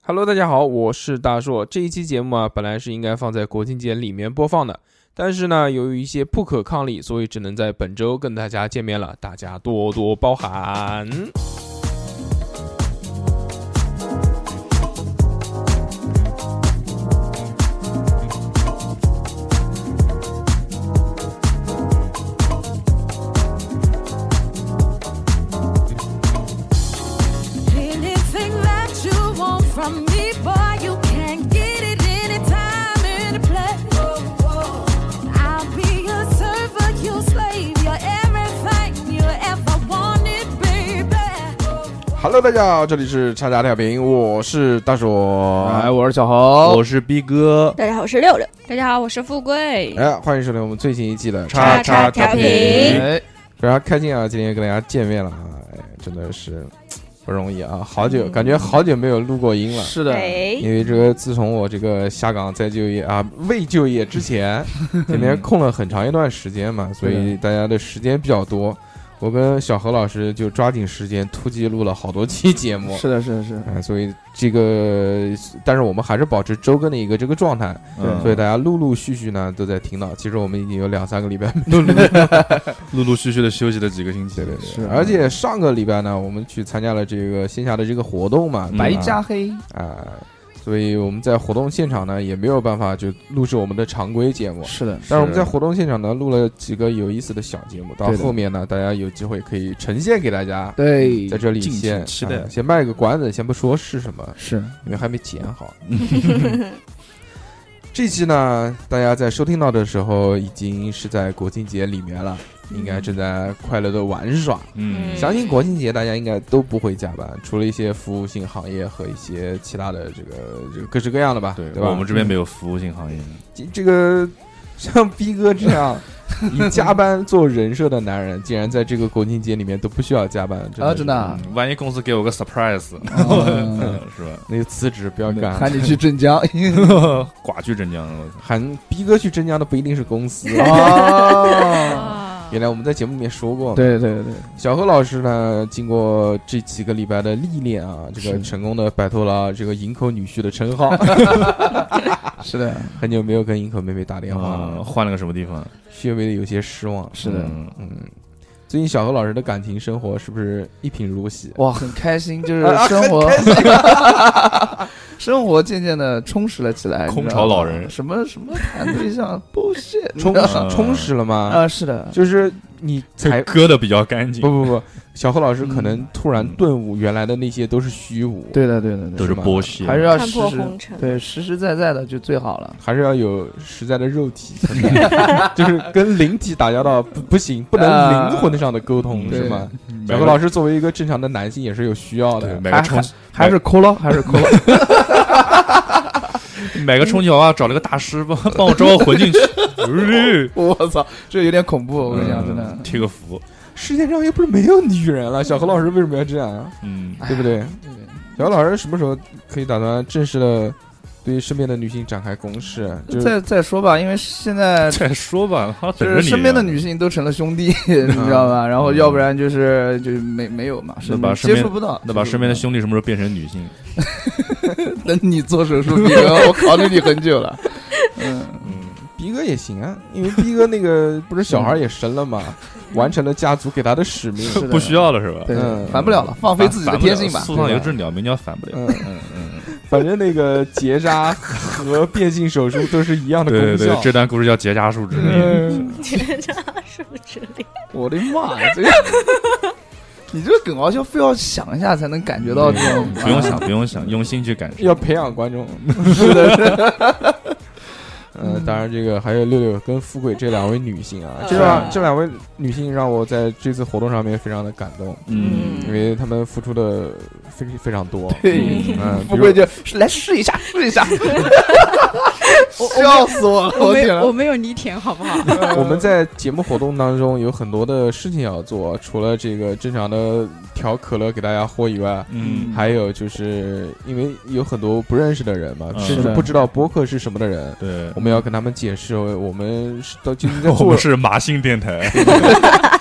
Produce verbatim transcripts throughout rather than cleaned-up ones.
Hello， 大家好，我是大硕。这一期节目啊，本来是应该放在国庆节里面播放的，但是呢，由于一些不可抗力，所以只能在本周跟大家见面了，大家多多包涵。Hello， 大家好，这里是叉叉调频，我是大硕， 哎，我是小豪， 我是逼哥， 大家好，我是六六， 大家好，我是富贵， 哎，欢迎收听我们最新一季的叉叉调频， 哎，非常开心啊，今天跟大家见面了啊，哎，真的是不容易啊，好久、嗯、感觉好久没有录过音了， 是的， 因为这个自从我这个下岗再就业啊，未就业之前，前面空了很长一段时间嘛，所以大家的时间比较多。我跟小何老师就抓紧时间突击录了好多期节目， 是的，是的，是的， 嗯，所以这个，但是我们还是保持周更的一个这个状态， 嗯， 所以大家陆陆续续呢都在听到。其实我们已经有两三个礼拜没录， 陆陆续续的休息了几个星期， 对对对。是，而且上个礼拜呢，我们去参加了这个线下的这个活动嘛， 白加黑啊。呃所以我们在活动现场呢也没有办法就录制我们的常规节目， 是的。 但是我们在活动现场呢录了几个有意思的小节目，到后面呢大家有机会可以呈现给大家。 对， 在这里先期待、啊， 先卖个关子，先不说是什么， 是因为还没剪好。这期呢，大家在收听到的时候已经是在国庆节里面了。应该正在快乐的玩耍， 嗯， 相信国庆节大家应该都不会加班，除了一些服务性行业和一些其他的这个这个各式各样的吧， 对对吧？ 我们这边没有服务性行业， 这这个像逼哥这样以加班做人设的男人，竟然在这个国庆节里面都不需要加班，真的啊，真的、啊嗯，万一公司给我个 surprise，、 嗯、 是吧？ 那就辞职不要干， 喊你去镇江， 寡去镇江， 喊逼哥去镇江的不一定是公司哦。 原来我们在节目里面说过， 对对对， 小何老师呢，经过这几个礼拜的历练啊，这个成功的摆脱了这个营口女婿的称号。 是的， 很久没有跟营口妹妹打电话了， 嗯、换了个什么地方？ 略微的有些失望。 是的， 嗯。嗯最近小何老师的感情生活是不是一贫如洗？ 哇，很开心，就是生活，啊、生活渐渐的充实了起来。 空巢老人， 什么什么谈对象，不屑， 充充实了吗？ 啊，是的， 就是你才割的比较干净。 不不不，小何老师可能突然顿悟，原来的那些都是虚无。 对的对的， 都是剥削， 还是要实实对实实在在的就最好了。 还是要有实在的肉体，就是跟灵体打交道不不行，不能灵魂上的沟通、呃、是吗？小何老师作为一个正常的男性也是有需要的， 买个充还是抠了还是抠了。 买个充气娃娃，找了个大师帮帮我招个魂进去。 我操，这有点恐怖！我跟你讲，真的贴个符。 世界上又不是没有女人了，小何老师为什么要这样？ 嗯， 对不对？小何老师什么时候可以打算正式的对身边的女性展开攻势？就是、 再再说吧，因为现在再说吧， 就是身边的女性都成了兄弟，你知道吧？然后要不然就是就没没有嘛， 那把接触不到， 那把身边的兄弟什么时候变成女性？ 等你做手术，逼哥，我考虑你很久了。嗯嗯，逼哥也行啊，因为逼哥那个不是小孩也生了嘛，完成了家族给他的使命， 不需要了是吧？ 对，嗯、烦不了了，放飞自己的天性吧。 树上有只鸟，没鸟反不了。 嗯嗯嗯，反正那个结扎和变性手术都是一样的功效。 对对对，这段故事叫结扎术之恋。结扎术之恋， 我的妈呀！这个。你这个梗好像非要想一下才能感觉到这种， 不用想，不用想，用心去感受。 要培养观众， 是的，是的。 呃，当然，这个还有六六跟富贵这两位女性啊，这两这两位女性让我在这次活动上面非常的感动， 嗯， 因为她们付出的非非常多。 对， 嗯， 富贵就来试一下，试一下，笑死我了！ 我没有，我没有你舔，好不好？ 我们在节目活动当中有很多的事情要做，除了这个正常的调可乐给大家喝以外， 嗯， 还有就是因为有很多不认识的人嘛，甚至不知道播客是什么的人， 对。 我们要跟他们解释，我们是到究竟在做， 我们是麻性电台，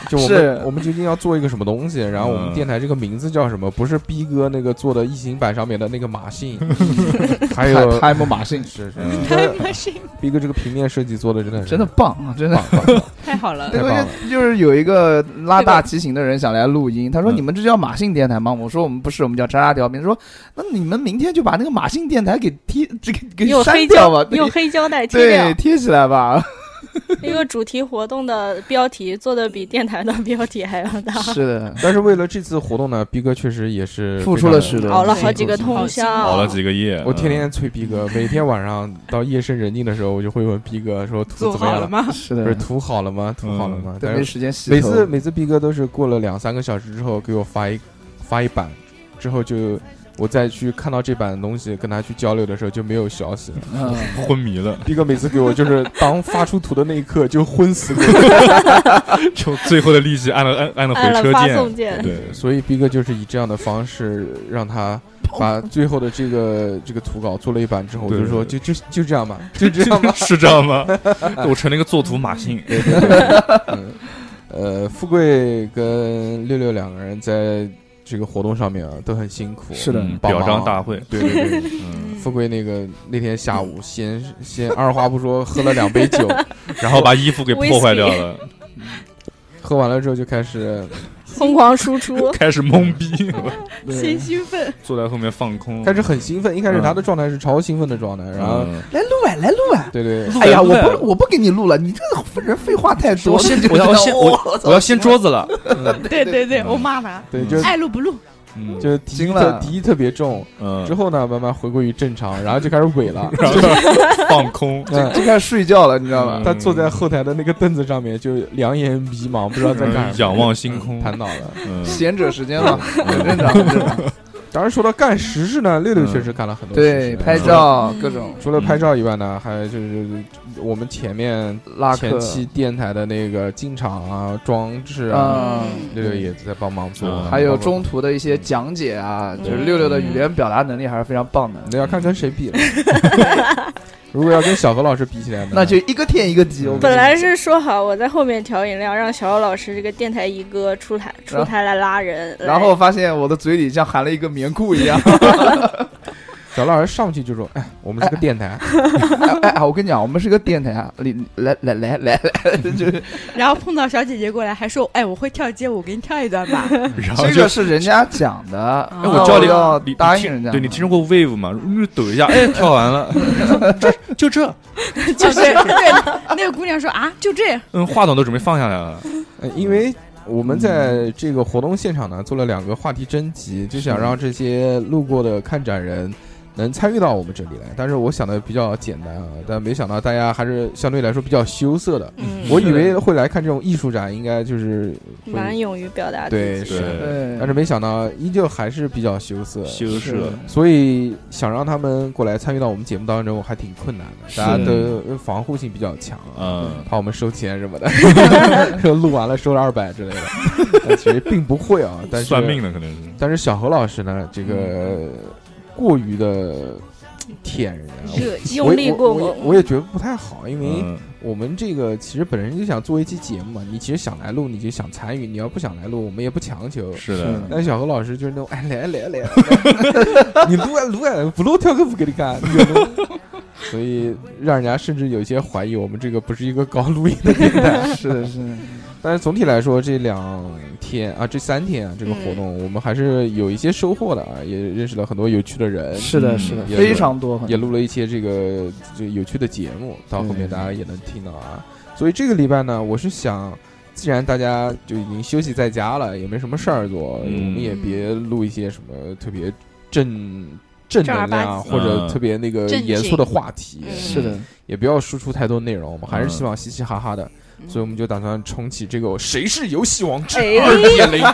就我是们我们究竟要做一个什么东西，然后我们嗯电台这个名字叫什么？不是逼哥那个做的异形版上面的那个马信，还有 Time 马信是是嗯太马信， 逼哥这个平面设计做的真的是真的棒啊，真的。 棒棒棒太好了太。棒了对，就是有一个拉大骑行的人想来录音，他说：“ 嗯你们这叫马信电台吗？”我说：“我们不是，我们叫渣渣调频。”他说：“那你们明天就把那个马信电台给贴，这个给用删黑胶掉吧，对用黑胶带贴对， 掉。 贴起来吧。 一个主题活动的标题做的比电台的标题还要大， 是的， 但是为了这次活动呢，逼哥确实也是付出了许多熬了好几个通好宵， 熬了几个夜， 我天天催逼哥，每天晚上到夜深人静的时候，我就会问逼哥说图做怎么样好了？吗？ 是的， 不是图好了吗？图好了吗？ 都但是没时间洗每头。 次每次逼哥都是过了两三个小时之后给我发一发一版，之后就我再去看到这版的东西跟他去交流的时候就没有消息了。 嗯， 昏迷了， 逼哥每次给我就是当发出图的那一刻就昏死过就最后的力气按了按按了按了发回车键， 送键。 对， 所以逼哥就是以这样的方式让他把最后的这个这个图稿做了一版之后，我对就说就就就这样吧，就这样吧。 是这样吗？我成了一个作图马信， 对对对，嗯，呃，富贵跟六六两个人在这个活动上面啊都很辛苦， 是的嗯帮忙表彰大会， 对对对， 嗯， 富贵那个那天下午先先二话不说喝了两杯酒， 然后把衣服给破坏掉了， 喝完了之后就开始疯狂输出， 开始懵逼， 先兴奋， 坐在后面放空， 开始很兴奋，一开始他的状态是超兴奋的状态，然后嗯来录啊，来录啊！ 对对， 哎呀，我录啊不我不给你录了，你这个人废话太多。 我先就我要先我操我要掀桌子了， 对对对， 嗯我骂他， 对，就是爱录不录， 嗯就是敌意惊了特敌意特别重， 嗯之，后呢慢慢回归于正常，然后就开始萎了， 然后放空， 嗯就开始睡觉了，你知道吗？ 他坐在后台的那个凳子上面，就两眼迷茫，不知道在干什么， 嗯仰望星空， 瘫倒了。 嗯， 闲者时间嘛，很正常，很正常。 当然说到干实事呢，六六确实干了很多实对， 事， 拍照各种除了拍照以外呢，还有就是我们前面拉客前期电台的那个进场啊、装置啊， 啊， 六六也在帮忙做嗯， 还有中途的一些讲解啊，就是六六的语言表达能力还是非常棒的。 那要看跟谁比了。如果要跟小何老师比起来呢， 那就一个天一个地。我跟你本来是说好我在后面调饮料，让小欧老师这个电台一哥出台出台来拉人， 然后发现我的嘴里像含了一个棉裤一样。 小老师上去就说：“哎，我们是个电台， 哎哎，我跟你讲，我们是个电台啊，你来来来来来，就是然后碰到小姐姐过来，还说，哎，我会跳街舞，给你跳一段吧。 然后就这个是人家讲的， 哎哎，我教你要你答应人家。 对你听说过 wave 吗？嗯抖一下，哎，跳完了，这就这， 就对对，那个姑娘说啊，就这， 嗯，话筒都准备放下来了， 呃因为我们在这个活动现场呢做了两个话题征集，就想让这些路过的看展人能参与到我们这里来。但是我想的比较简单啊，但没想到大家还是相对来说比较羞涩的。 嗯， 我以为会来看这种艺术展，应该就是会蛮勇于表达自己。 对是， 对， 但是没想到依旧还是比较羞涩。 羞是涩， 所以想让他们过来参与到我们节目当中，还挺困难的。 是大家的防护性比较强啊， 嗯， 怕我们收钱什么的，说录完了收了二百之类的。但其实并不会啊，但是算命的可能是， 但是小何老师呢，这个过于的舔人啊， 热情我用力过我我猛， 我也觉得不太好，因为嗯我们这个其实本身就想做一期节目嘛，你其实想来录，你就想参与，你要不想来录，我们也不强求。 是的， 但是小何老师就是那种，哎，来来来来，你录啊录啊，不录跳个舞给你看，你就录所以让人家甚至有一些怀疑我们这个不是一个搞录音的电台。 是的，是的， 但是总体来说，这两天啊，这三天啊，这个活动、我们还是有一些收获的啊，也认识了很多有趣的人， 是的， 嗯是的， 也非常多， 也录了一些这个就有趣的节目，到后面对大家也能听到啊。所以这个礼拜呢，我是想，既然大家就已经休息在家了，也没什么事儿做， 嗯我们也别录一些什么特别正正能正儿八量经或者嗯特别那个正经严肃的话题， 嗯是的， 也不要输出太多内容，我们还是嗯希望嘻嘻哈哈的。 嗯所以我们就打算重启这个《谁是游戏王之哎二点零》。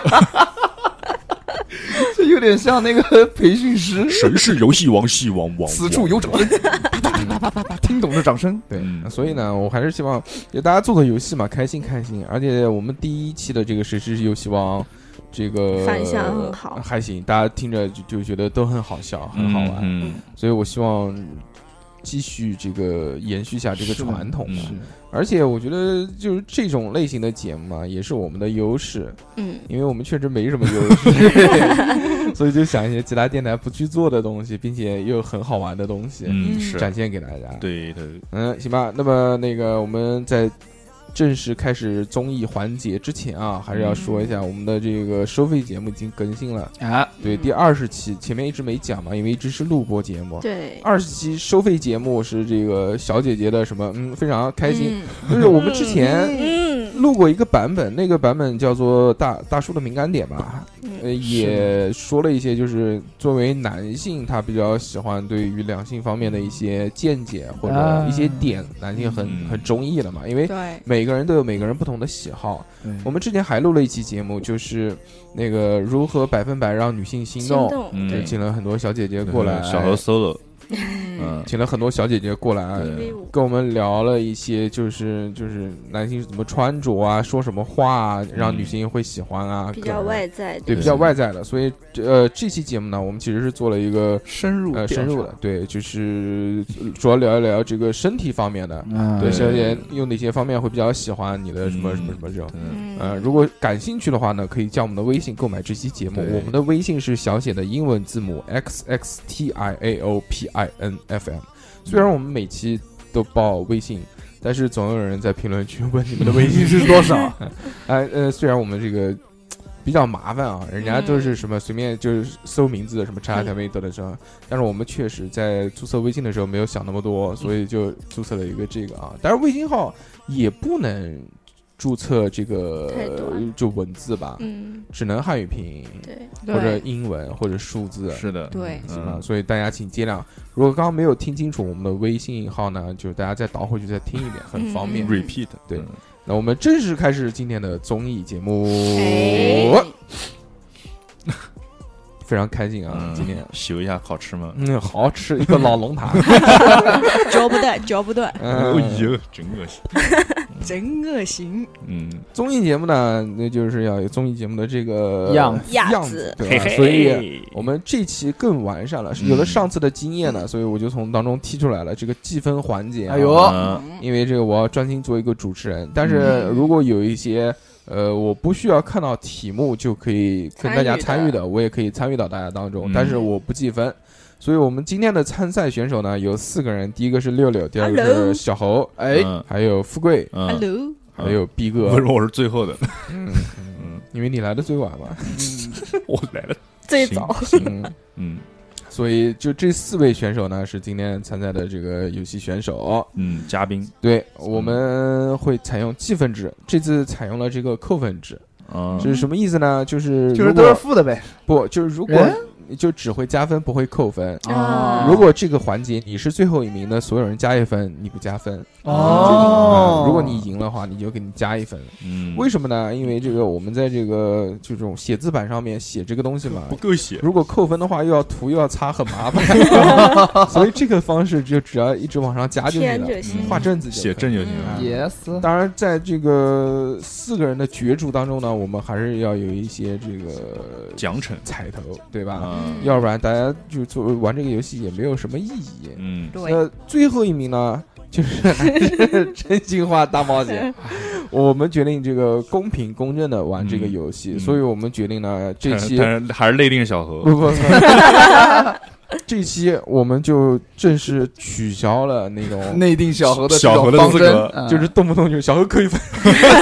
这有点像那个培训师， 谁是游戏王？戏王王， 此处有掌声，啪啪啪啪啪，听懂了掌声。 对， 嗯所以呢，我还是希望就大家做做游戏嘛，开心开心。而且我们第一期的这个《谁是游戏王》，这个反响很好还行，大家听着就就觉得都很好笑，很好玩。 嗯， 所以我希望继续这个延续下这个传统嘛。 嗯而且我觉得就是这种类型的节目嘛，也是我们的优势， 嗯， 因为我们确实没什么优势，所以就想一些其他电台不去做的东西，并且又很好玩的东西， 嗯是展现给大家。 对的， 嗯，行吧。那么那个我们在正式开始综艺环节之前啊，还是要说一下我们的这个收费节目已经更新了啊， 对，第二十期，前面一直没讲嘛，因为一直是录播节目。 对， 二十期收费节目是这个小姐姐的什么？嗯，非常开心。就是我们之前嗯录过一个版本，那个版本叫做大大叔的敏感点吧，呃，也说了一些，就是作为男性，他比较喜欢对于两性方面的一些见解或者一些点，男性很嗯很中意的嘛，因为对， 每个人都有每个人不同的喜好。我们之前还录了一期节目，就是那个如何百分百让女性心动， 心动嗯对，请了很多小姐姐过来， 小何 solo， 嗯， 嗯， 请了很多小姐姐过来， 对跟我们聊了一些，就是就是男性怎么穿着啊，说什么话啊，让女性会喜欢啊， 比较外在的， 对，比较外在的。所以呃，这期节目呢，我们其实是做了一个深入呃深入的，对，就是主要聊一聊这个身体方面的，对， 对小姐有哪些方面会比较喜欢你的什么什么什么这种。 嗯呃，如果感兴趣的话呢，可以加我们的微信购买这期节目。 对我们的微信是小写的英文字母 x x t i a o p i n f m。虽然我们每期都报微信，但是总有人在评论区问你们的微信是多少。哎呃，虽然我们这个比较麻烦啊，人家都是什么随便就是搜名字的什么叉叉调妹得的声，但是我们确实在注册微信的时候没有想那么多，所以就注册了一个这个啊。但是微信号也不能注册这个太多就文字吧， 嗯， 只能汉语拼音对， 或者英文或者数字， 是的， 对行吧？ 嗯， 所以大家请见谅。如果刚刚没有听清楚我们的微信号呢，就是大家再倒回去再听一遍，很方便。 嗯 repeat， 对嗯那我们正式开始今天的综艺节目， 哎非常开心啊！ 嗯今天秀一下好吃吗？ 嗯，好吃一个老龙潭， 嚼不断，嚼不断， 嗯哦呦，真恶心， 真恶心。 嗯， 综艺节目呢，那就是要有综艺节目的这个样子样样子对吧？ 嘿嘿所以我们这期更完善了，是有了上次的经验呢， 嗯所以我就从当中剔出来了这个计分环节啊。 哎呦嗯因为这个我要专心做一个主持人，但是如果有一些呃我不需要看到题目就可以跟大家参与的，我也可以参与到大家当中， 嗯但是我不计分。所以我们今天的参赛选手呢有四个人，第一个是六六，第二个是 Hello 小侯， 哎， 嗯还有富贵， 嗯， Hello， 还有逼哥。 为什么我是最后的？ 嗯嗯，因为你来的最晚嘛。 我来了， 最早， 嗯， 嗯所以就这四位选手呢是今天参赛的这个游戏选手。 嗯，嘉宾， 对，我们会采用计分制，这次采用了这个扣分制。 嗯， 这是什么意思呢？就是就是都是如果负的呗。 不就是如果哎就只会加分不会扣分。 啊如果这个环节你是最后一名的，所有人加一分，你不加分。 哦嗯如果你赢的话，你就给你加一分。 嗯， 为什么呢？因为这个我们在这个就这种写字板上面写这个东西嘛， 不够写？ 如果扣分的话，又要涂又要擦，很麻烦。所以这个方式就只要一直往上加就行了， 填就行画正字就可以写正就行了。 嗯 yes， 当然，在这个四个人的角逐当中呢，我们还是要有一些这个奖惩彩头，对吧？ 嗯要不然大家就做玩这个游戏也没有什么意义。 嗯， 对， 呃，最后一名呢，就是还是真心话大冒险。我们决定这个公平公正的玩这个游戏， 嗯嗯所以我们决定呢，这期但是还是内定小何。 不不不，这期我们就正式取消了那种， 内定小何的这小何的种方针资格， 嗯就是动不动就小何扣一分，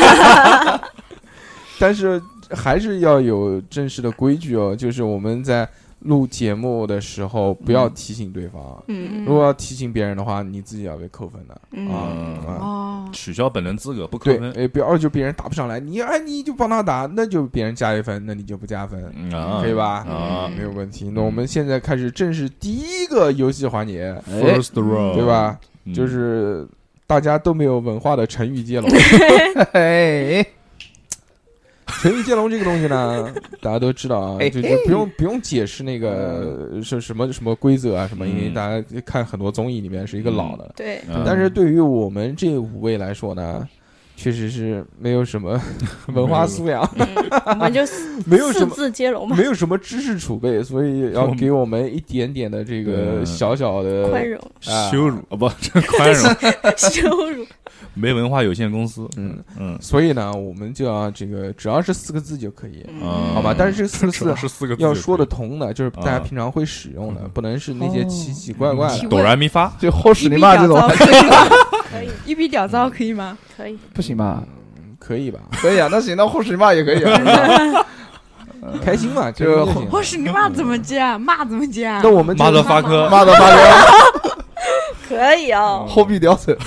但是还是要有正式的规矩哦，就是我们在录节目的时候不要提醒对方， 嗯如果要提醒别人的话，你自己要被扣分的嗯啊嗯啊。 哦， 取消本人资格，不扣对， 分。 哎，不要就别人打不上来，你哎你就帮他打，那就别人加一分，那你就不加分， 嗯啊， 可以吧？ 啊没有问题。那我们现在开始正式第一个游戏环节， 哎， ，first round， 对吧？ 嗯？ 就是大家都没有文化的成语接龙。 哎， 成语接龙这个东西呢，大家都知道啊， 哎就就不用不用解释那个是什么什么规则啊什么，因为嗯大家看很多综艺里面是一个老的。 对， 嗯但是对于我们这五位来说呢， 确实是没有什么文化素养， 嗯，我们就四没有什么字接龙吧没，有什么知识储备，所以要给我们一点点的这个小小的宽容， 啊羞辱啊，不，这宽容， 羞辱。 没文化有限公司。 嗯嗯， 所以呢，我们就要这个只要是四个字就可以， 嗯好吧？但是这四个字主要是四个字要说得就可通的，就是大家啊平常会使用的，不能是那些哦奇奇怪怪以的。 哆来咪发， 就后屎一笔你妈这种屌糟可以吗？ 可以， 一笔屌糟可以吗？ 可以。 不行吧？ 嗯可以吧？ 可以啊，那行，那后屎你妈也可以啊。 开心嘛， 就开心就行或是你骂怎么接啊？骂怎么接啊？ 那我们就马德发科， 妈的发哥， 可以哦， 后壁屌手，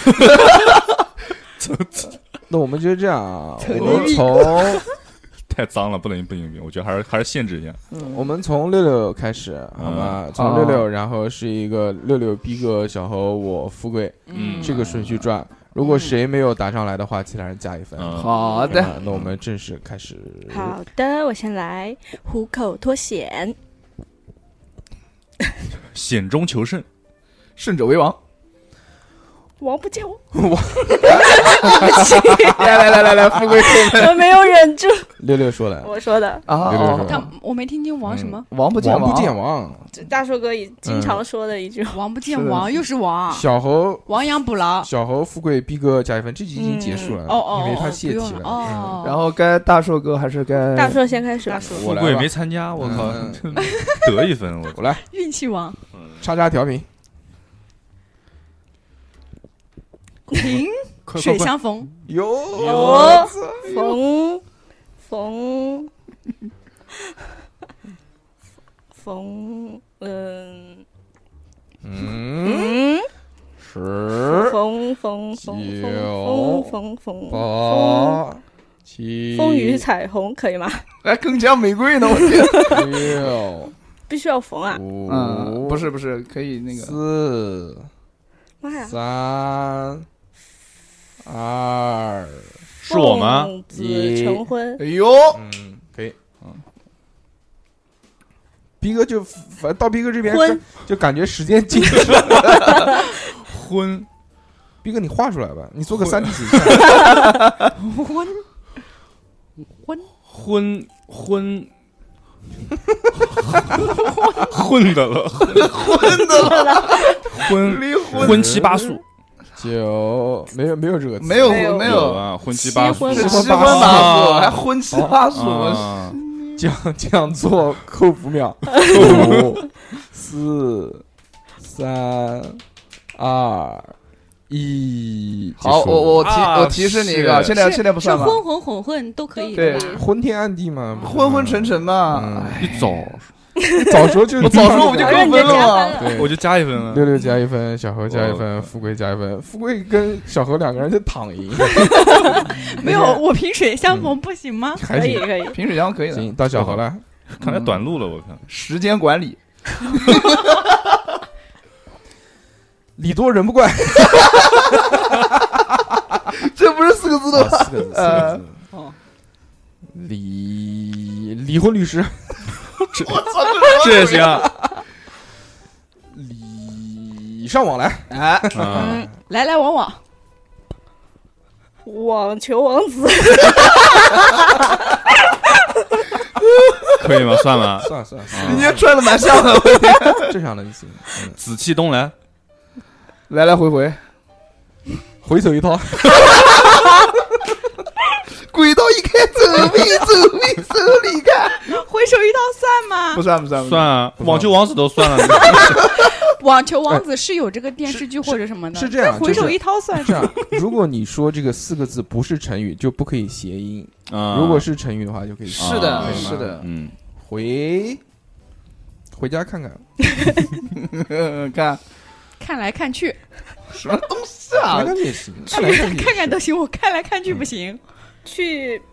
那我们就这样啊， 扯我们牛逼从太脏了，不能不行不行，我觉得还是还是限制一下。 我们从六六开始，好吧？从六六，然后是一个六六逼哥、小猴、我、富贵嗯这个顺序转。如果谁没有答上来的话，其他人加一分。 嗯， 好的， 啊那我们正式开始。 好的，我先来虎口脱险， 险中求胜， 胜者为王。 王不见我， 来来来来来，富贵后面我没有忍住， 六六说的， 我说的。 啊， 对对对哦他我没听清王什么？ 王不见王不见王， 这大硕哥也经常说的一句话。 王不见是的王，又是王， 小猴、 亡羊补牢。 小猴、富贵、逼哥加一分，这集已经结束了， 哦哦， 因为他哦泄题不用了哦。 然后该大硕哥还是该大硕先开始吧大。硕我来吧富贵没参加，我靠嗯， 得一分，我我来， 运气王， 叉叉调频， 停，水快快快， 相逢， 哟哦，冯冯冯，嗯嗯， 嗯， 十冯冯冯冯冯冯冯八七风雨彩虹可以吗？ 来铿锵玫瑰呢？我天， 六必须要缝啊！ 五嗯，不是不是，可以那个四妈呀！ 三二是我吗？ 奉子成婚， 哎呦， 嗯，可以，嗯。逼哥就反正到逼哥这边婚就感觉时间静止了。 婚逼哥，你画出来吧，你做个三 D 形象。 婚婚婚婚混的了， 混的了， 婚离婚婚七八素， 九没有没有这个词没有没有没有啊，婚七八素， 七是婚七婚八素， 啊还婚七八素， 啊讲讲座扣五秒，五四三二一， 好， 结束我我提啊我提示你一个， 是现在是现在不算吧？ 混混混混都可以对的吧。 昏天暗地嘛， 昏昏沉沉嘛， 嗯哎一早早说就我早说我就反正你就扣分了嘛。 加分了。 对我就加一分了。 六六加一分，小何加一分， 我富贵加一分。富贵跟小何两个人就躺赢， 没有，我萍水相逢不行吗？ 还行可以可以， 萍水相可以的， 行，到小何了。 看来短路了，我看。 时间管理， 礼多人不怪， 这不是四个字的吗？ 啊四个字，四个字。 哦， 离离婚律师， 这也行啊。 礼尚往来， 哎， 嗯， 来来往往， 网球王子， 可以吗？算了。 算了算了，算你了今天穿的蛮像的，我天正常的就行。嗯， 紫气东来， 来来回回， 回手一套， 轨道一开，走必走必走离开， 回手一套算吗不？算不算不算啊， 不算网球王子都算了。 网球王子是有这个电视剧或者什么的， 是这样就是回手一套算这样。如果你说这个四个字不是成语，就不可以谐音； 啊如果是成语的话，就可以谐音。 是的啊是的， 嗯， 回回家看看， 嗯看看来看去， 什么东西啊看？看也行，看来看去也看看都行，我看来看去不行。 去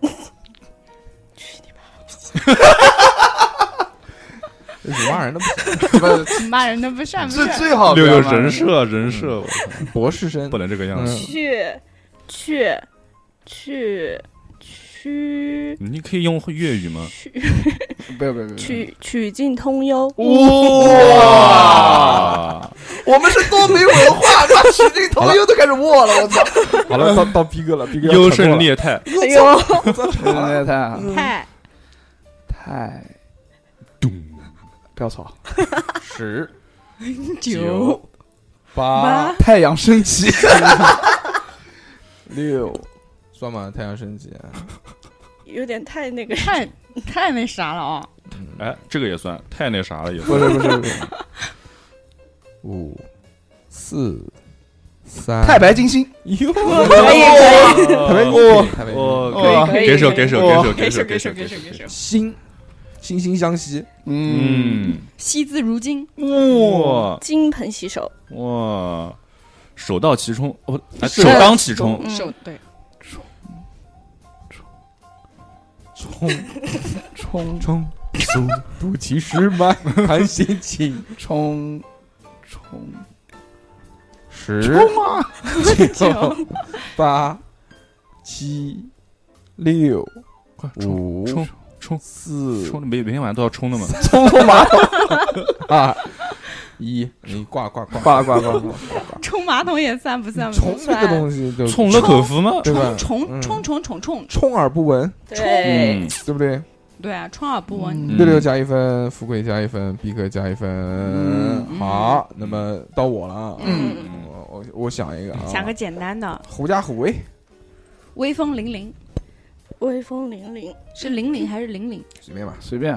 辱骂人的不行。 不是骂人的不善不是善。 最好六六不要骂人设人设，我博士生不能这个样子。 去去去去你可以用粤语吗？ 去不要不要不要， 曲曲径通幽， 哇， 啊， 我们是多没文化吗？ 去，这个头油都开始握了，我操！ 好了，到到逼哥了，逼哥要优沉默了胜劣汰， 哎呦， 太太太太， 咚， 不要吵！ 十九八八太阳升起， 六，算吗？太阳升起， 有点太那个。 太太那啥了啊！ 哎，这个也算，太那啥了也不算。 是不是不是， 五四三， 太白金星， 哟， 可以可以， 太白哦太白哦， 可以可以给手给手哦给手给手给手给手给手给手， 心惺惺相惜， 嗯， 惜字如金， 哇金盆洗手， 哇，手到其冲，哦，哎是首当其冲， 嗯手对冲冲冲，速度其实慢，看心情。 冲冲十冲啊！ 九八七六快冲五冲冲四冲，每每天晚上都要冲的嘛。 冲马桶， 二一，你挂挂挂挂挂挂挂， 冲马桶也算不算？ 冲这个东西就冲了口服吗？ 对吧？ 冲嗯冲冲冲冲， 充耳不闻， 对嗯，， 对不对？ 对啊，充耳不闻。 嗯六六加一分，富贵加一分，逼哥加一分。 嗯好，那么到我了啊。 嗯， 我我我想一个啊， 想个简单的， 狐假虎威， 威风凛凛威风凛凛， 是凛凛还是凛凛？ 随便吧。 随便，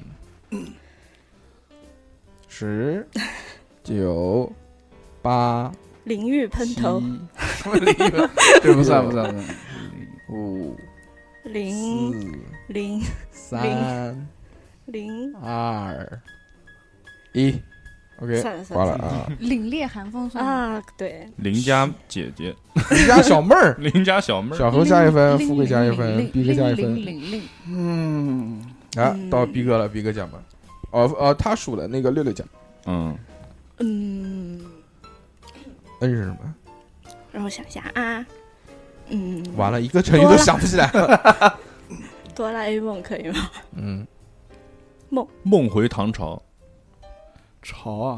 十九八淋浴喷七头， 这不算不算不算， 五零四零三零， 二一，OK， 算了算了挂了啊。 凛冽寒风算吗？ 啊，对， 邻家姐姐， 邻家小妹儿， 邻家小妹儿， 小何加一分， 凛富贵加一分， 凛逼哥加一凛分。 凛凛嗯， 啊， 嗯到逼哥了，逼哥讲吧。哦哦，他数了，那个六六讲。 嗯， 嗯， N 是什么？ 让我想想啊，嗯， 完了，一个成语都想不起来了。 哆啦 A 梦可以吗？ 嗯， 梦回唐朝， 潮啊，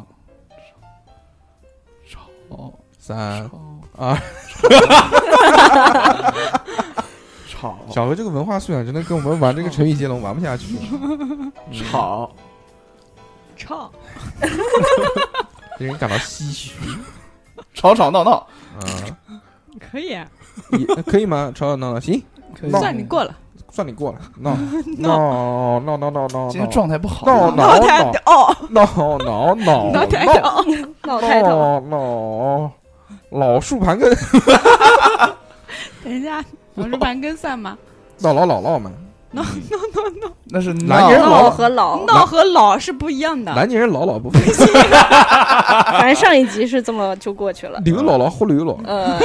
潮三潮二， 潮小何这个文化素养真的跟我们玩这个成语接龙玩不下去。 潮， 操！ 令人感到唏嘘。 吵吵闹闹， 啊， 可以啊， 也可以吗？吵吵闹闹，行， 可以闹算你过了。 算你过了。闹闹闹闹闹闹， 今天状态不好， 闹脑闹太闹哦， 闹闹闹脑太闹哦， 闹太头， 闹闹老树盘根， 等一下，老树盘根算吗？ 姥姥姥姥嘛。 那是南人闹闹老和老， 闹和老是不一样的。 南京人老老不分， 反正上一集是这么就过去了。 刘姥姥和刘姥， 呃，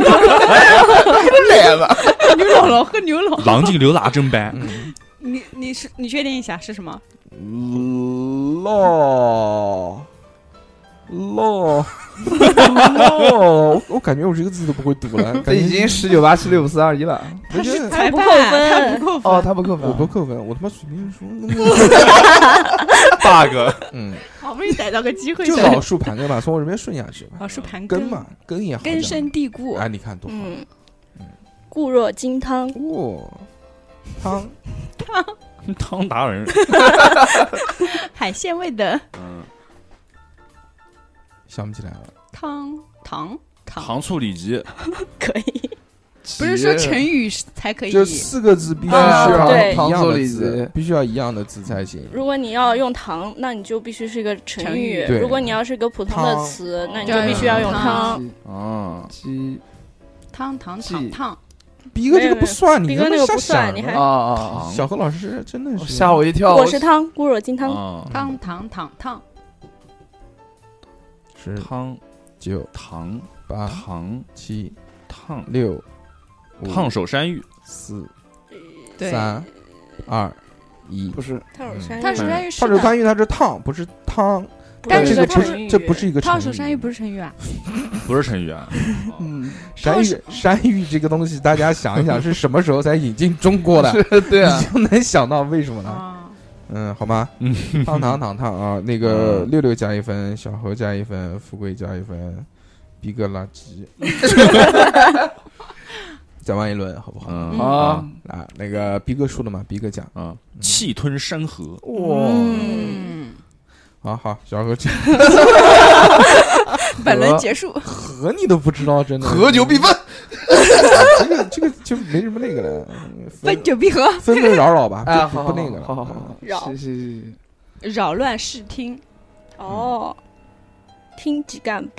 来了， 牛姥姥和牛姥， 郎进刘哪真班， 你你是你确定一下是什么？ 老老老，我感觉我这个字都不会读了， 这感觉已经十九八七六五四二一了。 我觉得他不扣他分不扣分。 哦，他不扣分， 我不扣分，我他妈随便说。 bug， 嗯， 好不容易逮到个机会， 就老树盘根嘛，从我这边顺下去嘛。 老树盘根嘛，根也好讲。 根深蒂固。 哎，你看多好。 嗯，固若金汤， 哇，汤汤达人， 海鲜味的嗯， 想不起来了。 汤糖糖， 糖醋里脊， 可以。 不是说成语才可以。 就四个字必须啊要对一样糖醋里的字脊， 必须要一样的字才行。 如果你要用糖，那你就必须是一个成成语； 语对如果你要是一个普通的汤词，那你就要就必须要用用汤。 啊， 鸡汤糖记糖烫， 逼哥这个不算，你逼哥那个不他妈瞎想的算你还啊啊啊！ 糖小何老师真的是吓我一跳， 我是汤，固若金汤。 啊， 汤糖糖烫， 十汤九糖八糖七烫六五烫手山芋， 四对， 三二一。 不是烫手山芋， 烫手山芋是烫手的， 山芋它是烫，不是汤。 不但是这个不是个成语， 是这不是一个成语。 烫手山芋不是成语啊？ 不是成语啊， 嗯， 山芋山芋这个东西，大家想一想是什么时候才引进中国的？ 是对啊你，就能想到为什么呢？ 啊， 嗯，好吗？ 嗯， 烫糖糖烫啊！那个嗯六六加一分，小何加一分，富贵加一分， 逼哥垃圾。再玩一轮好不好？ 嗯啊啊，那个逼哥输了嘛，逼哥讲。 啊，气吞山河。 哇， 嗯， 好好，小何讲。 本轮结束。 和你都不知道，真的。 合久必分。 这个这个就没什么那个了， 分久必合， 纷纷扰扰吧， 啊， 不好不那个了。 好好好， 扰是是是， 扰乱视听。 哦，听几干部。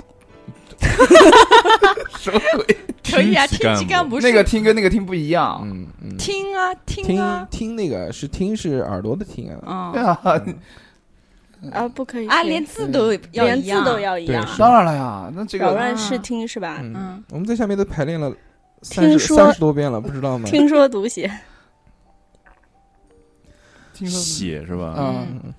什么鬼？ 可以啊，听听几干部是那个听跟那个听不一样。 嗯嗯， 听啊听听啊听那个是听是耳朵的听啊。 对啊啊， 啊，不可以啊， 听连字都要连一样字都要一样对。是当然了呀，那这扰个乱视听是吧？ 嗯嗯， 我们在下面都排练了三十听说三十多遍了，不知道吗？ 听说读写。 听说写是吧？ 嗯， 嗯，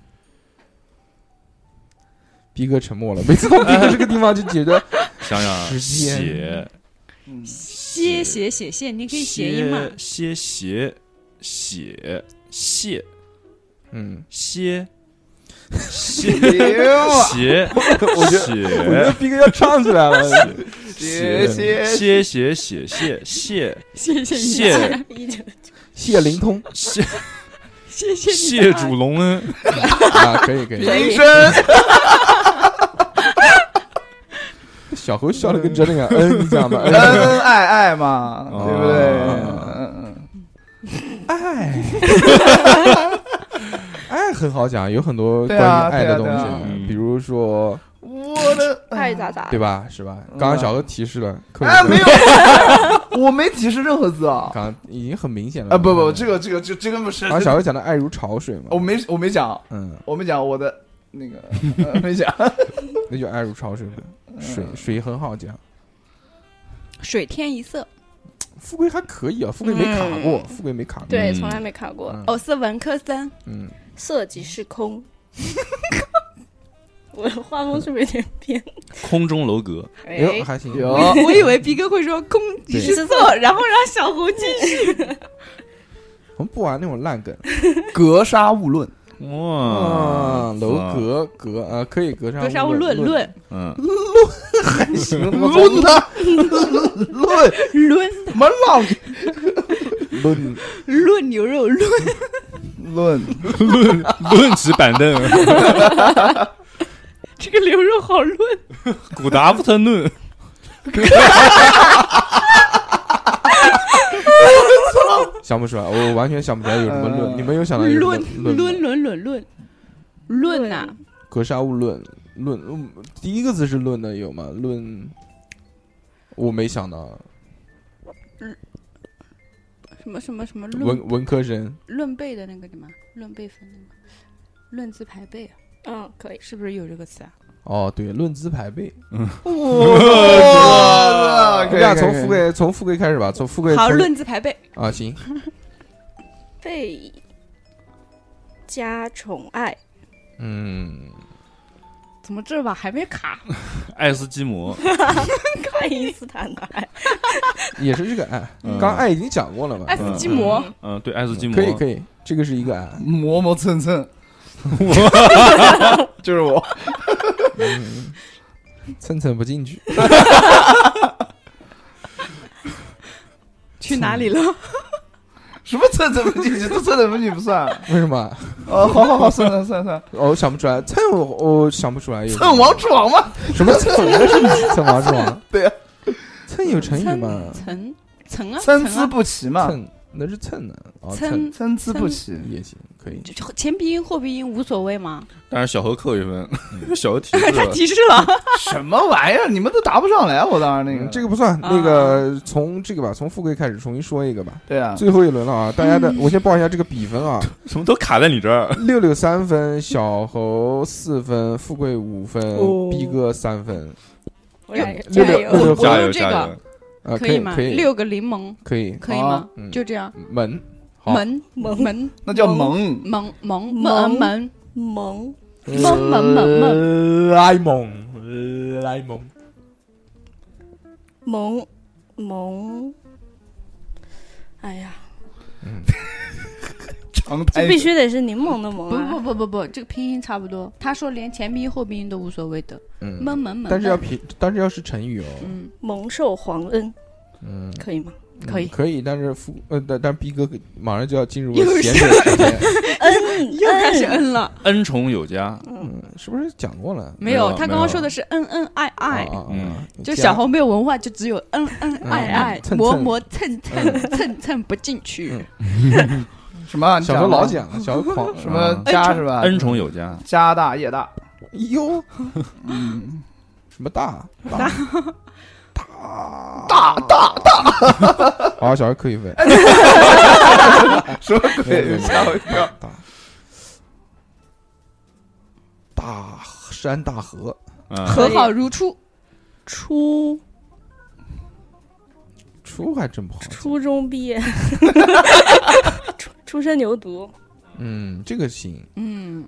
逼哥沉默了，每次到逼哥这个地方就觉得想想时间写嗯歇写写线，你可以谐音嘛？ 歇写写谢嗯， 歇歇哇写我觉得我觉得逼哥要唱出来了。 谢谢歇写写谢谢谢谢你， 谢一九谢灵通谢谢谢你， 谢主隆恩。 啊，可以可以。 铃声， 小猴笑的跟真的一样。嗯，你讲吧。 恩恩爱爱嘛， 哦对不对？嗯嗯， 爱，爱很好讲，有很多关对啊于爱的东西对啊对啊， 嗯比如说， 我的爱咋咋， 对？吧？是吧？刚刚小何提示了，扣哎， 一没有，我没提示任何字啊。 刚刚已经很明显了啊，不不，这个这个这这个不是刚，刚小何讲的爱如潮水嘛， 我没我没讲， 嗯， 我没讲我的那个呃没讲。 那就爱如潮水嘛，水水很好讲。 水天一色， 富贵还可以啊，富贵没卡过，富贵没卡过。 对， 嗯从来没卡过。 嗯我是文科生， 嗯， 色即是空。我的画风是不是有点偏？ 空中楼阁。 哎呦哎， 还行， 有我我以为逼哥会说空即是色，然后让小胡继续。 我们不玩那种烂梗。 格杀勿论， 哇啊，楼阁阁啊，可以格杀格杀勿论论论嗯， 还行，我论他论论什么浪论论牛肉论， 论论论起板凳， 这个牛肉好论。 古达不特论。 想不出来，我完全想不出来有什么论。 呃你们有想到有什么论论吗？ 论论论论论呐， 格杀勿论论，嗯第一个字是论的有吗？论，我没想到。 什么什么什么论文文科生， 论辈的那个什么论辈分那个论资排辈啊， 嗯，可以。 是不是有这个词啊？ 哦，对，论资排辈。 哇我们俩从富贵从富贵开始吧，从富贵好， 从论资排辈， 啊，行， 被加宠爱， 嗯， 怎么这把还没卡？ 爱斯基摩。 爱因斯坦的爱。 也是这个爱， 嗯刚爱已经讲过了嘛爱，斯基摩， 嗯，对，爱斯基摩。 可以可以，这个是一个爱， 磨磨蹭蹭，就是我。 嗯，蹭蹭不进去， 去哪里了？ 什么蹭蹭不进去？这蹭蹭不进去不算。 为什么？ 哦，好好好，算算算算， 哦，我想不出来，蹭我我想不出来有什么蹭王之王吗？ 什么蹭？那是你蹭王之王， 对呀， 蹭有成语吗？ 层层啊， 参差层啊， 不齐嘛， 蹭那是蹭的，哦， 蹭蹭参差不齐。 也行，可以。 就前鼻音后鼻音无所谓吗？ 但是小何扣一分，因为小何提示他了。 提示了， 什么玩意儿？你们都答不上来，我当然那嗯个这个不算， 啊那个从这个吧，从富贵开始重新说一个吧。 对啊， 最后一轮了啊，大家的，我先报一下这个比分啊， 什么都卡在你这儿。 六六三分，小猴四分，富贵五分， 哦逼哥三分， 我俩六六加油！ 六六加油这个加油！ 啊， 可以吗？ 可以， 六个柠檬可以， 可以吗？ 嗯就这样， 门，好， 门萌门那叫萌。 蒙蒙蒙门门萌蒙蒙蒙蒙呃莱蒙，莱蒙， 萌萌，哎呀， 长这必太久须得是柠檬的檬不啊！ 不不不不，这个拼音差不多。他说连前鼻音后鼻音都无所谓的， 嗯， 闷闷闷。 但是要平，但是要是成语哦。 嗯， 蒙受皇恩， 嗯， 可以吗？ 可以嗯可以，但是副呃，但但逼哥马上就要进入又是闲者时间， 恩又开始嗯了。 恩宠有加， 嗯，是不是讲过了？ 没有， 没有他刚刚说的是恩恩爱爱， 啊啊啊嗯就小猴没有文化，就只有恩恩爱爱嗯，蹭蹭磨磨蹭蹭蹭蹭不进去。 什么？ 小时候老讲，小时候狂什么家是吧？ 恩宠有加， 家大业大， 哟， 嗯， 什么大大大大大， 好，小孩扣一分。 什么没有没有鬼？吓我一跳！ 大大山大河， 嗯， 和好如初。 初初还真不好讲。 初中毕业，出初生牛犊， 嗯，这个行。 嗯，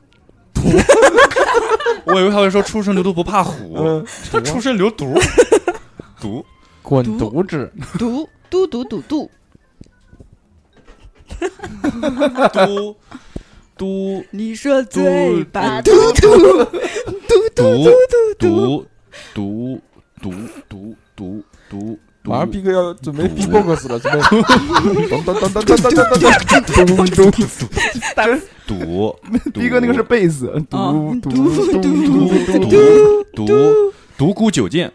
我以为他会说初生牛犊不怕虎， 嗯， 他初生牛犊，犊滚犊子， 嘟嘟嘟嘟嘟， 都都你说嘴巴嘟嘟嘟嘟嘟嘟嘟嘟嘟嘟， 马上逼哥要准备 B-box 了，准备咚咚咚咚咚咚咚咚咚咚。 赌逼哥那个是贝斯，嘟嘟嘟嘟嘟独独独孤九剑，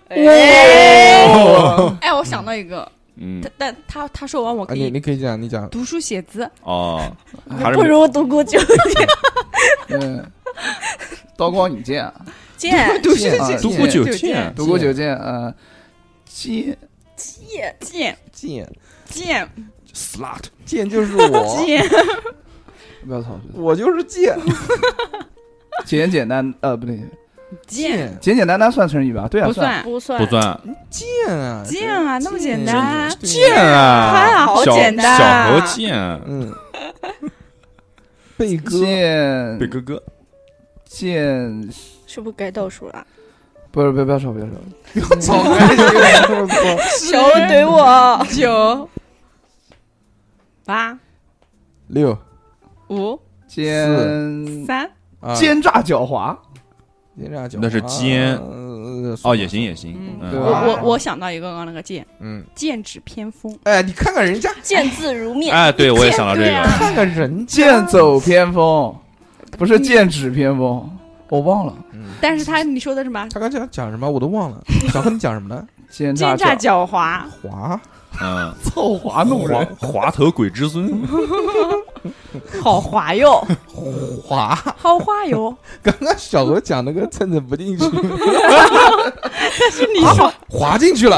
哎，我想到一个， 嗯但但他他说完我啊，你可以你可以讲，你讲。 读书写字， 哦，还是不如独孤九嗯，刀光引剑， 剑读书剑写独孤九剑， 独孤九剑，呃，剑剑剑剑剑 slut， 剑就是我， 剑， 不要吵， 我就是剑简简单，呃，不对， 剑简简单单算成语吧？对啊， 不算不算不算剑啊剑啊，那么简单， 剑啊， 太好小简单小猴剑， 嗯，贝哥剑贝哥哥， 剑， 是不是该倒数了？ 不是，不要不要吵，不要吵， 操，我操， 小欧怼我， 九八六五奸三， 啊， 奸诈狡猾， 奸诈狡猾那是奸呃哦，也行也行， 嗯， 对我嗯吧我我想到一个，刚刚那个剑， 嗯， 剑指偏锋， 哎，你看看人家， 见字如面。 哎，对我也想到这对啊个， 看看人家， 剑走偏锋，不是剑指偏锋，我忘了， 嗯， 但是他你说的什么？ 他刚才讲什么我都忘了。小何，你讲什么呢？ 奸奸诈狡狡猾， 滑嗯， 造化弄人， 滑头鬼之孙， 好滑哟， 滑。 好滑哟， 刚刚小何讲那个蹭蹭不进去， 但是你说滑进去了。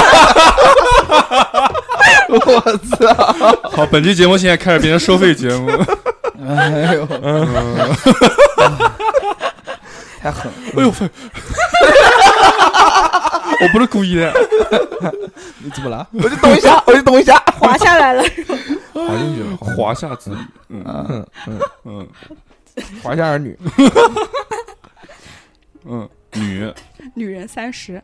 我操！ 好，本期节目现在开始变成收费节目， 哎呦，太狠了！ 哎呦，我不是故意的， 你怎么了？ 我就动一下，我就动一下， 滑下来了， 滑进去了， 华夏子女，嗯嗯嗯， 嗯华夏儿女。 嗯，女女人三十，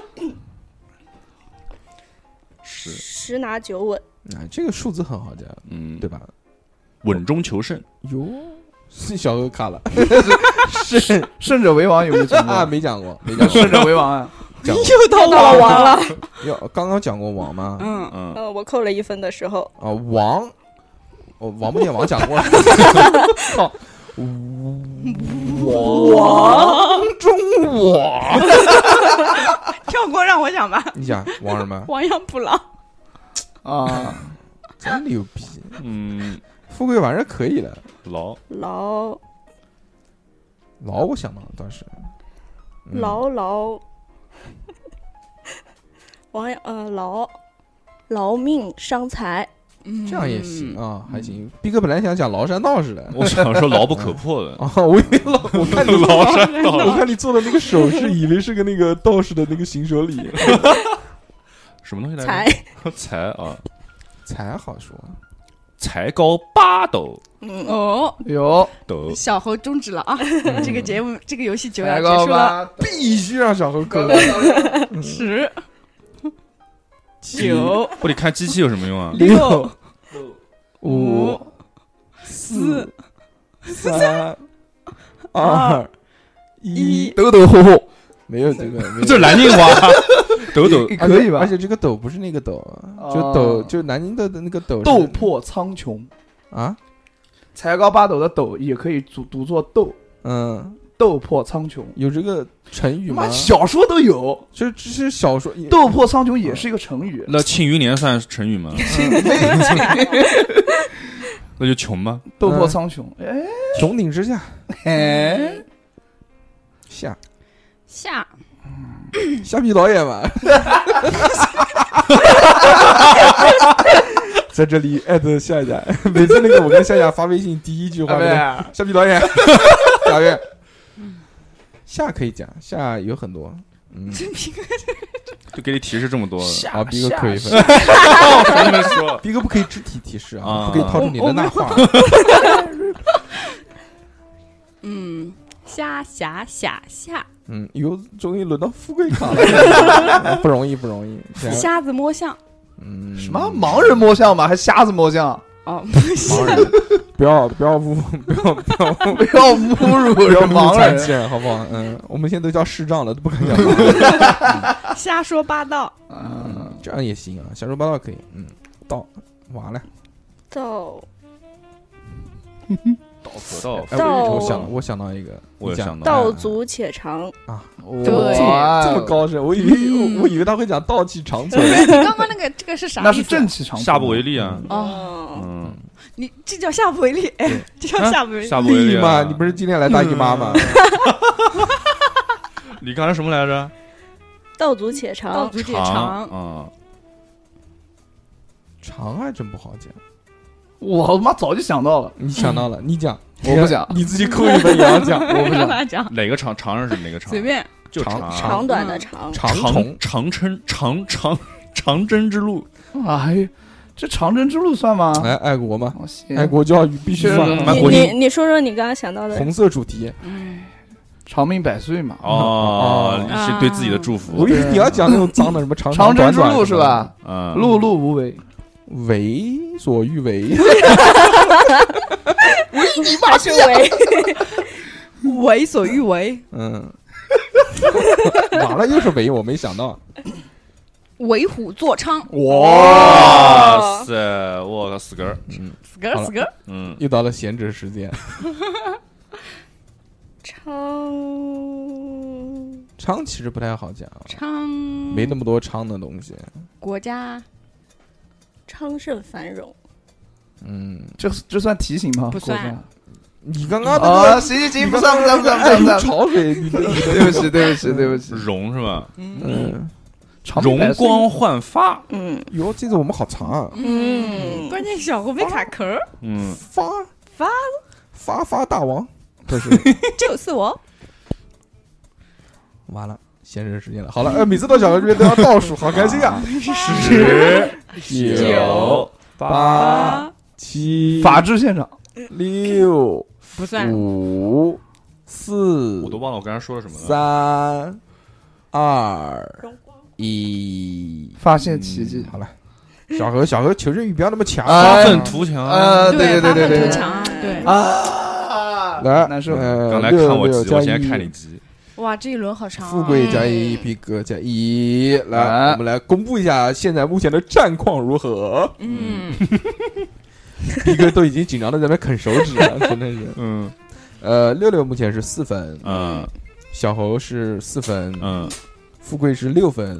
是， 十拿九稳。 哎，这个数字很好讲， 嗯， 对吧？ 稳中求胜， 哟，是小何卡了，胜胜者为王有没有讲啊， 过？ 没讲过，没讲过， 胜者为王啊！ 讲过。 又到到了王了。 要刚刚讲过王吗？ 嗯， 嗯， 呃，我扣了一分的时候， 啊，王，哦，王不见王讲过了。靠，王中王， 跳过让我讲吧。 你讲王什么？ 亡羊补牢， 啊， 真牛逼！ 嗯， 富贵完事可以了， 牢牢牢我想到了倒是，嗯牢牢，王阳呃劳劳命伤财， 这样也行啊，还行。逼哥本来想讲崂山道士的， 我想说牢不可破的， 啊，我以为老，我看你崂山道我看你做的那个手势，以为是个那个道士的那个行手礼， 什么东西来财， 着？才啊， 才好说。 才高八斗嗯， 哦， 有斗， 小猴终止了啊！这个节目，这个游戏就要抬结束了。 高吧， 必须让小何扣。 十七九我得看机器有什么用啊？ 六五五四、三、二、一， 抖抖吼吼， 没有这个，没有这是南京话，抖抖也可以吧而？且这个斗不是那个斗，就哦斗就南京的的那个斗是斗破苍穹， 啊， 才高八斗的斗也可以读读作斗， 嗯， 斗破苍穹。 有这个成语吗妈，？小说都有， 这这是小说， 斗破苍穹也是一个成语。 那庆余年算成语吗？那就穷吗？ 斗破苍穹，哎穹顶之下哎， 下下虾皮导演嘛，在这里艾特夏夏，每次那个我跟夏夏发微信第一句话， 啊虾皮导演，贾跃，夏可以讲，夏有很多，嗯， 就给你提示这么多， 好，逼哥扣一分， 我跟你说， 逼哥不可以肢体提示啊， 啊不可以掏出你的那话， 嗯，虾侠侠下， 嗯，哟，终于轮到富贵卡了，不容易不容易， 瞎子摸象。 嗯， 什么盲人摸象吗？还瞎子摸象？ 哦， 盲人，不要不要侮不要不要不要侮辱不要人盲人。 残疾人，好不好？嗯，我们现在都叫视障了，都不敢讲了。 瞎说八道。 嗯，这样也行啊，瞎说八道可以。嗯，到完了， 到道可道， 哎， 到我我想我想到一个，你讲我也想到道阻且长， 对哇这么高深，我以为我我以为他会讲道气长存。 你刚刚那个这个是啥意思？ 那是正气长存， 下不为例啊。 哦， 嗯， 你这叫下不为例，哎，这叫下不为例。 下不为例嘛， 啊。 你不是今天来大姨妈吗？ 你刚才什么来着？ 道阻且道长， 阻且长长， 啊， 长还真不好讲。 我他妈早就想到了， 你想到了，你讲， 我不讲你自己扣一分也要讲。 我不想。 干嘛讲？ 哪个长长是哪个长？ 随便。 就长长长短的长， 长虫长长征长长长征之路， 哎，这长征之路算吗？ 哎，爱国嘛， 我信爱国教育必须是上。 你蛮国际你你说说你刚刚想到的， 红色主题， 长命百岁嘛。 哦， 哦是对自己的祝福我。以为你要讲那种脏的什么长长征之长短短路是吧？ 嗯， 碌碌无为， 为所欲为， 还是为为所欲为， 嗯，完了又是为，我没想到， 为虎作伥。 哇塞，我靠，死根儿， 嗯， 死个好了死个， 嗯， 又到了闲职时间， 昌昌其实不太好讲， 昌没那么多昌的东西， 国家昌盛繁荣， 嗯， 这这算提醒吗？ 不算国家你刚刚那啊， 个行行行，不算不算不算不爱如算不算， 潮水，你的你的对不起对不起对不起。 荣是吧？ 嗯， 容长命百岁光焕发， 嗯哟，这次我们好长啊， 嗯， 关键小红没卡壳儿， 嗯， 发发发发大王，这是就是我。 完了。闲人时间了，好了，呃，每次到小何这边都要倒数，好开心啊！十、九、八、七、 法治现场， 六、 不算， 五、四、 我都忘了我刚才说了什么了。 三、二、一， 发现奇迹嗯。好了，小何，小何求生欲不要那么强。 哎发愤图强， 呃，对对对对对发愤图强，对。 啊， 来， 难受。 呃， 刚才看我六急，我加一现在看你急。 哇，这一轮好长啊。 富贵加一，逼哥加一，来， 哎我们来公布一下现在目前的战况如何。 嗯， 逼哥都已经紧张的在那边啃手指了，真的是。 嗯呃，六六目前是四分， 嗯小猴是四分， 嗯， 富贵是六分，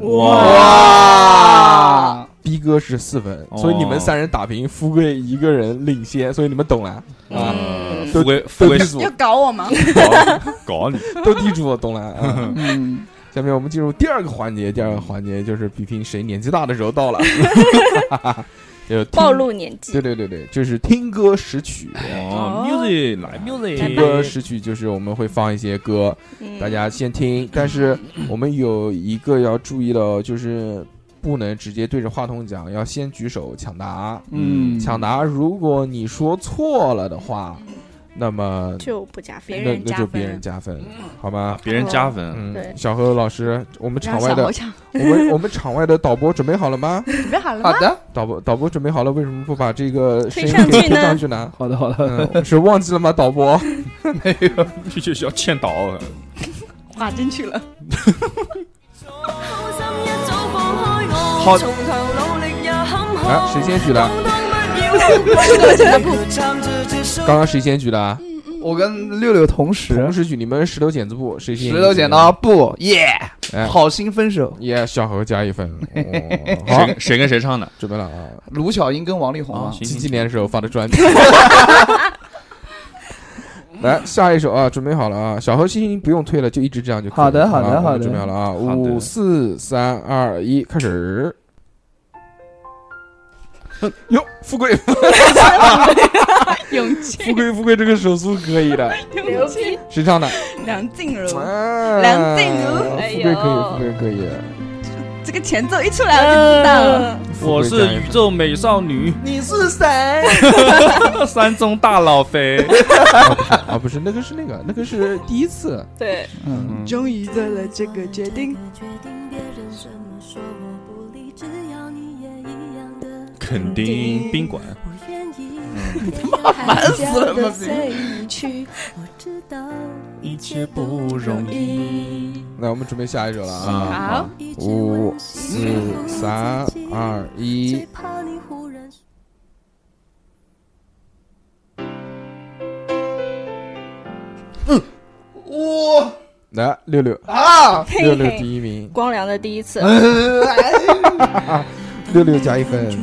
哇， 逼哥是四分， 哦所以你们三人打平，富贵一个人领先，所以你们懂了啊？ 嗯， 都富贵富贵都地主要，搞我吗？ 搞搞你， 都地主，懂了啊？ 嗯， 下面我们进入第二个环节，第二个环节就是比拼谁年纪大的时候到了，就听暴露年纪对，对对对，就是听歌识曲。 哦，music 来听 music， 歌识曲就是我们会放一些歌， 嗯大家先听，但是我们有一个要注意的哦，就是不能直接对着话筒讲，要先举手抢答。 嗯， 抢答，如果你说错了的话， 那么就不加分， 别那人加分那就别人加分，好吗？ 别人加分， 嗯对， 小何老师，我们场外的让小猴抢， 我们我们场外的导播准备好了吗？ 准备好了吗好？的， 导播导播准备好了，为什么不把这个声推音给推上去呢上去呢？ 好的，好的。 嗯，是忘记了吗？导播， 这就是要欠导。 画进去了。 好， 啊，谁先举的？刚刚谁先举的啊？ 我跟六六同时同，时举，你们石头剪子布，谁先？ 石头剪刀布，耶！ 哎， 好心分手， 耶，小何加一分。哦好谁，跟谁跟谁唱的？ 准备了啊！ 卢巧音跟王力宏啊啊， 几几年的时候发的专辑？来下一首啊，准备好了啊！小何星星不用推了，就一直这样就可以了。 好的好的啊我们好的准备好了啊！ 的五四三二一，开始。哟，富贵， 勇气， 富贵，富贵，这个手速可以的。 牛逼！ 谁唱的？ 梁静茹， 啊梁静茹哎呦富贵可以，富贵可以。 这个前奏一出来我就知道了。 我是宇宙美少女， 你是谁？ 山中大老肥。 啊，不是，那个是那个，那个是第一次。 对， 嗯， 终于做了这个决定， 垦丁宾馆， 烦死了吗？ 一切不容易。 那我们准备下一首了啊！ 好， 五四三二一， 哇来六六啊！ 六六第一名， 光良的第一次， 六六加一分。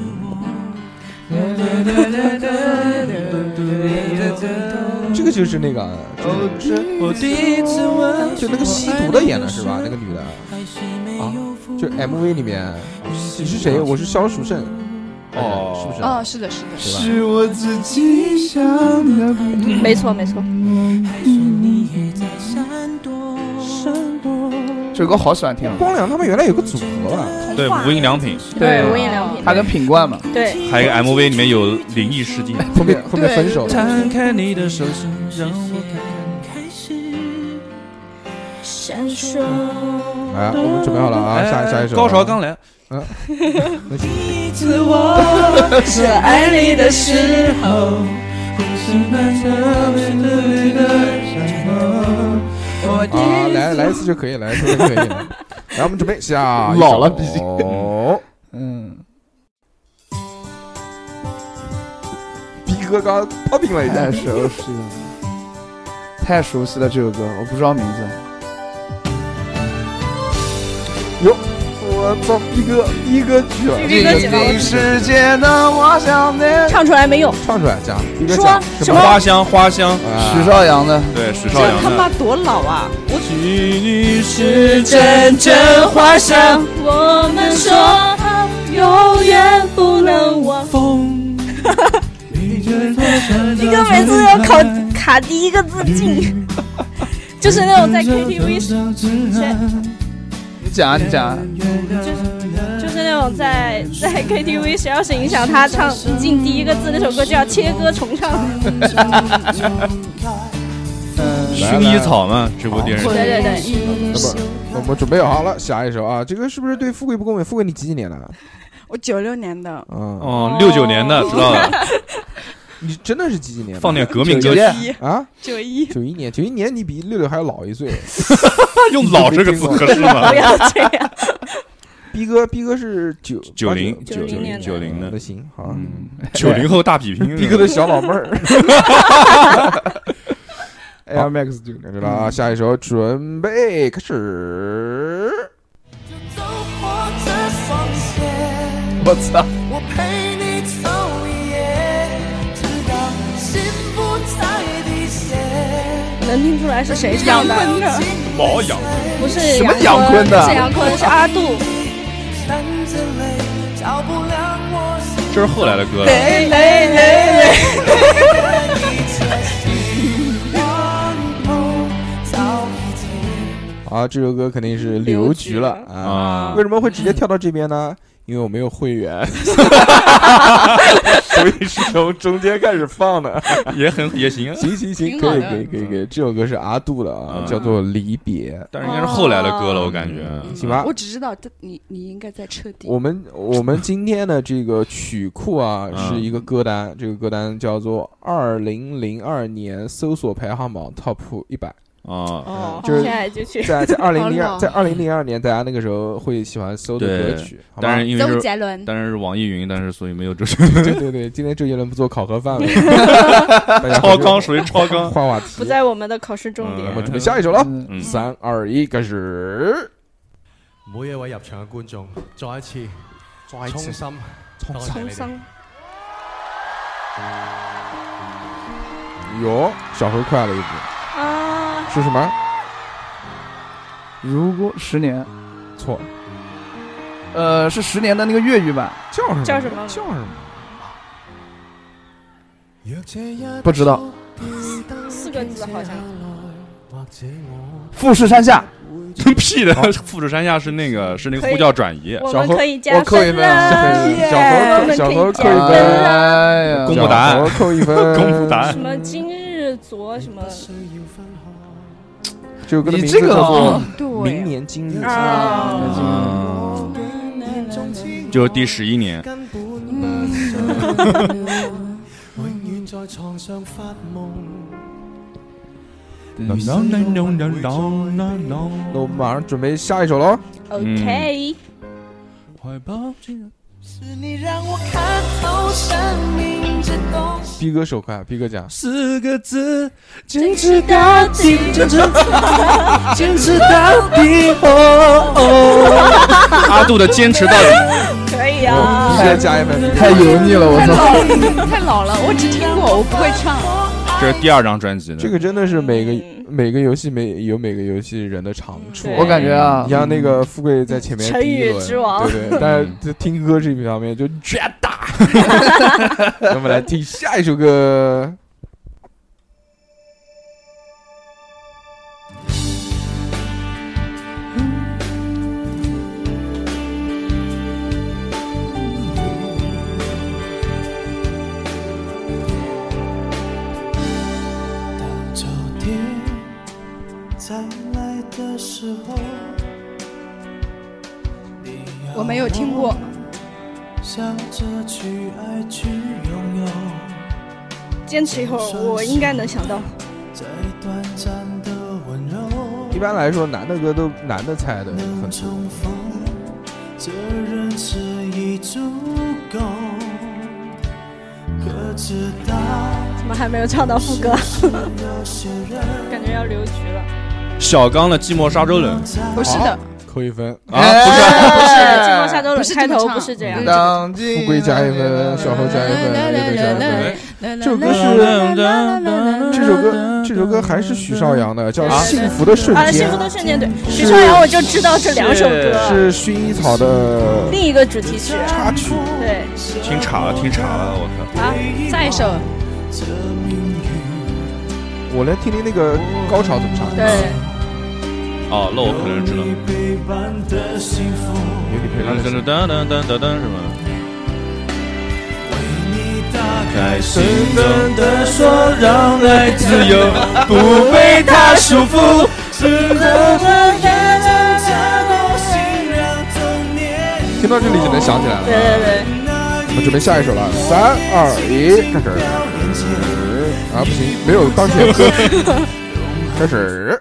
这个就是那个，就是我第一次吻， 就那个吸毒的演的是吧？那个女的啊，就 M V 里面，你是谁？我是萧淑慎， 哦是不是？ 哦，是的，是的， 是吧？ 是我自己想的不一样。 没错没错。 这首歌好喜欢听啊！ 光良他们原来有个组合吧？ 对，无印良品， 对无印良品， 他跟品冠嘛， 对， 还有一个 M V 里面有灵异事件。 后面后面分手了。 摊开你的手心，让我开始闪烁。 哎，我们准备好了啊！下下一首， 高潮刚来。 嗯， 第一次我是爱你的时候， 啊，来来一次就可以，来一次就可以了。来，我们准备下一首老了毕竟哦， 嗯， 逼哥刚刚 popping 了一下太，熟悉了，太熟悉了这首歌，我不知道名字。 哟，我操，逼哥逼哥去了， 逼哥举了这个世界的我想念， 唱出来没用？ 唱出来讲，逼哥说讲什么花香花香， 啊许绍洋的， 对，许这绍洋的。 他妈多老啊！我许你是阵阵花香， 我们说好永远不能忘。 风。 逼哥每次要考卡第一个字进，就是那种在 K T V 你讲啊，你讲啊， 就是那种在在 K T V 谁要是影响他唱一进第一个字，那首歌就要切歌重唱。 薰衣草嘛，这部电视剧。 对对对， 那么我们准备好了，下一首啊，这个是不是对富贵不公平？富贵你几几年的？ 我九六年的， 嗯， 哦，六九年的，知道了。 你真的是几几年的？ 放点革命歌曲， 一啊， 九一， 九一年，九一年你比六六还要老一岁。 用“老”这个词合适吗不？要这样。 逼哥，逼哥是九九零九九零九零年的九零的那，行好。 嗯，九零后大比拼， 逼哥的小老妹儿。Air Max 九零知道啊，下一首准备开始。 我操， 我陪你走一夜，直到心不再滴血。 能听出来是谁唱的？ 老痒。 不是什么杨杨坤的不是杨坤，是阿杜。 含着泪，照不亮我心。 这是后来的歌了。 嘞嘞嘞啊，这首歌肯定是刘菊了啊。 啊为什么会直接跳到这边呢？ 因为我没有会员，所以是从中间开始放的。 也很也行啊。 行行行， 挺好的可以可以可以可以，这首歌是阿杜的啊， 嗯叫做《离别》。 但是应该是后来的歌了，我感觉。 行吧我，只知道这你你应该再彻底。 我们我们今天的这个曲库啊， 嗯是一个歌单，这个歌单叫做二零零二年搜索排行榜 Top 一百。 啊， 哦， 就是现在就去。 在在二零零二好老在二零零二年，大家那个时候会喜欢搜的歌曲，好吧但是因为周是杰伦， 但是网易云，但是所以没有周杰对对对，今天周杰伦不做考核范围，大家超纲属于超纲。 换话题， 不在我们的考试重点。 我们准备下一首了， 嗯嗯， 三二一，开始。 每一位入場嘅觀眾，再一次再一次衷心多謝你哋。 重生， 哟，小何快了一步， 啊， 是什么？ 如果十年， 错， 呃，是十年的那个粤语版， 叫什么？ 叫什么叫什么？ 不知道。 四个字好像。 富士山下， 屁的，富士山下是那个是那个可以呼叫转移， 我小何们可以加我扣一分分了，耶小何我们小可以加何扣一分分了。 哎呀公布答案小何扣一分， 公布答案什。么今日昨什么这首歌的名字你这个叫做哦对 《明年今日》。 啊？ 嗯，就是第十一年。 永遠在床上發夢。 那我们马上准备下一首喽。 OK， 是你让我看透生命这东西。 逼哥手快，逼哥讲。 四个字， 坚持到底，坚持坚持到底。哦哦， 阿杜的坚持到底。 可以啊。 再加一分， 太油腻了，我太操！ 老了，太老了，我只听过，我不会唱。 这是第二张专辑的。 这个真的是每个嗯每个游戏每有每个游戏人的长处。 对我感觉啊你，像那个富贵在前面成语第一轮之王对对，但是在听歌这方面就绝大。那我们来听下一首歌。 当秋天再来的时候， 我没有听过。 笑着去爱去拥有， 坚持一会儿，我应该能想到。 在短暂的温柔， 一般来说，男的歌都男的猜的很多。 能重逢，这认识已足够。可知道， 怎么还没有唱到副歌？ 有些人感觉要留局了。 小刚的《寂寞沙洲冷》 不是的， 扣一分。 啊， 哎不是， 不是《寂寞下周冷不》是这开头么唱不是这样嗯。 当今富贵加一分，小何加一分，乐队加一分。这首歌是这首歌，这首歌还是许绍洋的，叫《幸福的瞬啊， 间幸福》，的瞬间，对，许绍洋我就知道这两首歌， 是薰衣草的另一个主题曲， 插曲。 对听岔了，听岔了，我靠！ 啊， 下一首我来听听那个高潮怎么唱。 对， 哦，那我可能知道。 陪伴的幸福， 有你陪伴的噔幸福噔噔噔噔噔是吗？ 为你打开心真的说让爱自由，不被它束缚。是的， 听到这里就能想起来了。 对对对， 我们准备下一首了，三二一，开始。啊，不行，没有当前歌曲。开始。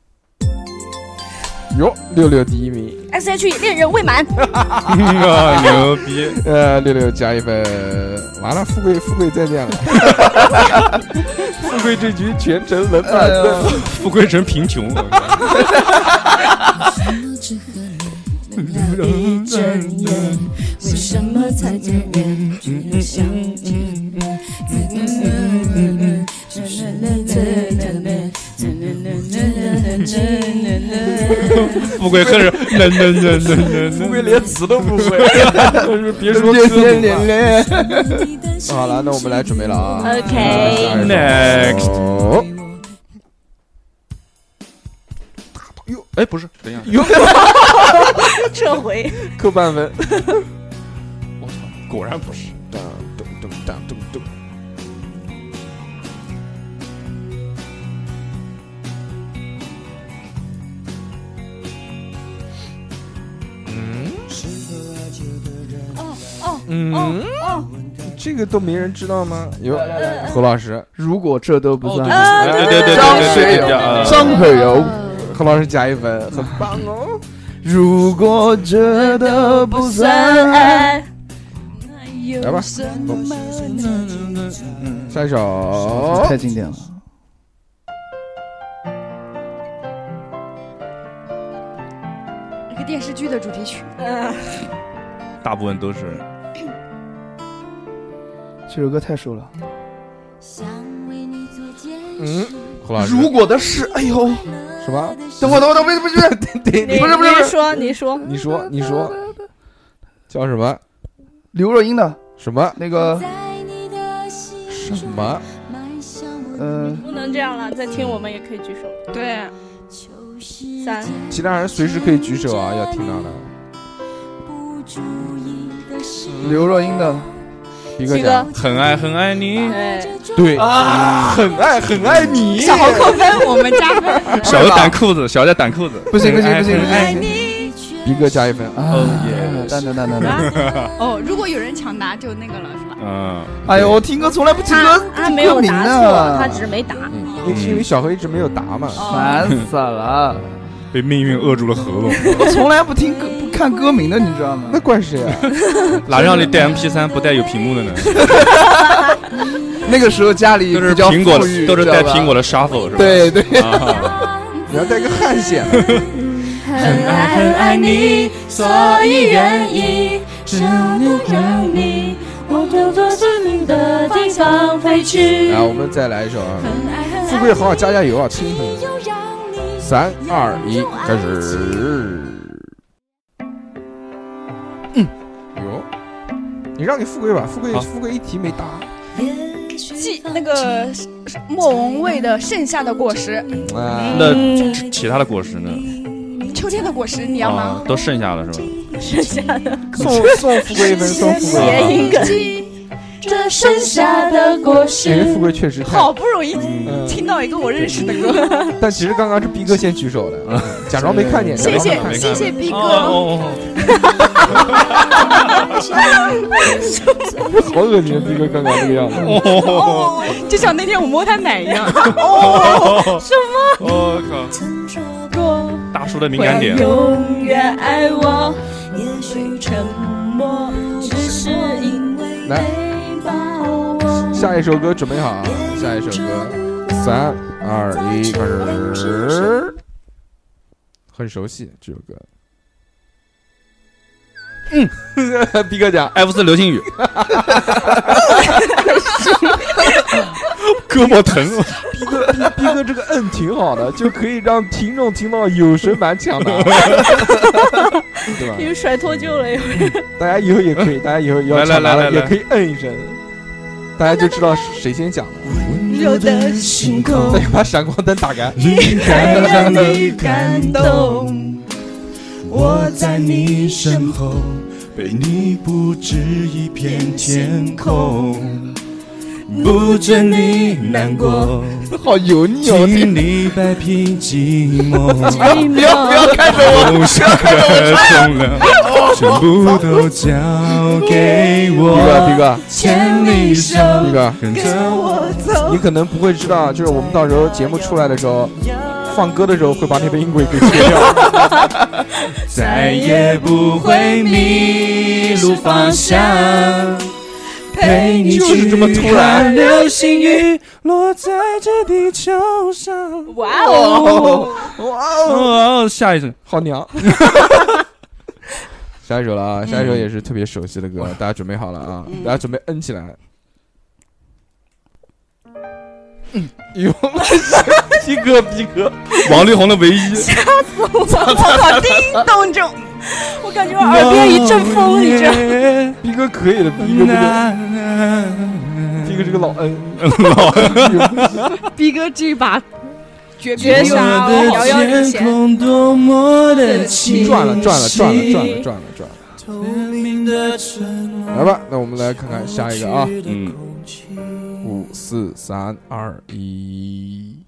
哟，六六第一名， S H E 恋人未满， 啊，牛逼！ 呃，六六加一分。完了，富贵富贵再见了。富贵这局全程冷板凳。 富贵成贫穷，我靠！ 一睁眼，为什么才见面只能相见？ 富贵更是能能能能能， 富贵连词都不会，别说练歌练练练。 好了，那我们来准备了啊。 OK Next 哦哎，不是，等一下， 哟， 撤回。 扣半分。 果然不是。 咚咚咚咚咚咚。嗯哦哦嗯哦哦， 这个都没人知道吗？有何老师， 如果这都不算， 啊对对对张对对学对对， 张学友。 何老师加一分，很棒哦。 如果这都不算爱， 来吧，下一首， 太经典了。 一个电视剧的主题曲。 嗯， 大部分都是。 这首歌太熟了。 嗯，何老师， 如果的事，哎呦， 什么？ 等会等会等会，不是不是， 对， 你不是不是你说你说你说你说，叫什么？ 刘若英的什么那个什么？ 呃， 不能这样了，再听我们也可以举手。 对， 三， 其他人随时可以举手啊，要听到的。 刘若英的一个讲很爱很爱你， 哎， 对啊，很爱很爱你。 小猴扣分，我们加分。 小的掸裤子，小的掸裤子， 不行不行不行不爱行， 你。 逼哥加一分。 哦耶，等等等等等， 哦，如果有人抢答就那个了，是吧？ 嗯， 哎呦，我听歌从来不听他歌， 他没有歌名答的错，他只是没答。 因为因为小何一直没有答嘛。 烦死了。 被命运扼住了喉咙。 我从来不听歌不看歌名的，你知道吗？ 那怪谁啊？ 哪让你带 M P 三不带有屏幕的呢？ 那个时候家里都是比较苹果富裕的，都是带知道吧苹果的 Shuffle 是吧？ 对对， 啊你要带个汉显。 很爱很爱你，所以愿意只能让你，我就坐进你的地方飞去。 来，我们再来一首啊！ 很爱很爱富贵好好加加油啊！听听。 又让你三二一，开始。嗯，哟，你让给富贵吧，富贵好富贵一题没答。 记那个莫文蔚的《盛夏的果实啊， 那其其他的果实呢？》， 秋天的果实，你要吗啊？，都剩下了是吧？ 剩下的送送富贵一分，送富贵谐一音梗。 这剩下的果分。因为实富，贵确实太好不容易嗯， 听到一个我认识的歌， 但其实刚刚是逼哥先举手的，嗯假装没看见。 谢谢假装没看见谢谢逼哥。 哦， 好恶心，逼哥刚刚那个样子。 哦，就像那天我摸他奶一样。 哦，什么？我靠！大叔的敏感点。 永远爱我，也许沉默只是因为来没把握。 下一首歌准备好啊！下一首歌，三二一，开始。很熟悉这首歌。嗯，逼哥讲， 艾弗斯流星雨，胳膊疼。 逼哥逼逼哥这个摁挺好的，就可以让听众听到有声版抢答，对吧？ 因为甩脱臼了，有人。 大家以后也可以，大家以后要抢答了也可以摁一声，大家就知道谁先讲了。 热的星空， 再把闪光灯打开。 还让你感动。 我在你身后，被你布置一片天空，不准你难过， 好油腻哦！ 请你摆平寂寞。 不要不要看着我， 梦想的重量，全部都交给逼哥我。 逼哥牵你手， 逼哥， 跟着我走。 你可能不会知道，就是我们到时候节目出来的时候，放歌的时候会把那个音轨给切掉。 再也不会迷路方向，陪你就是这么突然看流星雨落在这地球上。 哇哦！ 哇哦， 哦，下一首好娘！下一首了啊，下一首也是特别熟悉的歌，大家准备好了啊，大家准备摁起来。嗯，哟，逼哥逼哥， 王力宏的唯一。 吓死我！我靠，叮咚这种，我感觉我耳边一阵风，你知道？ 逼哥可以的，逼哥这个，逼哥这个老恩， 逼哥这把绝绝杀，我遥遥领先。 空多么的清晰， 赚了赚了赚了赚了赚了赚了。 来吧，那我们来看看下一个啊， 嗯， 五四三二一。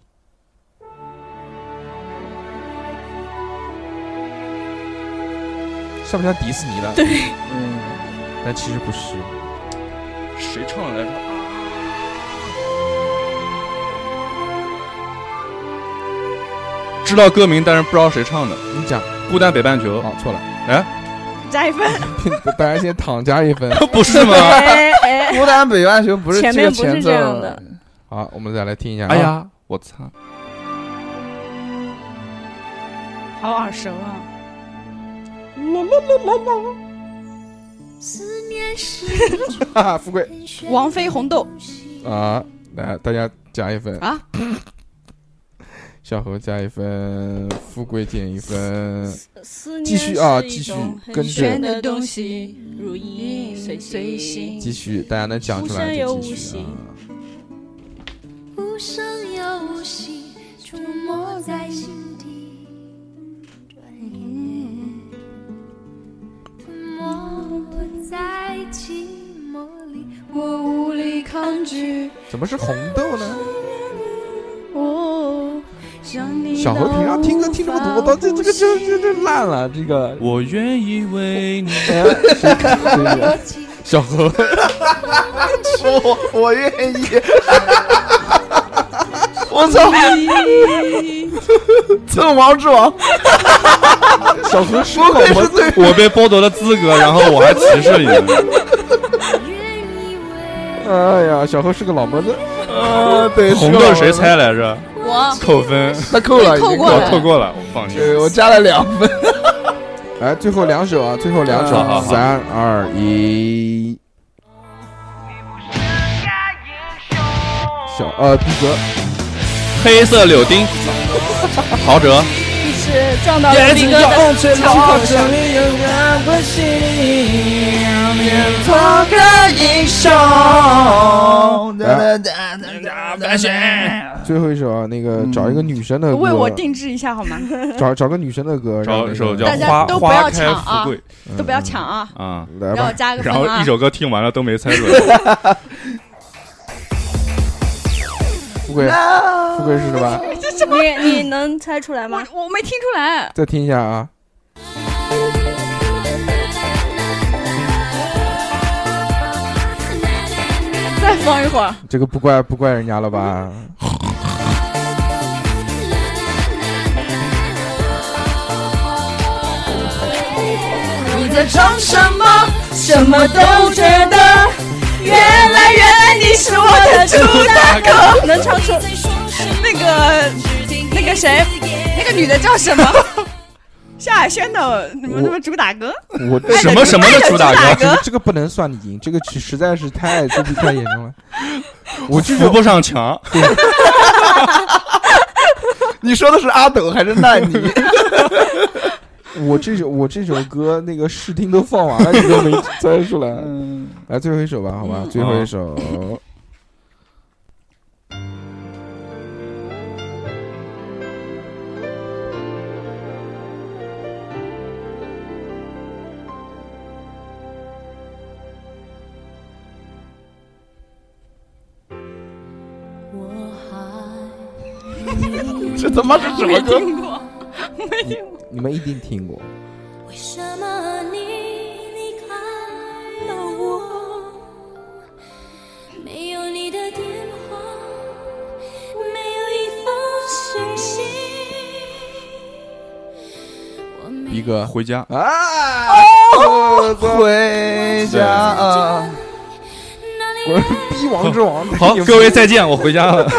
像不像迪士尼的？ 对， 嗯， 但其实不是。 谁唱的来着？知道歌名，但是不知道谁唱的。 你讲， 孤单北半球。 哦，错了， 哎， 加一分。 大家先躺加一分， 不是吗？ 哎哎， 孤单北半球不是前面不是这样的。 好，我们再来听一下。 哎呀，我操！ 好耳熟啊！ 思念是哈哈，富贵， 王菲红豆啊，来，大家加一分啊！ 小何加一分，富贵减一分， 思继续啊，继续跟着的东西， 如影随随形。 继续，大家能讲出来就继续啊。 无声又无息，触摸在心底，转眼吞没在寂寞里， 我无力抗拒。 怎么是红豆呢？ 哦， 小何平常听歌听这么多，到这这个就就就烂了。这个我愿意为你。 小何， 我我愿意。我操！蹭王之王。 小何是我被我被剥夺了资格，然后我还歧视你们。 哎呀，小何是个老么子。 啊，对， 红豆谁猜来着？ 我扣分， 那扣了，已经扣过了， 扣过了，我放弃。 对，我加了两分。 来，最后两首啊，最后两首，三二一。小呃，逼哥， 黑色柳丁，陶喆。 是撞到了逼哥的枪口上。 做个英雄。 最后一首啊，那个找一个女生的歌， 为我定制一下好吗？ 找找个女生的歌， 找一首叫大家花都不要花开抢啊富贵， 都不要抢啊！ 啊， 来吧让我，加个分然后啊！ 一首歌听完了都没猜出来。 富贵，富贵是什么？ 你你能猜出来吗？ 我我没听出来。 再听一下啊。 再放一会儿。 这个不怪不怪人家了吧？ 你在装什么？什么都觉得。原来原来你是我的猪大哥。 能唱出那个那个谁，那个女的叫什么？萧亚轩的什么什么主打歌？ 我什么什么的主打歌？ 这个这个不能算你赢，这个实在是太作弊太严重了。我就扶不上墙。 你说的是阿斗还是奈你？ 我这首我这首歌那个试听都放完了，你都没猜出来。 嗯， 来最后一首吧，好吧，最后一首。 这他妈是什么歌？ 没听过。 你们一定听过。 为什么你离开了我？没有你的电话，没有一封讯息。 逼哥回家啊！ 哦，回家啊！ 我是逼王之王。 好，各位再见，我回家了。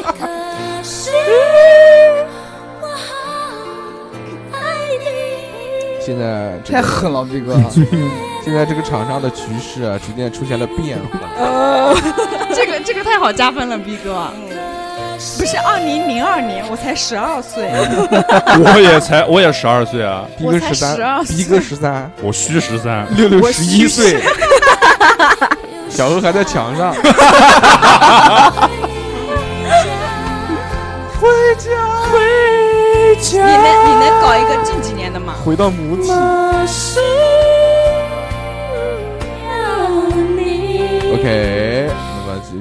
现在、这太个、 狠了，逼哥！ 现在这个场上的局势啊，逐渐出现了变化。 呃，这个这个太好加分了，逼哥。不是二零零二年，我才十二岁。 我也才，我也十二岁啊。 逼哥十三，逼哥十三， 我虚十三， 六六十一岁。小何还在墙上。回家，回家。 你能你能搞一个近几年的吗？ 回到母体。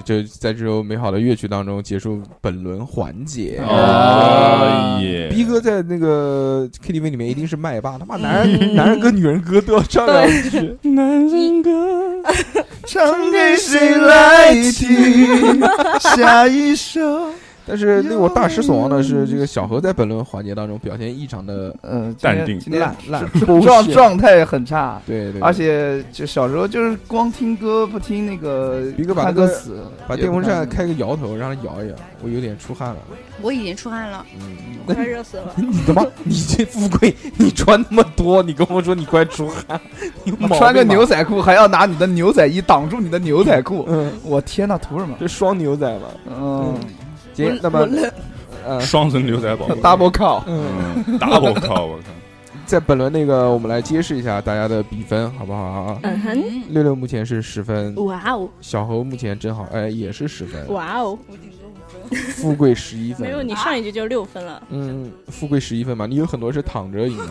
就在这首美好的乐曲当中结束本轮环节。 哦耶！ 逼哥在那个 K T V 里面一定是麦霸，他妈男人男人歌、女人歌都要唱两句。 男人歌唱给谁来听？下一首。 但是令我大失所望的是，这个小何在本轮环节当中表现异常的嗯淡定烂烂， 状状态很差。 对对， 而且就小时候就是光听歌不听那个逼哥把那个歌词， 把电风扇开个摇头，让它摇一摇，我有点出汗了。 我已经出汗了， 嗯， 快热死了。 你他妈，你这富贵，你穿那么多，你跟我说你快出汗，你穿个牛仔裤还要拿你的牛仔衣挡住你的牛仔裤， 嗯， 我天哪，图什么？ 这双牛仔嘛， 嗯。 行，那么呃，双层牛仔宝 double call， 嗯 double call， 我靠！ 在本轮那个，我们来揭示一下大家的比分，好不好？ 嗯哼， 六六目前是十分， 哇哦！ 小侯目前正好，哎，也是十分， 哇哦！ 富贵十一分， 没有，你上一局就六分了。 嗯，富贵十一分嘛，你有很多是躺着赢。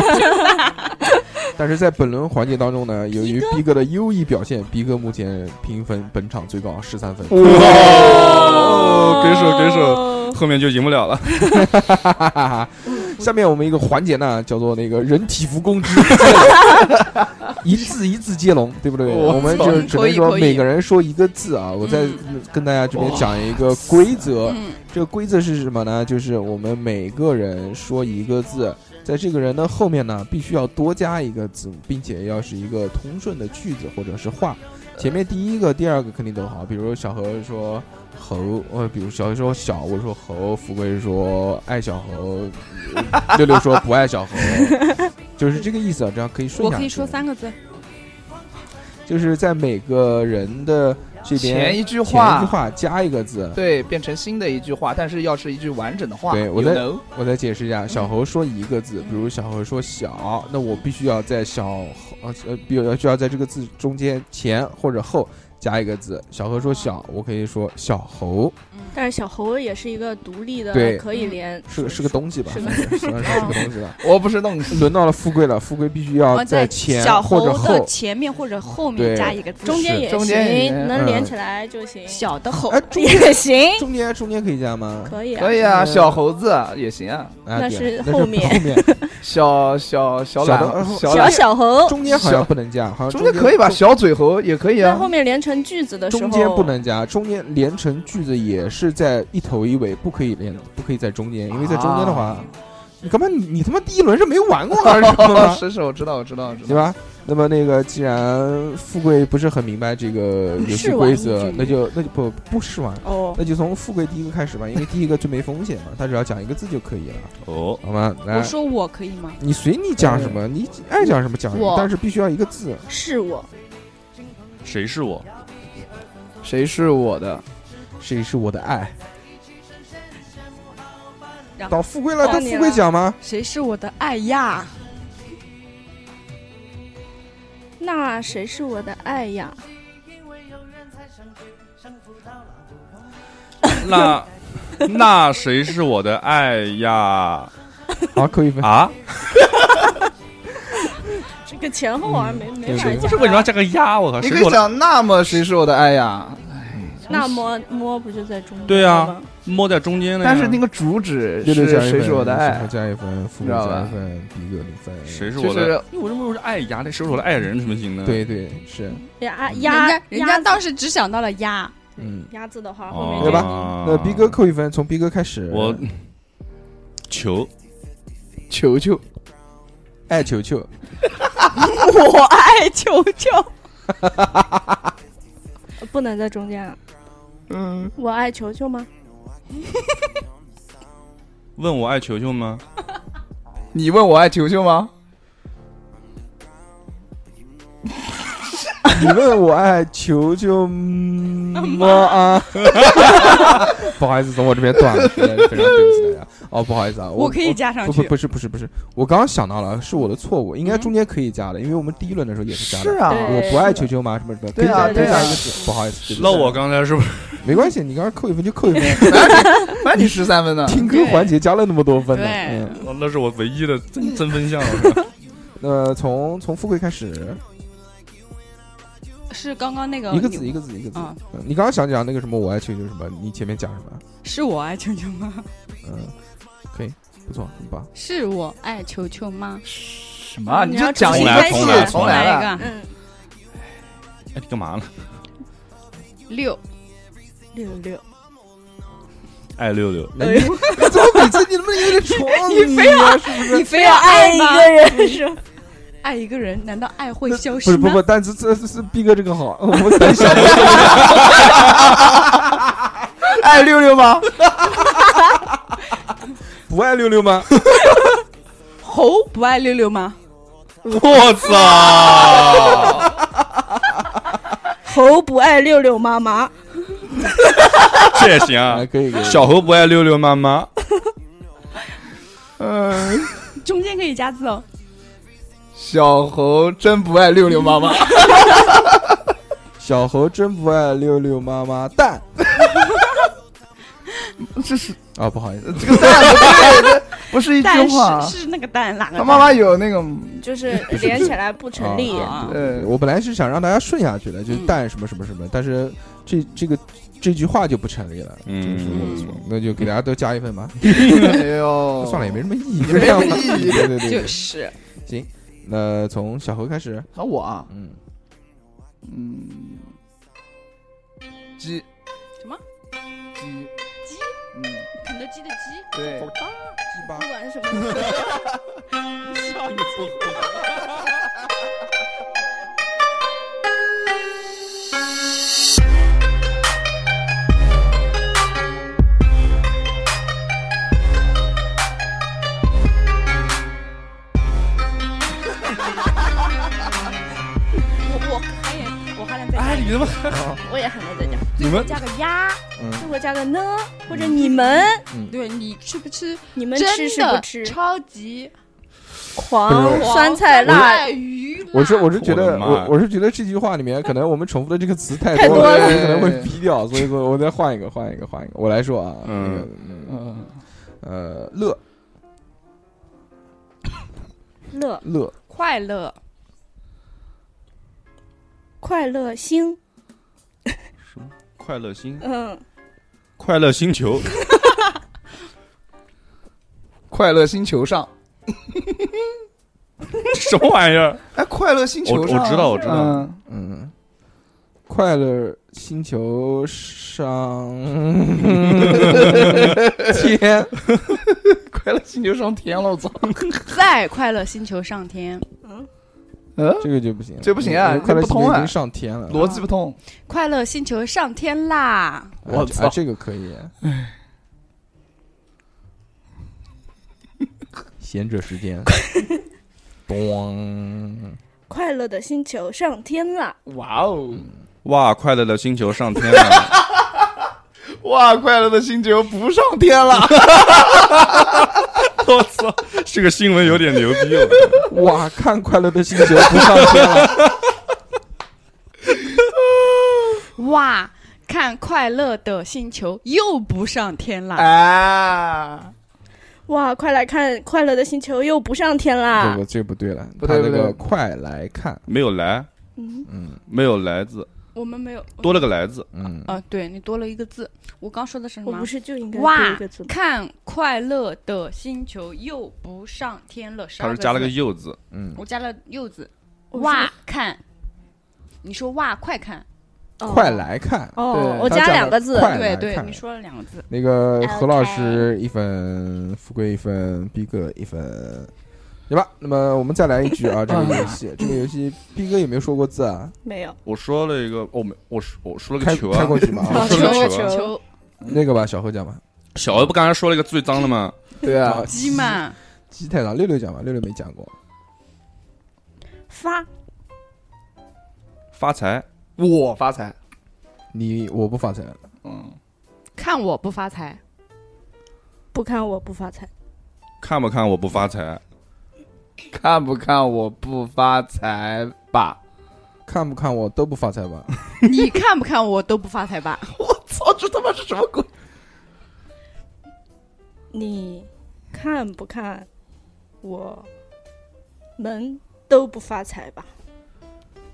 但是在本轮环节当中呢，由于逼哥的优异表现，逼哥目前评分本场最高十三分。 哇，给手给手，后面就赢不了了。 下面我们一个环节呢，叫做那个人体蜈蚣之一字一字接龙，对不对？我们就只能说每个人说一个字啊。我再跟大家这边讲一个规则，这个规则是什么呢？就是我们每个人说一个字。在这个人的后面呢，必须要多加一个字母，并且要是一个通顺的句子或者是话。前面第一个、第二个肯定都好，比如小何说猴，呃，比如小何说小，我说猴，富贵说爱小猴，六六说不爱小猴，就是这个意思啊，这样可以顺下去。 我可以说三个字， 就是在每个人的这边前一句话， 前一句话加一个字， 对，变成新的一句话，但是要是一句完整的话。 对，我再我再解释一下，小猴说一个字，比如小猴说小，那我必须要在小呃呃，比如就要在这个字中间前或者后加一个字。小猴说小，我可以说小猴。 但是小猴也是一个独立的， 对， 可以连是是个东西吧？ 是个是个东西吧？ 我不是东西。 轮到了富贵了，富贵必须要在前或者后， 小猴的前面或者后面加一个字， 中间也行，能连起来就行。 小的猴也行， 中间中间可以加吗？ 可以， 可以啊，小猴子也行啊。 那是后面， 后面小小小懒小小猴， 中间好像不能加，好像中间可以吧？小嘴猴也可以啊。 后面连成句子的时候， 中间不能加，中间连成句子也是在一头一尾，不可以连，不可以在中间，因为在中间的话，你干嘛？你你他妈第一轮是没玩过还是什么吗？ 是是，我知道，我知道，知道， 对吧？那么那个，既然富贵不是很明白这个游戏规则，那就那就不不试玩哦， 那就从富贵第一个开始吧，因为第一个最没风险嘛，他只要讲一个字就可以了。 哦， 好吗？来， 我说我可以吗？ 你随你讲什么，你爱讲什么讲什么，但是必须要一个字。 是我， 谁是我？ 谁是我的？ 谁是我的爱？到富贵了，到富啊贵讲吗？ 谁是我的爱呀？ 那谁是我的爱呀？ 那那谁是我的爱呀？ 好，扣一分啊！ 这个前后啊，没没法讲。 不是为什么要加个呀？我靠！ 你可以讲那么谁是我的爱呀？ 那摸摸不就在中间？ 对啊，摸在中间的。 但是那个主旨是谁是我的爱？ 加一分，富贵加一分，逼哥零分。 谁是我的？因为我认为我是爱呀，那谁是我的爱人？什么行呢？ 对对是。 呀呀， 人家人家当时只想到了鸭。 嗯， 鸭字的话后面对吧？那逼哥扣一分，从逼哥开始。 我求球球， 爱球球， 我爱球球， 不能在中间啊。 嗯， 我爱球球吗？ 问我爱球球吗？ 你问我爱球球吗？ 你问我爱球球吗？啊，不好意思，从我这边断了，非常对不起大家。哦，不好意思啊， 我可以加上去。 不不不是不是不是，我刚刚想到了，是我的错误，应该中间可以加的，因为我们第一轮的时候也是加的。 是啊， 我不爱球球吗？什么什么？ 对啊， 可以加一个字，不好意思。 那我刚才是不是？ 没关系，你刚刚扣一分就扣一分， 反正你十三分呢。 听歌环节加了那么多分呢， 嗯， 那是我唯一的增增分项。 那从从富贵开始。 是刚刚那个一个字一个字一个字。 啊嗯你刚刚想讲那个什么我爱球球什么？你前面讲什么？ 是我爱球球吗？ 嗯，可以，不错，很棒。 是我爱球球吗？ 什么？你就要讲一重来次重来重来了。 来一个嗯， 哎，你干嘛呢？ 六六六， 爱六六， 哎你你怎么每次你能不能有点创意啊？是不是？ 你非要爱一个人是吧？ 爱一个人，难道爱会消不失吗？ 是不不，但是这这是逼哥这个好，我们等小何。 爱六六吗？ 不爱六六吗？ 猴不爱六六吗？ 我操！ 猴不爱六六妈妈， 这也行啊哎，。可以可以。 小猴不爱六六妈妈， 嗯， 中间可以加字哦。 小猴真不爱六六妈妈。 小猴真不爱六六妈妈蛋这是啊，不好意思， 这个蛋不对，不是一句蛋话。 是是那个蛋，哪个蛋？ 他妈妈有那种， 就是连起来不成立。 啊呃， 我本来是想让大家顺下去的，就是蛋什么什么什么，但是这这个这句话就不成立了， 嗯这个是我的错，那就给大家都加一分吧。 哎呦， 算了，也没什么意义， 没什么意义对对对，对就是行。那从小猴开始， 和我啊， 嗯， 嗯，鸡什么？ 鸡鸡？ 嗯， 肯德基的鸡？ 对， 鸡巴不管什么， 我我还也我还能再加哎， 一个， 你他妈， 我也还能再讲， 你们加个鸭。 嗯最后加个呢，或者你们， 对你吃不吃？ 你们吃真的是不吃？ 超级狂不是酸菜辣， 鱼辣。 我是我是觉得我的妈我我是觉得这句话里面可能我们重复的这个词太太多了， 了有可能会逼掉，所以说我再换一个换一个换一个，我来说啊， 嗯那个嗯嗯， 呃乐乐乐快乐快乐星， 快乐星， 嗯， 快乐星球， 快乐星球上， 什么玩意儿？ 哎，快乐星球上， 我我知道我知道嗯嗯，快乐星球上天， 快乐星球上天了，我操！ 在快乐星球上天， 嗯， 这个就不行， 这不行啊快乐这不通啊星球已经上天了， 逻辑不通。 快乐星球上天啦！ 我操，这个可以。贤者时间，咚！ 快乐的星球上天了， 哇哦， 哇，快乐的星球上天了！ 哇，快乐的星球不上天了！ 我操，这个新闻有点牛逼了。 哇，看快乐的星球不上天了， 哇，看快乐的星球又不上天啦！ 啊， 哇，快来看快乐的星球又不上天这啦个！这不对了， 不对他那个不对快来看， 没有来， 嗯， 嗯没有来字， 我们没有多了个来字。 嗯， 啊，对你多了一个字。我刚说的是什么？ 我不是就应该多哇一个字，吗？ 看快乐的星球又不上天了，十二个他是加了个字又字， 嗯， 我加了柚子。 我哇说， 看，你说哇，快看， 哦快来看， 哦， 对我加两个字， 快对对， 来看你说了两个字。 那个何老 OK 师一分，富贵一分，逼哥一分，对吧？那么我们再来一局啊，这个游戏，这个游戏逼哥有没有说过字啊？ 没有， 我说了一个，哦没，我说我说了开个球啊开过，去吗？啊我说了个球啊。 球那个吧，小何讲吧。 小何不刚才说了一个最脏的吗？ 对啊， 鸡嘛， 鸡太长，六六讲吧，六六没讲过。 发发财， 我发财， 你我不发财， 嗯， 看我不发财， 不看我不发财， 看不看我不发财？ 看不看我不发财吧？ 看不看我都不发财吧？ 你看不看我都不发财吧？ 我操，这他妈是什么鬼？ 你看不看我们都不发财吧？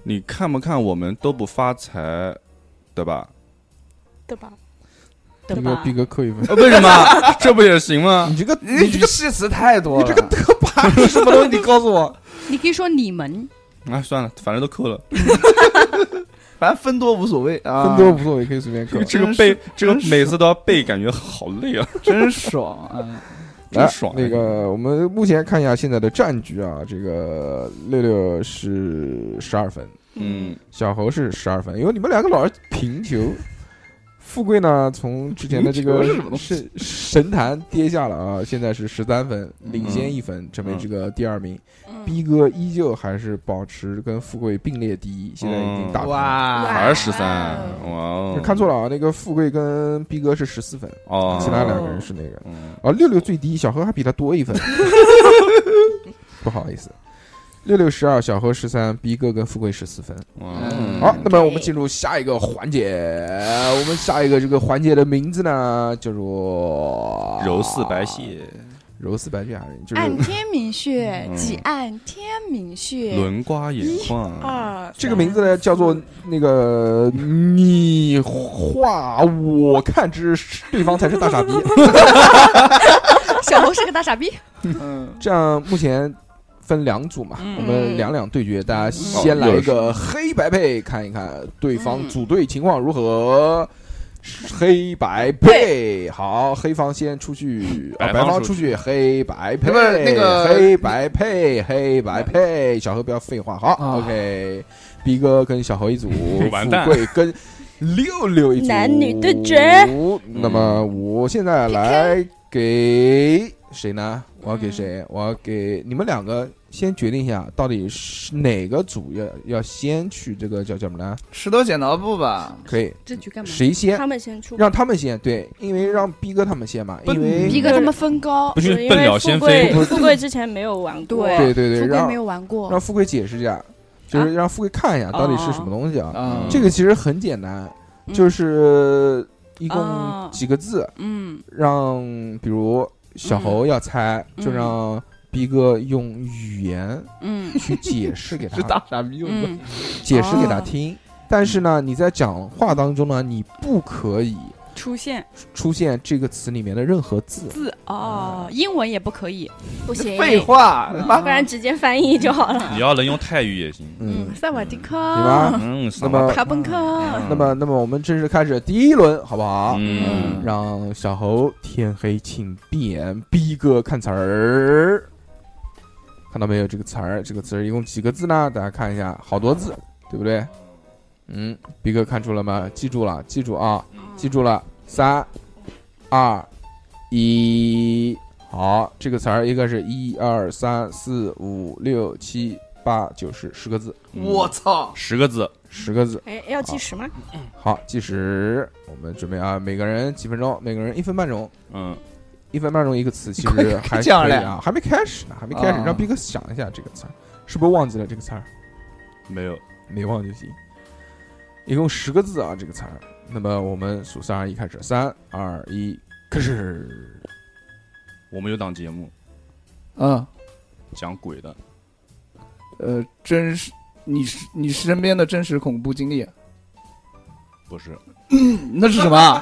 你看不看我们都不发财，对吧？ 对吧？ 逼哥逼哥扣一分。 呃为什么？这不也行吗？ 你这个你这个戏词太多了， 你这个特把是什么东西？你告诉我。 你可以说你们。 啊，算了，反正都扣了。 反正分多无所谓啊， 分多无所谓，可以随便扣。 这个背，这个每次都要背，感觉好累啊， 真爽啊！ 真爽。 那个，我们目前看一下现在的战局啊，这个六六是十二分， 嗯， 小猴是十二分，因为你们两个老是平球。富贵呢，从之前的这个神神坛跌下了啊，现在是十三分，领先一分，成为这个第二名。逼哥依旧还是保持跟富贵并列第一，现在已经打平。 哇， 还是十三，哇哦！ 看错了啊，那个富贵跟逼哥是十四分， 哦， 其他两个人是那个。啊，六六最低，小何还比他多一分，不好意思。六六十二，小何十三，逼哥跟富贵十四分。 嗯， 好，那么我们进入下一个环节。我们下一个这个环节的名字呢，叫做柔似白蟹。 柔似白蟹还是就是按天明穴，几按天明穴， 轮刮眼眶。 二， 这个名字呢叫做那个你画我看之对方才是大傻逼。 小猴是个大傻逼。 嗯， 这样目前。分两组嘛，我们两两对决，大家先来一个黑白配，看一看对方组队情况如何。黑白配，好，黑方先出去，啊，白方出去，黑白配， 那个黑白配，黑白配，小何不要废话，好 ，OK， 逼哥跟小何一组，富贵跟六六一组， 男女对决。 那么我现在来给谁呢？我要给谁？我要给你们两个先决定一下，到底是哪个组要要先去这个叫叫什么呢？ 石头剪刀布吧。 可以。 这局干嘛？ 谁先？ 他们先出。 让他们先，对，因为让逼哥他们先嘛，因为逼哥他们分高， 不是笨鸟先飞。 富贵之前没有玩过， 对对对， 富贵没有玩过， 让富贵解释一下，就是让富贵看一下到底是什么东西啊。这个其实很简单，就是一共几个字， 嗯， 让比如。小猴要猜，嗯、就让逼哥用语言嗯去解释给他， 是大傻逼用的， 解释给他听。哦、但是呢，你在讲话当中呢，你不可以出现出现这个词里面的任何字字哦，英文也不可以， 不行， 废话， 不然直接翻译就好了。 你要能用泰语也行， 嗯， 萨瓦迪卡， 对吧？ 嗯， 那么卡本克， 那么那么我们正式开始第一轮，好不好？ 嗯， 让小猴天黑请闭，逼哥看词儿，看到没有？这个词儿，这个词儿一共几个字呢？大家看一下，好多字，对不对？嗯，逼哥看出了吗？记住了，记住啊，记住了，三、二、一，好，这个词儿一个是一二三四五六七八九十，十个字。 我操， 十个字， 十个字。 哎，要计时吗？ 好，计时，我们准备啊，每个人几分钟，每个人一分半钟。 嗯， 一分半钟一个词，其实还可以啊，还没开始呢，还没开始，让逼哥想一下这个词儿，是不是忘记了这个词儿？ 没有， 没忘就行。一共十个字啊，这个词儿。那么我们数三二一开始，三二一，开始。 我们有档节目， 嗯， 讲鬼的。 呃，真实，你是你身边的真实恐怖经历？ 不是， 嗯、那是什么？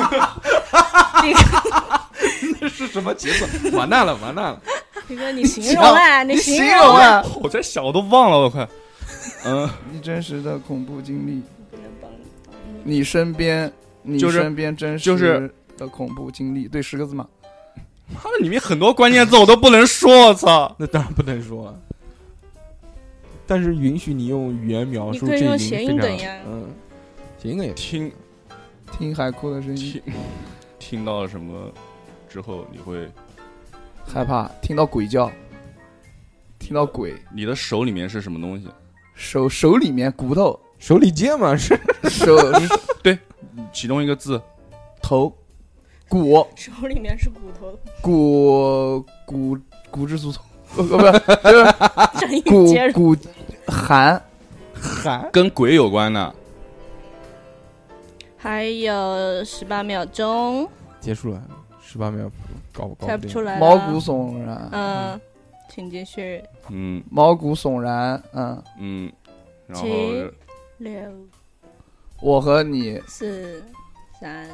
那是什么节奏？完蛋了，完蛋了！ 皮哥，你形容啊， 你形容啊！ 我在想，我都忘了，我快。嗯， 你真实的恐怖经历。你身边，你身边真实的恐怖经历，对，十个字嘛。 妈的，里面很多关键字我都不能说，我操！ 那当然不能说了。但是允许你用语言描述， 这已经非常嗯，谐音梗也听听海哭的声音， 听听到了什么之后你会害怕，听到鬼叫，听到鬼。 你的手里面是什么东西？ 手手里面骨头， 手里剑嘛是手对，其中一个字， 头骨， 手里面是骨头， 骨骨骨质疏松。不不是，骨骨寒寒跟鬼有关的。 还有十八秒钟， 结束了，十八秒搞不搞猜不出来， 毛骨悚然。 嗯，请继续。 嗯， 毛骨悚然。嗯嗯， 然后七六我和你四三，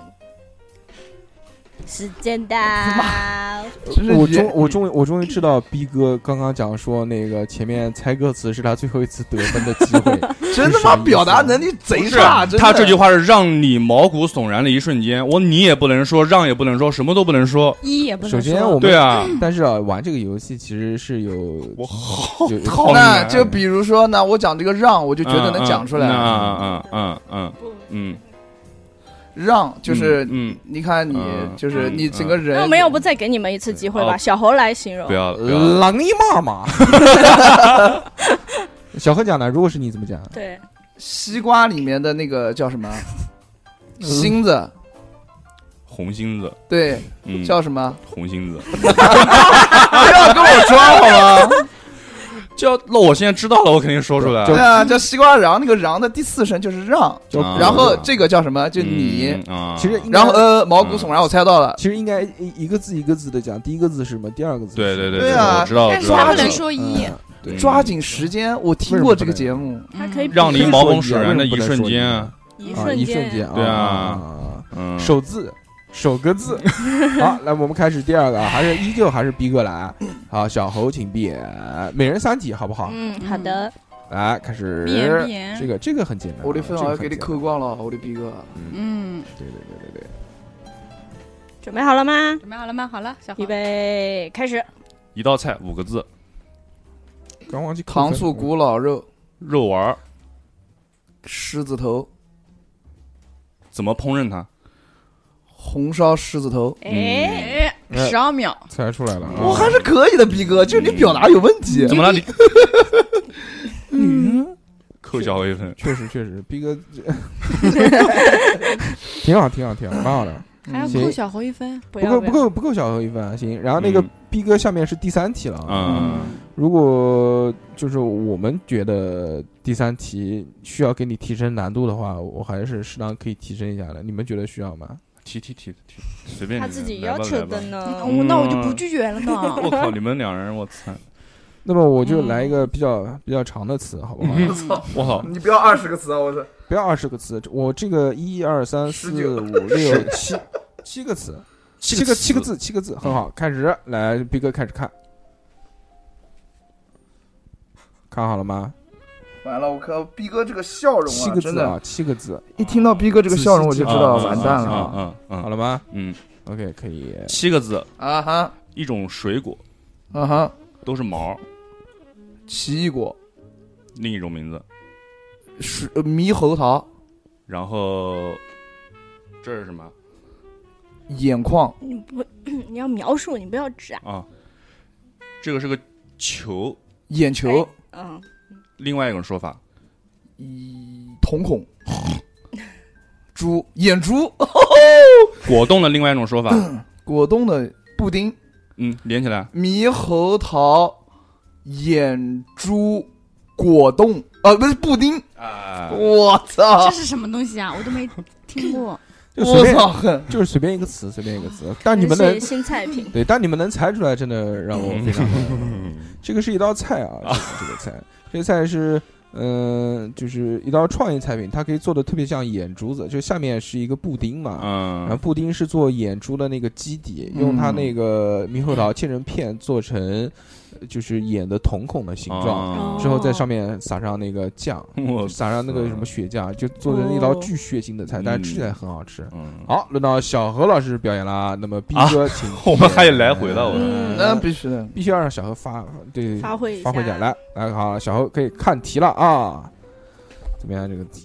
时间到。 我终我终于我终于知道逼哥刚刚讲说那个前面猜歌词是他最后一次得分的机会， 真他妈表达能力贼差。 他这句话是让你毛骨悚然的一瞬间，我你也不能说，让也不能说，什么都不能说， 一也不能说。首先我们对啊， 但是啊，玩这个游戏其实是有我好好那就比如说呢，我讲这个让，我就觉得能讲出来。 嗯嗯嗯嗯嗯。 让就是， 嗯， 你看你就是你整个人。 那我们要不再给你们一次机会吧？小猴来形容。 不要， 狼你妈妈。小何讲的，如果是你怎么讲？ 对， 西瓜里面的那个叫什么？芯子。 红芯子。 对，叫什么？ 红芯子。 不要跟我装好吗？ 叫那我现在知道了，我肯定说出来。 对啊，叫西瓜瓤，那个瓤的第四声就是让，然后这个叫什么？就你。 其实然后呃，毛骨悚然，我猜到了。 其实应该一个字一个字的讲，第一个字是什么？第二个字。 对对对对啊， 我知道。 但是他不能说一。 抓紧时间，我听过这个节目。 他可以让你毛骨悚然的一瞬间。 一瞬间。 对啊。 嗯。首字。首个字，好，来我们开始第二个，还是依旧还是逼哥来。好，小猴请闭眼，每人三题，好不好？ 嗯，好的。 来开始， 闭眼闭眼这个这个很简单， 我的分好像给你扣光了，我的逼哥。 嗯， 对对对对对。 准备好了吗？ 准备好了吗？好了，小猴预备开始。 一道菜五个字， 刚忘记糖醋古老肉， 肉丸， 狮子头， 怎么烹饪它？ 红烧狮子头， 哎，十二秒猜出来了， 我还是可以的，逼哥，就你表达有问题。 怎么了你？ 嗯， 扣小猴一分， 确实确实，逼哥挺好挺好挺好，蛮好的。 还要扣小猴一分， 不够不够不够小猴一分，行。然后那个逼哥下面是第三题了， 嗯， 如果就是我们觉得第三题需要给你提升难度的话，我还是适当可以提升一下的。你们觉得需要吗？ 提提提提，随便。 他自己要求的呢， 哦，那我就不拒绝了呢。 我靠，你们两人，我操！ 那么我就来一个比较比较长的词，好不好？ 我操！ 我操！ 你不要二十个词啊！我操！ 不要二十个词，我这个一二三四五六七七个词，七个七个字，七个字，很好。开始，来，逼哥开始看，看好了吗？ 完了，我靠，逼哥这个笑容啊， 七个字啊，七个字。 一听到逼哥这个笑容，我就知道完蛋了。 嗯嗯嗯， 好了吗？ 嗯 ，OK， 可以。 七个字啊哈， 一种水果， 啊哈， 都是毛。 奇异果， 另一种名字是猕猴桃。 然后这是什么？ 眼眶。 你不，你要描述，你不要指啊。 啊，这个是个球， 眼球。 嗯。 另外一种说法， 瞳孔，猪眼珠， 果冻的另外一种说法， 果冻的布丁， 嗯，连起来， 猕猴桃眼珠果冻，啊，不是布丁， 啊， 我操， 这是什么东西啊？我都没听过。 我操，就是随便一个词，随便一个词，但你们能新菜品， 对，但你们能猜出来，真的让我非常。这个是一道菜啊，这个这个菜。这个菜是，嗯、呃，就是一道创意菜品，它可以做的特别像眼珠子，就下面是一个布丁嘛， 嗯， 然后布丁是做眼珠的那个基底，用它那个猕猴桃切成片做成，就是眼的瞳孔的形状， 哦、 之后在上面撒上那个酱，撒上那个什么血酱，就做成一道巨血腥的菜，哦、但是吃起来很好吃。嗯、好，轮到小何老师表演啦，那么逼哥请、啊， 我们还有来回的，我、 嗯，那必须的， 必须要让小何发对发挥发挥一下，来来，好，小何可以看题了啊，怎么样这个题？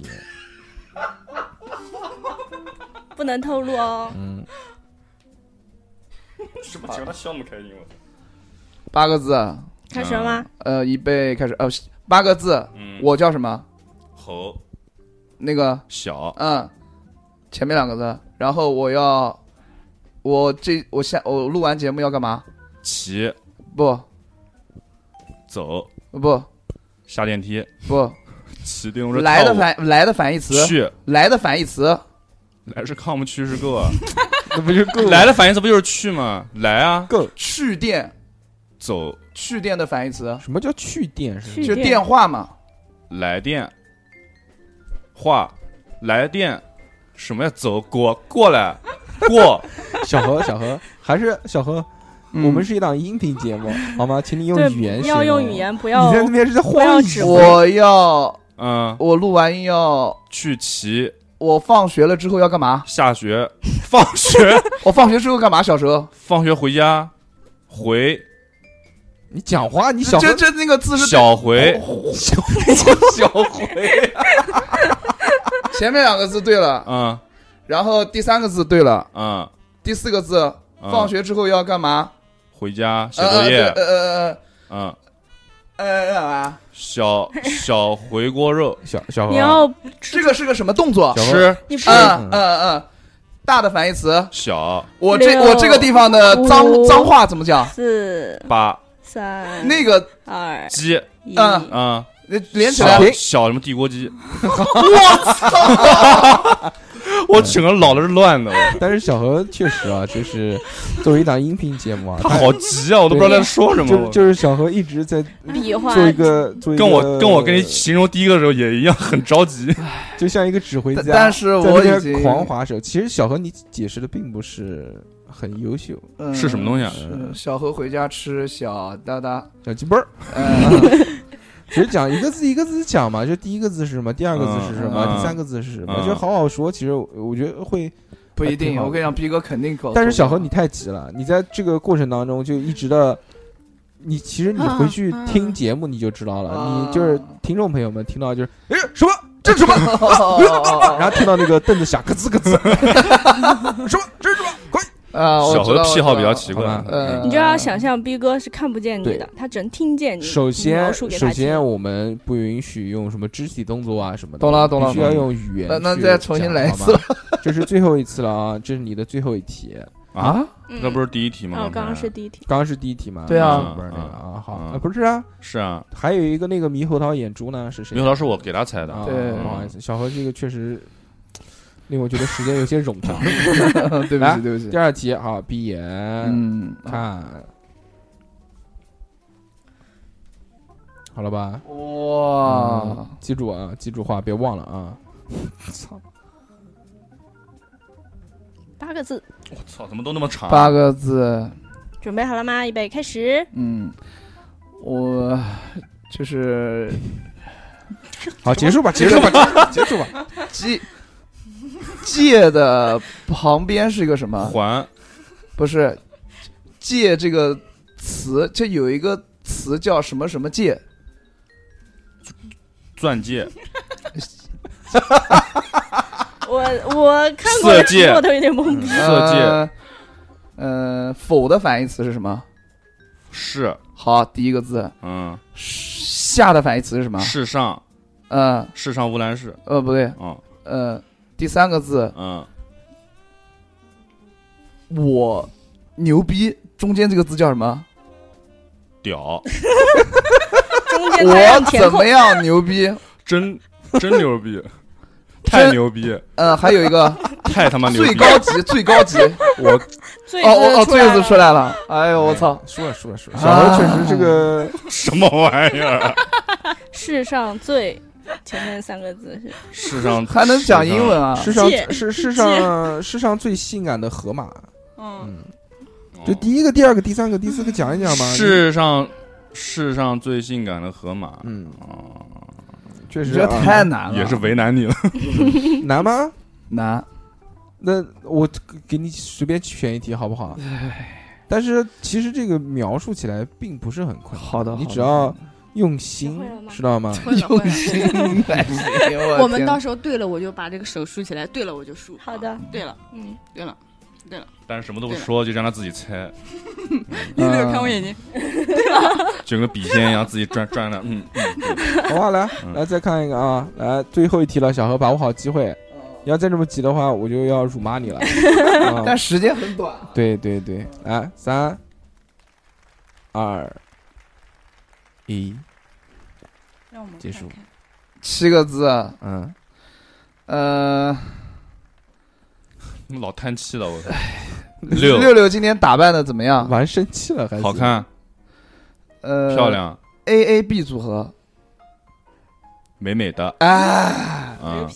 不能透露哦。 嗯。 什么？他笑那么开心，我。 八个字， 开始了吗？ 呃，预备开始。呃，八个字， 嗯、 我叫什么？ 猴。 那个小。 嗯，前面两个字。然后我要，我这我下我录完节目要干嘛？ 骑。 不。 走。 不。 下电梯。 不。 骑电动车。 来的反来的反义词。 去。 来的反义词。 来是 come 去是 go 啊。 那不就 go？ 来的反义词不就是去吗？来啊 ，go 去电， 走去电的反义词。 什么叫去电？是就电话嘛。 来电，话，来电，什么呀？走过过来过。 小何，小何还是小何。 嗯、 我们是一档音频节目，好吗？请你用语言， 要用语言，不要。 你在那边是在晃指挥。 我要， 嗯， 我录完音要去骑。 我放学了之后要干嘛？ 下学，放学。 我放学之后干嘛？小蛇， 放学回家，回。 你讲话，你小这这那个字是小回， 小小回。 前面两个字对了， 嗯， 然后第三个字对了， 嗯， 第四个字， 嗯、 放学之后要干嘛？ 回家写作业。 呃呃呃嗯。 呃干嘛？ 小小回锅肉， 小小你要这个是个什么动作？ 吃。 嗯嗯嗯，大的反义词小。 我这我这个地方的脏脏话怎么讲？ 四八三那个二鸡。 嗯嗯， 连起来小什么地锅鸡？ 我操！ 我整个脑子是乱的。 但是小何确实啊，就是作为一档音频节目啊， 他好急啊，我都不知道在说什么。 就就是小何一直在比划做一个做一个， 跟我跟我跟你形容第一个的时候也一样，很着急， 就像一个指挥家。 但是我已经狂划手。其实小何你解释的并不是很优秀， 嗯、 是什么东西啊？ 小何回家吃小哒哒小鸡巴儿。 嗯其实讲一个字一个字讲嘛，就第一个字是什么，第二个字是什么， 嗯、 第三个字是什么， 嗯、 就好好说。其实我觉得会不一定，我跟你讲，逼哥肯定搞。 但是小何你太急了，你在这个过程当中就一直的，你其实你回去听节目你就知道了， 啊、 你就是听众朋友们听到就是哎什么这是什么，然后听到那个凳子响咯吱咯吱，什么这是什么快。 啊， 小何的癖好比较奇怪， 呃， 你就要想象逼哥是看不见你的，他只能听见你。 首先，首先我们们不允许用什么肢体动作啊什么的， 懂了懂了， 必须要用语言。 那那再重新来一次， 这是最后一次了啊！这是你的最后一题啊？那不是第一题吗？ 哦，刚刚是第一题， 刚刚是第一题吗？ 对啊， 不是那个啊，好，不是啊， 是啊， 还有一个那个猕猴桃眼珠呢，是谁？ 猕猴桃是我给他猜的， 对， 不好意思，小何这个确实。令我觉得时间有些冗长， 对不起，对不起。 第二题，好，闭眼， 嗯， 看，好了吧？ 哇、 嗯，记住啊，记住话，别忘了啊！操， 八个字， 我操，怎么都那么长？ 八个字， 准备好了吗？预备，开始。 嗯，我就是， 好，结束吧，结束吧，结束吧。 记。界的旁边是一个什么？ 环， 不是，界这个词，这有一个词叫什么什么界？ 钻戒。 我我看过的题我都有点懵逼。 色戒。 呃，呃，否的反义词是什么？ 是。 好，第一个字。 嗯。 下的反义词是什么？ 世上。 嗯。 世上无难事。 呃，不对。 嗯。 呃。第三个字， 嗯， 我牛逼，中间这个字叫什么？ 屌。 中间我怎么样牛逼？ 真真牛逼，太牛逼。 呃，还有一个太他妈牛逼， 最高级，最高级。 我最哦哦哦，最字出来了。哎呦，我操！ 输了输了输了，小何确实这个什么玩意儿？ 世上最。前面三个字是世上还能讲英文啊？ 世上是世上世上最性感的河马。嗯，就第一个、第二个、第三个、第四个讲一讲嘛。 世上世上最性感的河马。 嗯，确实这太难了， 也是为难你了。 难吗？ 难。 那我给你随便选一题好不好？但是其实这个描述起来并不是很困难。 好的， 你只要。用心，知道吗？ 用心， 我们到时候对了，我就把这个手竖起来；对了，我就竖。 好的， 对了，嗯，对了，对了。 但是什么都不说，就让他自己猜。 你没有看我眼睛？对了， 就跟笔仙一样，自己转转的。嗯嗯。 好吧，来来再看一个啊，来最后一题了，小何把握好机会。你要再这么急的话，我就要辱骂你了。 但时间很短。 对对对，来三二。一，结束。 七个字， 嗯， 呃， 老叹气了，我操！ 六六六今天打扮的怎么样？ 玩生气了还是？ 好看， 呃， 漂亮。 A A B 组合美美的啊， 嗯，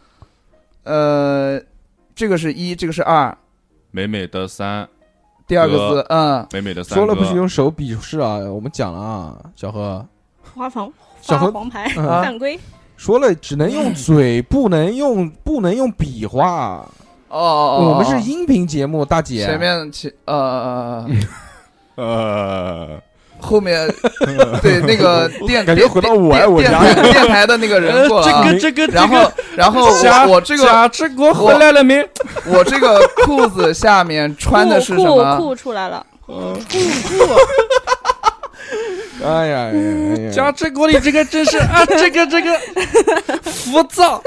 呃，这个是一，这个是二， 美美的三， 第二个字，嗯， 美美的三， 说了不许用手比示啊，我们讲了啊，小何， 花黄小何黄牌嗯犯规， 说了只能用嘴，不能用不能用笔画。 哦哦哦， 我们是音频节目，大姐。 前面前呃呃， 后面对那个电感觉回到我爱我家电电台的那个人过来啊， 这个这个， 然后然后贾我这个贾志国回来了没？ 我这个裤子下面穿的是什么？ 裤裤出来了， 裤裤。 哎呀， 贾志国，你这个真是啊，这个这个浮躁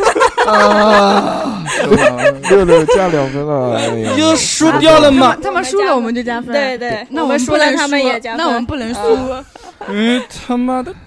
啊！ 六六加两分了， 又输掉了吗？ 他们输了我们就加分， 对对， 那我们输了他们也加分， 那我们不能输。 嗯，他妈的！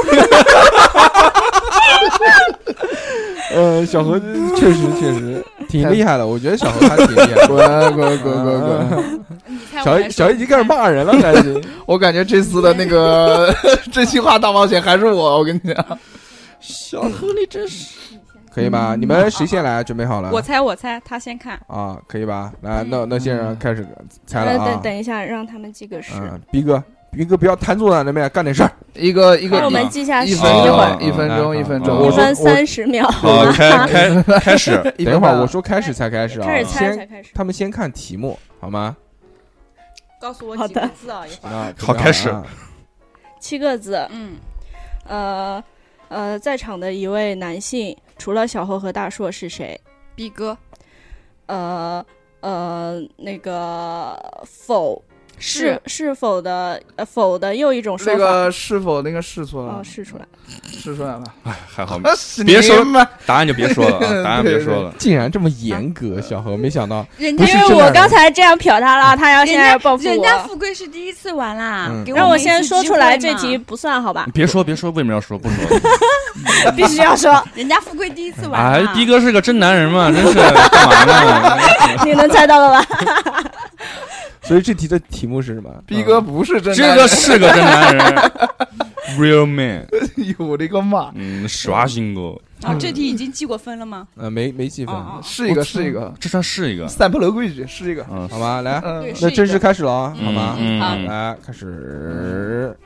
呃，小何确实确实挺厉害的，我觉得小何还挺厉害。 滚滚滚滚滚！ 小一小一已经开始骂人了，开始。 我感觉这次的那个真心话大冒险还是我，我跟你讲， 小何你真是可以吧？你们谁先来？准备好了？ 我猜，我猜，他先看啊，可以吧？来，那那先生开始猜了啊。 等等一下，让他们记个时。 嗯，逼哥，逼哥不要瘫坐在那边，干点事儿。 一个一个， 让我们记下一时分一会儿， 一一分钟，一分钟， 我一分三十秒。 好，开开开始。 等一会儿我说开始才开始啊， 开始猜才先开始。 他们先看题目好吗？ 告诉我几个字啊，一会儿。 好，开始。 七个字。 嗯， 呃呃，在场的一位男性，除了小侯和大硕是谁？ 逼哥。 呃呃，那个否是是否的呃否的又一种说法。 那个是否那个是错了？ 哦，是出来， 是出来了。 哎，还好， 别别说答案就别说了啊，答案别说了。 竟然这么严格，小何没想到。 因为我刚才这样瞟他了，他要现在报复我。 人家富贵是第一次玩啦， 让我先说出来，这题不算好吧？ 你别说，别说，为什么要说？不说。 必须要说， 人家富贵第一次玩。 哎，逼哥是个真男人嘛，真是干嘛呢？ 你能猜到了吧？ 所以这题的题目是什么？ 逼哥不是真男人，这个是个真男人 ，real man。 哎呦我的个妈！ 嗯，刷新过。 啊，这题已经记过分了吗？ 呃，没没记分， 是一个是一个， 这算是一个。 三不楼规矩是一个， 嗯，好吧，来， 嗯， 那正式开始了啊，好吗？ 好， 来开始。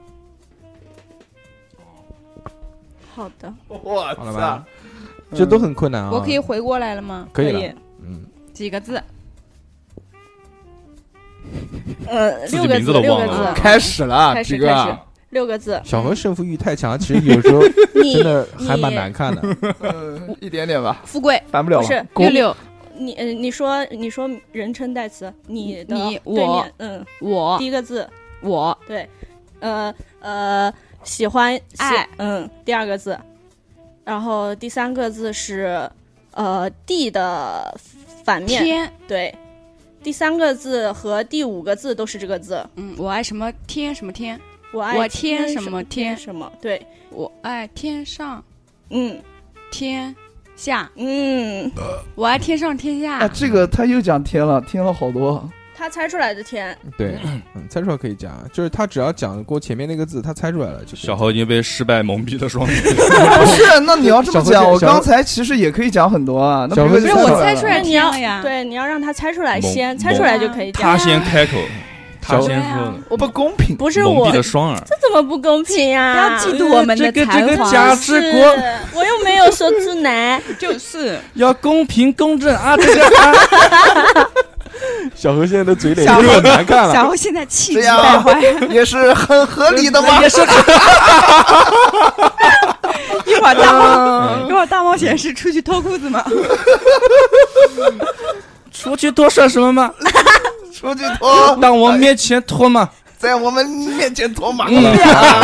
好的， 我好了吧？这都很困难啊。 我可以回过来了吗？ 可以了，嗯， 几个字？ 呃，六个字，六个字， 开始了， 开始开始，六个字。 小何胜负欲太强，其实有时候真的还蛮难看的， 一点点吧。 富贵翻不了， 不是六六。 你呃，你说你说人称代词，你的你我嗯我第一个字我对，呃呃喜欢爱嗯第二个字，然后第三个字是呃地的反面天对。第三个字和第五个字都是这个字。 嗯，我爱什么天什么天， 我爱我天什么天什么，对， 我爱天上， 嗯， 天下， 嗯， 我爱天上天下。 啊，这个他又讲天了，天了好多。 他猜出来的天， 对，嗯，猜出来可以讲，就是他只要讲过前面那个字，他猜出来了就。 小侯已经被失败蒙蔽了双眼。 不是，那你要这么讲，我刚才其实也可以讲很多啊。那不是我猜出来你要呀， 对，你要让他猜出来先，猜出来就可以讲。 他先开口，他先说的， 我不公平， 不是我蒙蔽了双耳， 这怎么不公平呀？ 不要嫉妒我们的才华。 这个这个贾志国， 我又没有说出来， 就是要公平公正啊！这个。 小何现在的嘴脸就很难看了。 小何现在气急败坏， 也是很合理的嘛。 也是。一会儿大冒，一会儿大冒险是出去脱裤子吗？ 出去脱算什么吗？ 出去脱， 当我面前脱吗？ 在我们面前脱马了。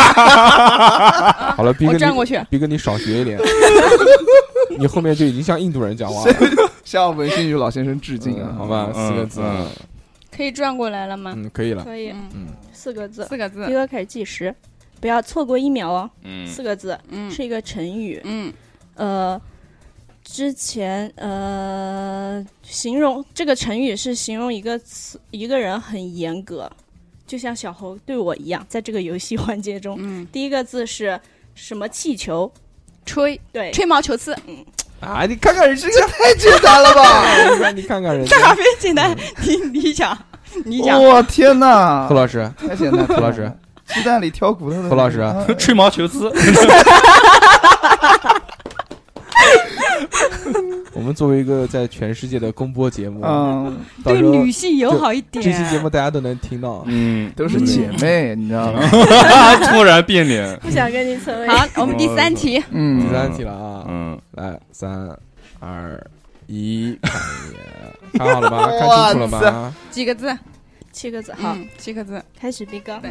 好了，逼哥， 我转过去。 逼哥，你少学一点。你后面就已经像印度人讲话了。 向文心宇老先生致敬啊！ 好吧，四个字。 可以转过来了吗？ 嗯，可以了。 可以，嗯，四个字， 四个字。 逼哥开始计时，不要错过一秒哦。 嗯， 四个字， 嗯， 是一个成语。 嗯， 呃，之前呃，形容这个成语是形容一个词，一个人很严格。就像小猴对我一样，在这个游戏环节中， 嗯， 第一个字是什么气球？ 吹， 对， 吹毛求疵。 嗯啊，你看看人这个太简单了吧？ 你看看人家， 这还没简单，你你讲，你讲。 我天哪！ 胡老师， 太简单。 胡老师， 鸡蛋里挑骨头的。 胡老师， 吹毛求疵。 我们作为一个在全世界的公播节目， 嗯， 对女性友好一点。 这期节目大家都能听到， 嗯， 都是姐妹，你知道吗？ 突然变脸， 不想跟你成为。 好，我们第三题， 嗯， 第三题了啊， 嗯， 来，三、二、一，看一眼，看好了吗？看清楚了吗？ 几个字？ 七个字。好， 七个字， 开始逼哥。 对。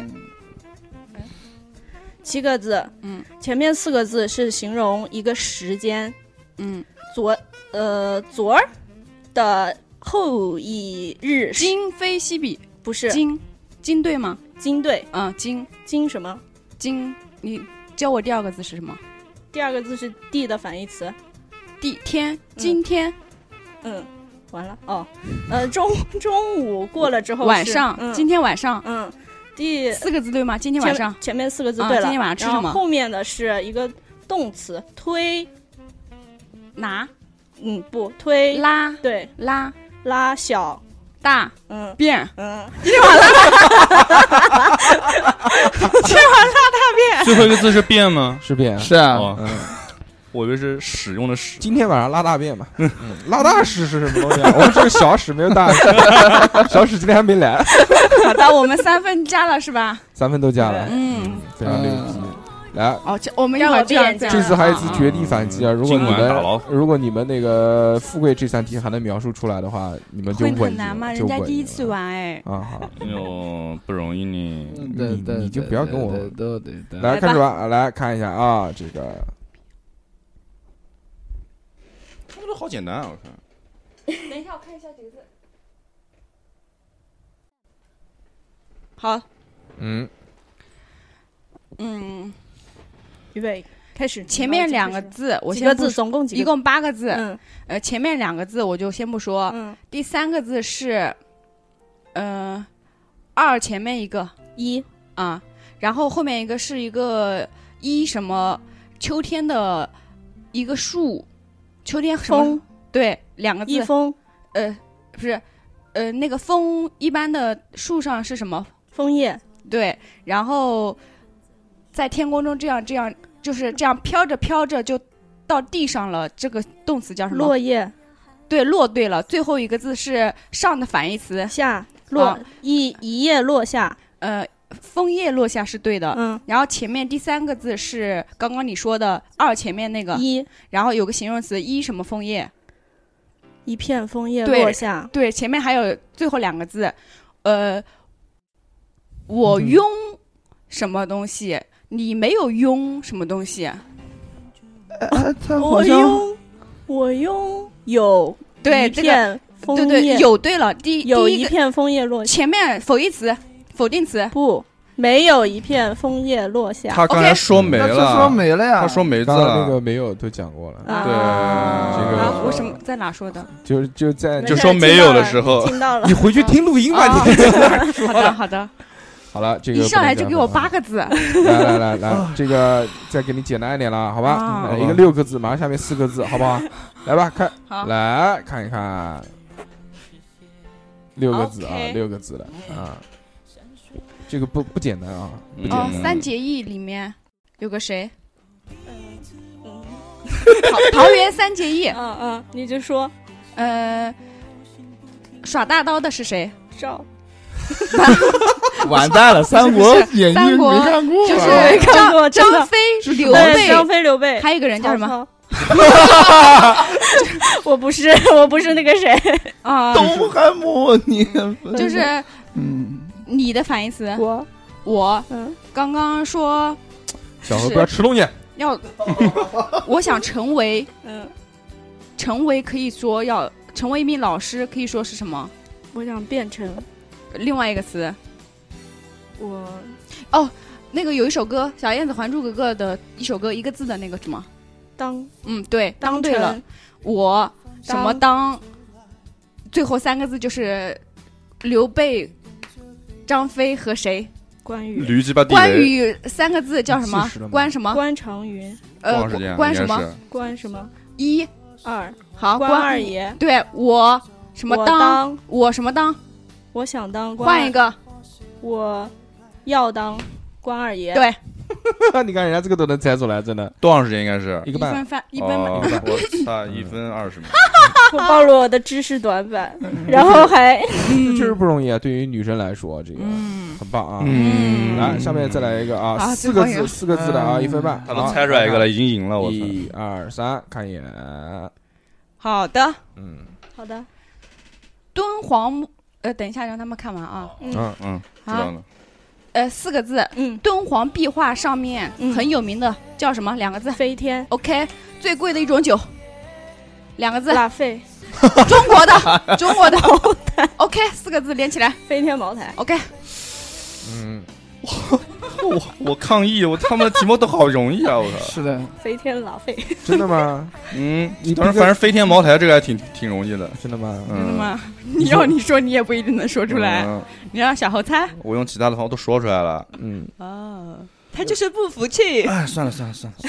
七个字， 嗯， 前面四个字是形容一个时间， 嗯， 昨呃昨儿的后一日， 今非昔比， 不是今今对吗？ 今对， 嗯，今今什么？ 今，你教我第二个字是什么？ 第二个字是地的反义词， 地天，今天， 嗯，完了哦，呃中中午过了之后晚上， 嗯、 今天晚上， 嗯。第四个字对吗？今天晚上前, 前面四个字对了、 啊。今天晚上吃什么？ 后面的是一个动词，推， 拿， 嗯，不推拉， 对， 拉拉小大， 嗯， 便， 嗯， 今天晚上，今天晚上拉大便。 最后一个字是便吗？ 是便， 是啊， 哦、嗯。我以为是使用的使。 今天晚上拉大便嘛，嗯，拉大屎是什么东西啊？我们这是小屎，没有大屎。小屎今天还没来。 好的，我们三分加了是吧？ 三分都加了， 嗯， 非常牛逼。来， 哦，我们一会儿这样， 这次还有一次绝地反击啊！如果你们如果你们那个富贵这三题还能描述出来的话，你们就稳。 会很难吗？人家第一次玩哎。 啊好。 哎呦，不容易呢。 你你就不要跟我。 对对对。 来开始吧，来看一下啊，这个。 这个好简单啊！我看。 等一下，我看一下几个字。好。 嗯。 嗯。 预备，开始。 前面两个字，我几个字？总共几个？ 一共八个字。 嗯。 呃，前面两个字我就先不说。 嗯。 第三个字是，呃，二前面一个一啊，然后后面一个是一个一什么秋天的一个树。秋天风， 对，两个字。 一风， 呃，不是，呃，那个风一般的树上是什么？ 枫叶。 对，然后在天空中这样这样，就是这样飘着飘着就到地上了。这个动词叫什么？ 落叶。 对，落对了。最后一个字是上的反义词， 下落、啊、一一叶落下。 呃。枫叶落下是对的， 嗯， 然后前面第三个字是刚刚你说的二前面那个一， 然后有个形容词一什么枫叶， 一片枫叶落下， 对，对，前面还有最后两个字，呃，我拥什么东西，嗯、你没有拥什么东西， 呃、 我拥我拥有对一片枫叶， 对对，有对了，第有一片枫叶落下， 前面否义词。否定词不，没有一片枫叶落下。 他刚才说没了， 他说没了呀， 他说没字了。 那个没有都讲过了。 啊、 对， 这个、 啊、我什么在哪说的？ 就就在就说没有的时候， 听到了。 你回去听录音吧， 啊、 你。 好的好的。 好了，这个一上来就给我八个字。 来来来来，这个再给你简单一点了，好吧？ 啊、 一个六个字，马上下面四个字，好不好？来吧，看， 好来看一看，六个字啊， okay. 六个字的啊。这个不不简单啊，不简单。 哦，三结义里面有个谁？嗯，桃桃园三结义。 嗯嗯，你就说， 呃，耍大刀的是谁？ 赵。 完蛋了，《三国演义》没看过， 就是张张飞、刘备、 张飞、刘备， 还有一个人叫什么？ 我不是，我不是那个谁啊， 东汉末年， 就是嗯。 你的反义词， 我我嗯， 刚刚说， 小何不要吃东西， 要，我想成为， 嗯， 成为可以说要成为一名老师，可以说是什么？ 我想变成另外一个词， 我哦，那个有一首歌，小燕子《还珠格格》的一首歌，一个字的那个什么？ 当， 嗯，对，当对了，我什么当？最后三个字就是刘备。张飞和谁？ 关羽。 驴鸡巴地雷。 关羽三个字叫什么？关什么？ 关长云。 呃，关什么？ 关什么？ 一二。 好， 关二爷。 对我什么当？ 我什么当？ 我想当关。 换一个。 我要当关二爷。 对。 你看人家这个都能猜出来，真的。 多长时间？应该是一个半。 一分半，一分半。 哦、我差一分二十秒。 我暴露我的知识短板，然后还确实不容易啊！对于女生来说，这个很棒啊！ 嗯， 来，下面再来一个啊，四个字，四个字的啊，一分半。 他都猜出来一个了，已经赢了。我一二三，看一眼。 好的， 嗯， 好的。 敦煌，呃，等一下让他们看完啊。 嗯嗯，知道了。 呃，四个字，嗯，敦煌壁画上面很有名的叫什么？两个字， 飞天。 OK， 最贵的一种酒，两个字， 拉菲。 中国的，中国的。OK， 四个字连起来， 飞天茅台。 OK。 嗯， 我我抗议，我他们的题目都好容易啊！我靠。 是的。 飞天拉菲。 真的吗？ 嗯，当然，反正飞天茅台这个还挺挺容易的。 真的吗？ 嗯、 真的吗？你要你说你也不一定能说出来，嗯、你让小侯猜。 我用其他的方法都说出来了。 嗯。 哦，他就是不服气。 哎，算了算了算了。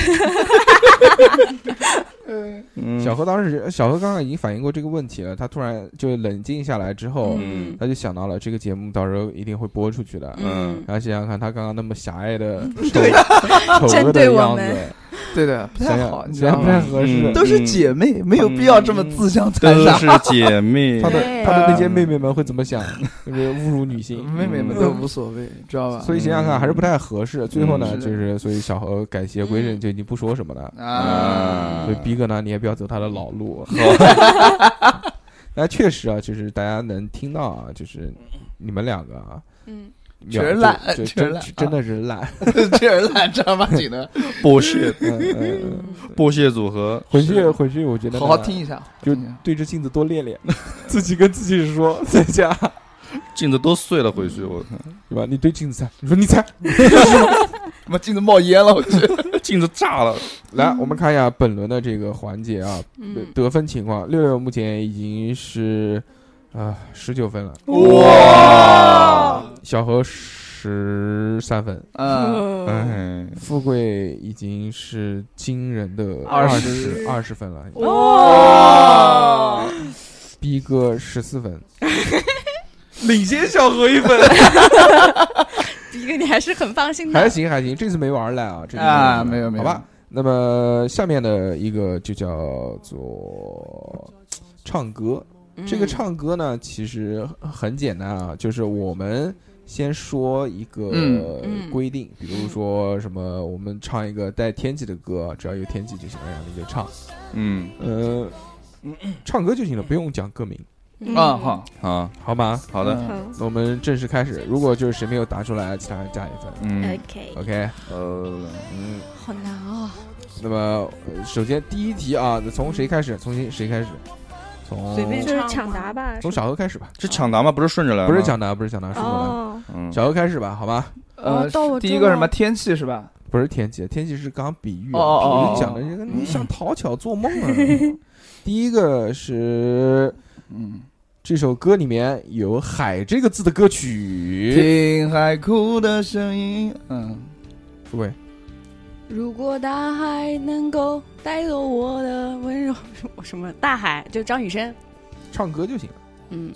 嗯，小何当时，小何刚刚已经反映过这个问题了。他突然就冷静下来之后， 嗯， 他就想到了这个节目到时候一定会播出去的。 嗯， 然后想想看，他刚刚那么狭隘的、 对， 丑恶的样子， 对的，不太好， 这样不太合适。 都是姐妹，没有必要这么自相残杀。 都是姐妹， 他的他的那些妹妹们会怎么想？就是侮辱女性， 妹妹们都无所谓，知道吧？ 所以想想看，还是不太合适。最后呢，就是所以小何改邪归正，就已经不说什么了啊。所以逼哥呢，你也不要走他的老路。那确实啊，就是大家能听到啊，就是你们两个啊， 嗯，确实烂，确实烂， 真的是烂， 确实烂，正儿八经的剥削，剥削组合。 回去回去，我觉得好好听一下， 就对着镜子多练练，自己跟自己说，在家镜子都碎了，回去我看， 对吧？你对镜子猜，你说你猜， 他妈镜子冒烟了，我去， 镜子炸了。 来，我们看一下本轮的这个环节啊，得分情况，六六目前已经是啊十九分了， 哇， 小何十三分， 嗯， 富贵已经是惊人的二十二十分了， 哇， 逼哥十四分。领先小何一分， 逼哥你还是很放心的， 还行还行，这次没玩烂啊，这次啊没有没有， 好吧。那么下面的一个就叫做唱歌， 嗯、 这个唱歌呢其实很简单啊，就是我们先说一个规定， 嗯、 比如说什么，我们唱一个带天气的歌，只要有天气就行了，然后你就唱， 嗯呃，唱歌就行了，不用讲歌名。 嗯、啊好啊好吗？ 好的， 嗯、那我们正式开始。如果就是谁没有答出来，其他人加一分。 嗯 ，OK OK， 呃， 嗯， 好难啊。 那么首先第一题啊，从谁开始？从谁谁开始？从随便就是抢答吧。 从小何开始吧。 这抢答吗？不是顺着来吗？ 不是抢答，不是抢答，顺着来。 哦， 嗯， 小何开始吧，好吧？ 呃，第一个什么天气是吧？ 不是天气，天气是刚比喻， 哦哦哦，讲的这个你想讨巧做梦啊。第一个是， 嗯。 这首歌里面有海这个字的歌曲， 听海哭的声音。嗯， 富贵。 如果大海能够带走我的温柔，什么大海就张雨生， 唱歌就行了。 嗯。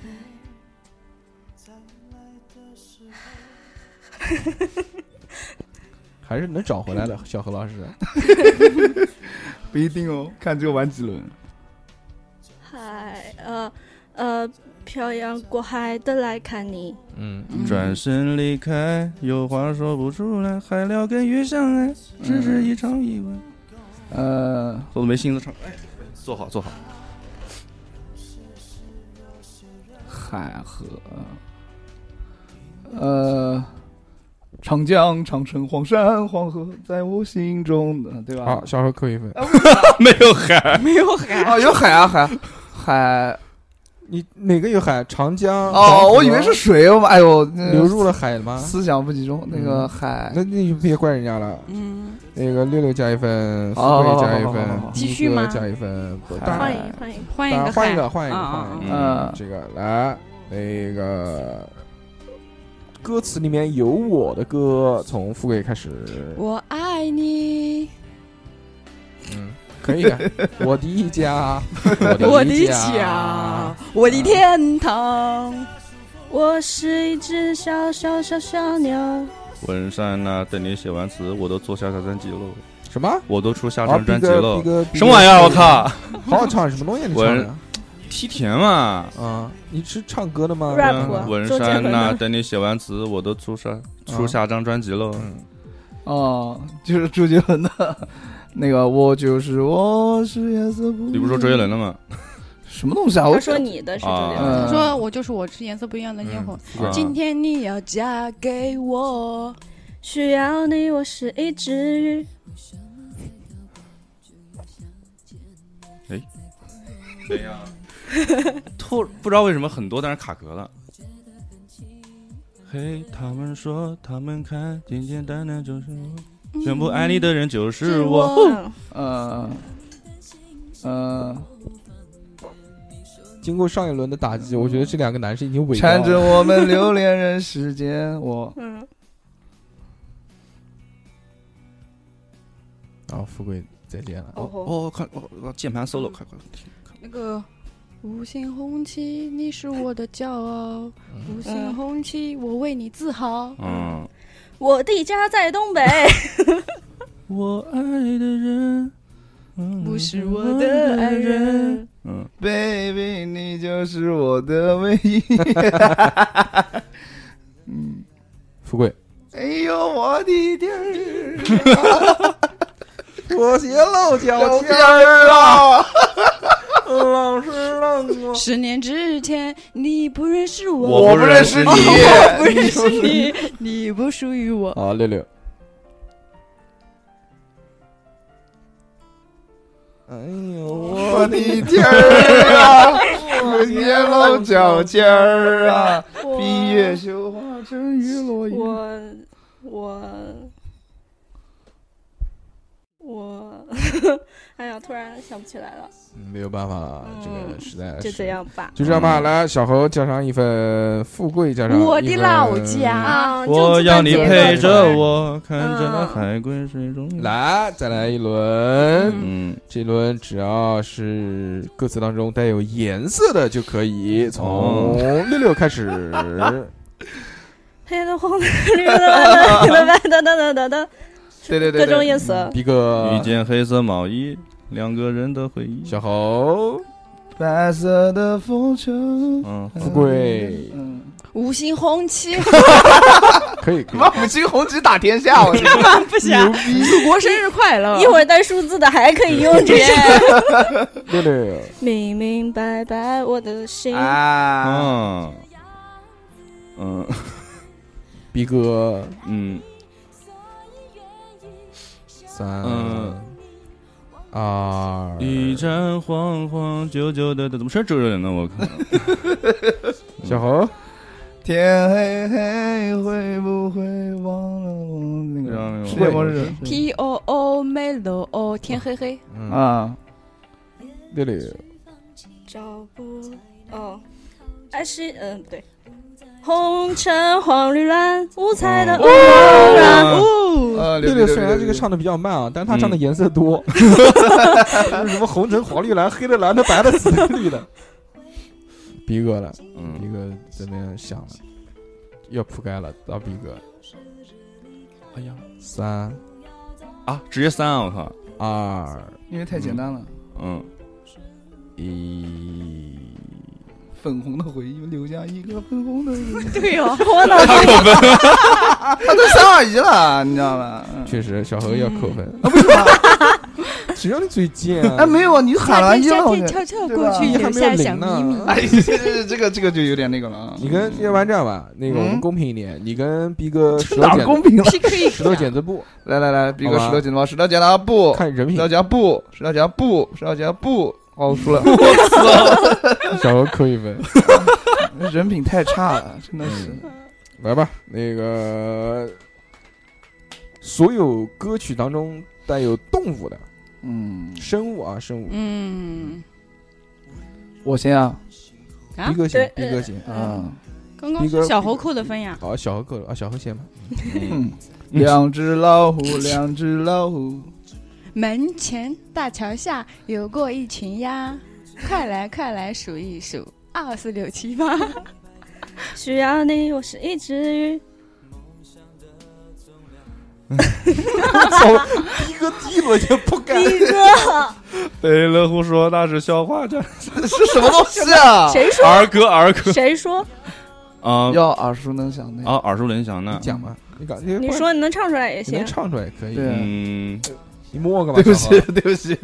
还是能找回来的，小何老师。 不一定哦，看这个玩几轮。 海，呃。呃，漂洋过海的来看你， 嗯， 转身离开，有话说不出来，海聊跟鱼相爱，只是一场意外。 呃， 我都没心思唱，哎，坐好坐好。 海河，呃，长江、长城、黄山、黄河，在我心中的，对吧？ 好，小何扣一分。 没有海， 没有海啊，有海啊，海海。 你哪个有海？长江哦，我以为是水，我哎呦， 流入了海吗？ 思想不集中，那个海， 那那就别怪人家了。 嗯， 那个六六加一分，富贵加一分， 继续吗？ 加一分， 换一换一换一个换一个换一个换一个，嗯，这个来那个歌词里面有我的歌，从富贵开始。 我爱你。 嗯，可以的。我的家， 我的家，我的天堂。 我是一只小小小小鸟。 文山呐，等你写完词，我都做下山专辑喽。 什么？ 我都出下山专辑喽。 什么玩意儿？我靠！ 好好唱，什么东西？你唱的？ 梯田嘛。 啊，你是唱歌的吗 ？rap。 文山呐，等你写完词，我都出下出下张专辑喽。 哦，就是周杰伦的那个，我就是我是颜色不。 你不是说周杰伦的吗？ 什么东西啊？ 他说你的是周杰伦， 他说我就是我是颜色不一样的烟火。今天你要嫁给我， 需要你，我是一只鱼。 哎，对呀，突不知道为什么很多，但是卡壳了。嘿，他们说，他们看，简简单单就是我，全部爱你的人就是我。 嗯嗯。 经过上一轮的打击，我觉得这两个男生已经伟大缠着我们留恋人世间，我。 嗯。 然后富贵再见了。 哦哦，看我我键盘 solo， 快快那个五星红旗，你是我的骄傲。五星红旗，我为你自豪。 嗯。 我的家在东北。 我爱的人。 不是我的爱人， 嗯 ，baby， 你就是我的唯一。 嗯，富贵。 哎呦，我的天儿！ 拖鞋露脚尖儿啊！ 老是让我。 十年之前，你不认识我， 我不认识你， 我不认识你，你不属于我。 好，六六。哎呦， 我的天儿啊！我年露脚尖儿啊！闭月羞花沉鱼落雁。 我我我，哎呀，突然想不起来了。 没有办法了， 嗯、 这个实在是就这样吧， 就这样吧。来，小侯加上一份，富贵加上我的老家， 啊、 我要你陪着我，看着那海龟水中。 来，再来一轮。嗯，这轮只要是歌词当中带有颜色的就可以。从六六开始。 黑的、红的、绿的、蓝的、白的、哒哒哒哒。 对对对， 各种颜色。 一个一件黑色毛衣，两个人的回忆。 小侯， 白色的风车。 嗯， 富贵， 嗯， 五星红旗。 可以，可以。 五星红旗打天下，我觉得不行。祖国生日快乐！ 一会儿带数字的还可以用这个。六六， 明明白白我的心啊， 嗯， 逼哥， 嗯。 三、嗯、二， 一盏黄黄旧旧的，怎么是周杰伦呢？我靠！ 小侯， 天黑黑会不会忘了我那个世界末日 ？T O O 没了哦，天黑黑、 嗯、啊， 六六， 找不哦，爱是嗯不对。红橙黄绿蓝，五彩的欧蓝。 哦，六六虽然这个唱的比较慢啊，但是他唱的颜色多，什么红橙黄绿蓝，黑的蓝的白的紫的绿的。逼哥了，嗯，逼哥这边想了，要铺盖了，到逼哥。 哎呀， 三啊，直接三啊！我靠， 二， 因为太简单了。 嗯， 一。 粉红的回忆留下一个粉红的回忆。 对哦，我脑子里他都三二一了，你知道吗？ 确实，小何要扣分。 啊，为什么？ 只要你嘴贱。 哎，没有啊，你喊了一了， 悄悄过去， 留下小秘密。 哎，这个这个就有点那个了。 你跟要不然这样吧，那个我们公平一点，你跟逼哥石头剪公平了， 石头剪子布。 来来来，逼哥石头剪子布，石头剪刀布， 看人品。 石头剪布，石头剪布，石头剪布。哦，输了！ 我操，小何扣一分， 人品太差了，真的是。 来吧，那个所有歌曲当中带有动物的， 嗯， 生物啊，生物。 嗯， 我先啊， 逼哥先，逼哥先啊。 刚刚是小猴扣的分呀。 哦，小猴扣的啊，小猴先吧。 嗯，两只老虎，两只老虎。 门前大桥下有过一群鸭，快来快来数一数，二四六七八。 需要你，我是一只鱼。 操！逼哥低了就不敢。 逼哥， 北乐虎说那是小画家， 是什么东西啊？ 谁说？ 儿歌儿歌。 谁说？ 啊， 要耳熟能详的啊，耳熟能详的。 你讲吧，你讲。 你说你能唱出来也行。 能唱出来也可以。 嗯， 你摸个吧。 对不起，对不起。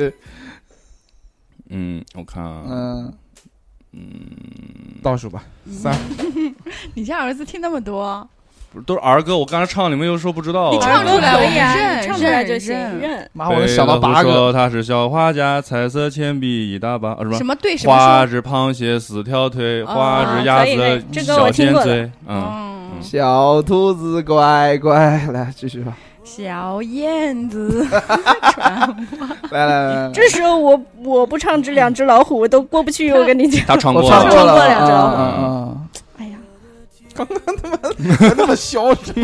嗯，我看啊。 嗯嗯， 倒数吧，三。 你家儿子听那么多？ 不是都是儿歌，我刚才唱，你们又说不知道。 你唱出来可以啊， 认唱出来就行。认。 妈，我想到八个。 说他是小画家，彩色铅笔一大把，啊、什么什么对什么花只螃蟹四条腿，花只鸭子小尖嘴。嗯， 嗯小兔子乖乖，来继续吧。 小燕子来来来， 这时候我我不唱这两只老虎我都过不去，我跟你讲。 他唱过了， 唱过了两只老虎。 嗯嗯。 哎呀， 刚刚他妈还那么嚣张，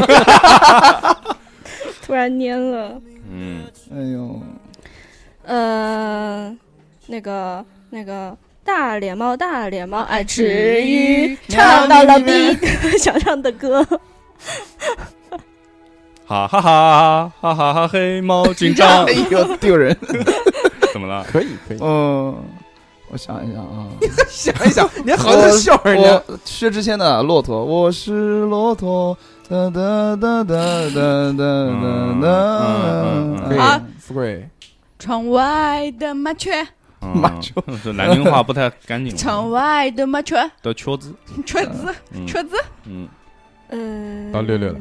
突然蔫了。 嗯， 哎呦， 呃，那个那个大脸猫大脸猫爱吃鱼，唱到了逼哥想唱的歌。 哈哈哈哈哈哈！黑猫警长， 哎呦，丢人！ 怎么了？ 可以可以。 嗯，我想一想啊， 想一想，你好像笑人家。 薛之谦的《骆驼》，我是骆驼，哒哒哒哒哒哒哒哒。 好， 富贵。 窗外的麻雀， 麻雀， 这南京话不太干净。 窗外的麻雀的雀子， 雀子，雀子。 嗯嗯。 到六六了。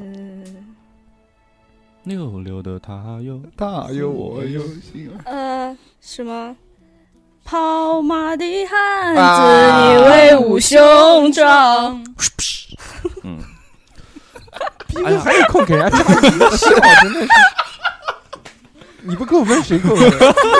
溜溜的他有他有我有心儿。 呃，什么？跑马的汉子，啊、你威武雄壮。 嗯， 哎呀，还有空给人家加一个笑，真的是。你不扣分谁扣分？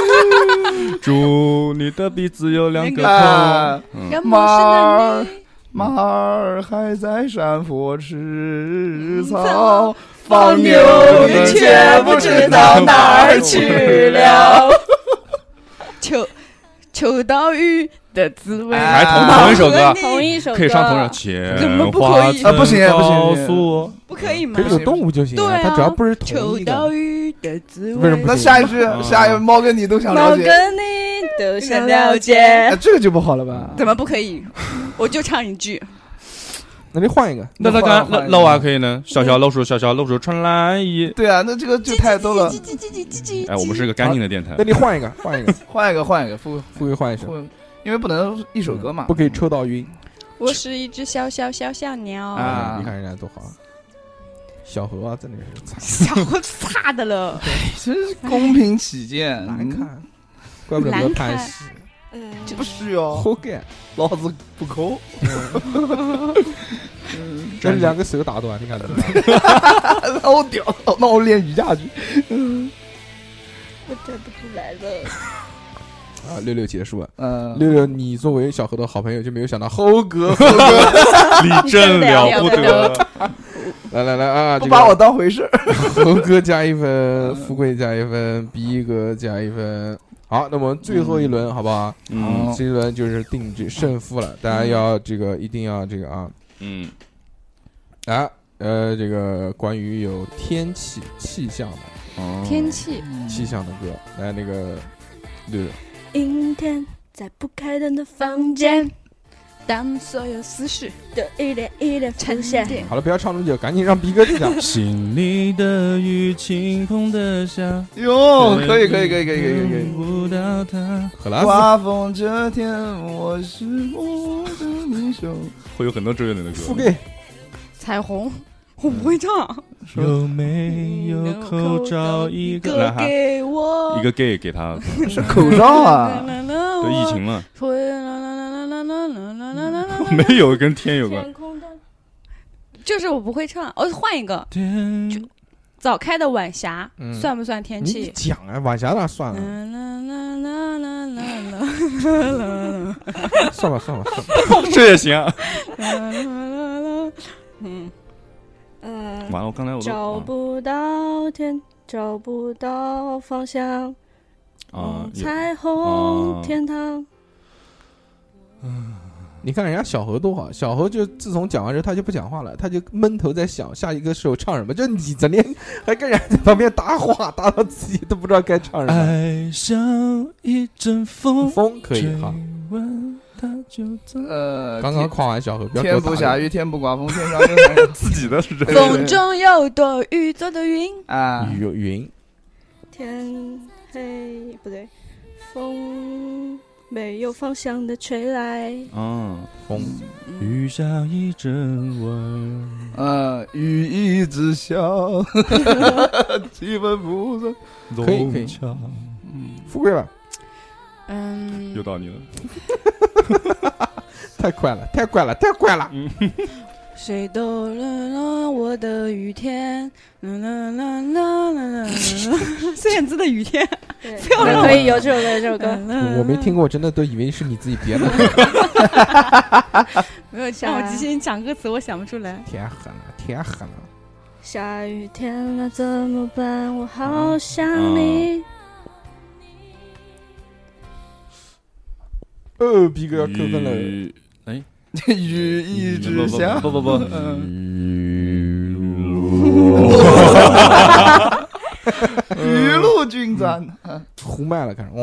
祝你的鼻子有两个孔。马儿马儿还在山坡吃草。放牛的却不知道哪儿去了。 秋秋刀鱼的滋味， 还同同一首歌， 同一首歌可以上同一首。钱怎么不可以？ 啊，不行不行， 不可以吗？ 可以有动物就行， 对啊， 它只要不是同一个。 秋刀鱼的滋味。 为什么？ 那下一句，下一句，猫跟你都想了解。 猫跟你都想了解。 哎，这个就不好了吧？ 怎么不可以？我就唱一句。 那你换一个， 那那个那老蛙可以呢？小小老鼠，小小老鼠穿蓝衣。 对啊，那这个就太多了。 哎，我们是个干净的电台。 那你换一个，换一个， 换一个，换一个，富富贵换一首， 因为不能一首歌嘛， 不可以抽到晕。 我是一只小小小小鸟啊！你看人家多好，小猴啊，真的是小猴差的了。 真是公平起见， 难看，怪不得没拍戏。 嗯， 不需要， 活该， 老子不抠。 嗯，这两个手打断，你看怎么办？那我屌，那我练瑜伽去。 嗯，我站不出来了。 啊，六六结束了。 嗯， 六六，你作为小何的好朋友，就没有想到猴哥，猴哥你真了不得。 来来来啊， 不把我当回事。 猴哥加一分，富贵加一分，逼哥加一分。好，那么最后一轮，好不好？ 嗯， 这一轮就是定这胜负了，大家要这个一定要这个啊， 嗯， 啊，呃，这个关于有天气气象的， 哦， 天气气象的歌，来那个六六。 阴天在不开灯的房间， 当所有思绪都一点一点浮现。 好了，不要唱这么久，赶紧让逼哥讲。 心里的雨，倾盆的下。 哟，可以可以可以可以可以可以。 不到他。 荷兰刮风这天，我是我的英雄。 会有很多周杰伦的歌。 富贵， 彩虹，我不会唱。 有没有口罩一个给我？ 一个 gay 给他。 是口罩啊。 对，疫情嘛。没有跟天有关。 就是我不会唱，我换一个。早开的晚霞算不算天气？ 你讲啊，晚霞那算了。算吧算吧算吧， 这也行啊。 嗯嗯， 完了，我刚才我都找不到天，找不到方向。 啊，有彩虹天堂。 你看人家小何多好，小何就自从讲完之后他就不讲话了，他就闷头在想下一个首唱什么，就你整天还跟人家在旁边搭话，搭到自己都不知道该唱什么。 爱像一阵风， 风可以哈。 呃， 刚刚夸完小何，不要给我天打脸不下雨，天不刮风，天上有太阳。 自己的是这风中有朵雨做的云啊， 雨云。 天黑不对，风没有方向的吹来。 嗯， 风雨下一阵晚， 嗯，雨一直下，气氛不是可以可以， 嗯， 富贵吧。 嗯， 又到你了。 太快了，太快了，太快了。 谁都冷了我的雨天，啦啦啦啦啦啦啦，孙燕姿的雨天， 对， 不要让我可以有这首歌，这首歌。 我没听过，真的都以为是你自己编的。 没有，让我即兴讲歌词，我想不出来。 天狠了，天狠了。 下雨天了怎么办？我好想你。 哦，逼哥要扣分了。 哎， 雨一直下， 不不不， 雨露均沾， 呼麦了，开始。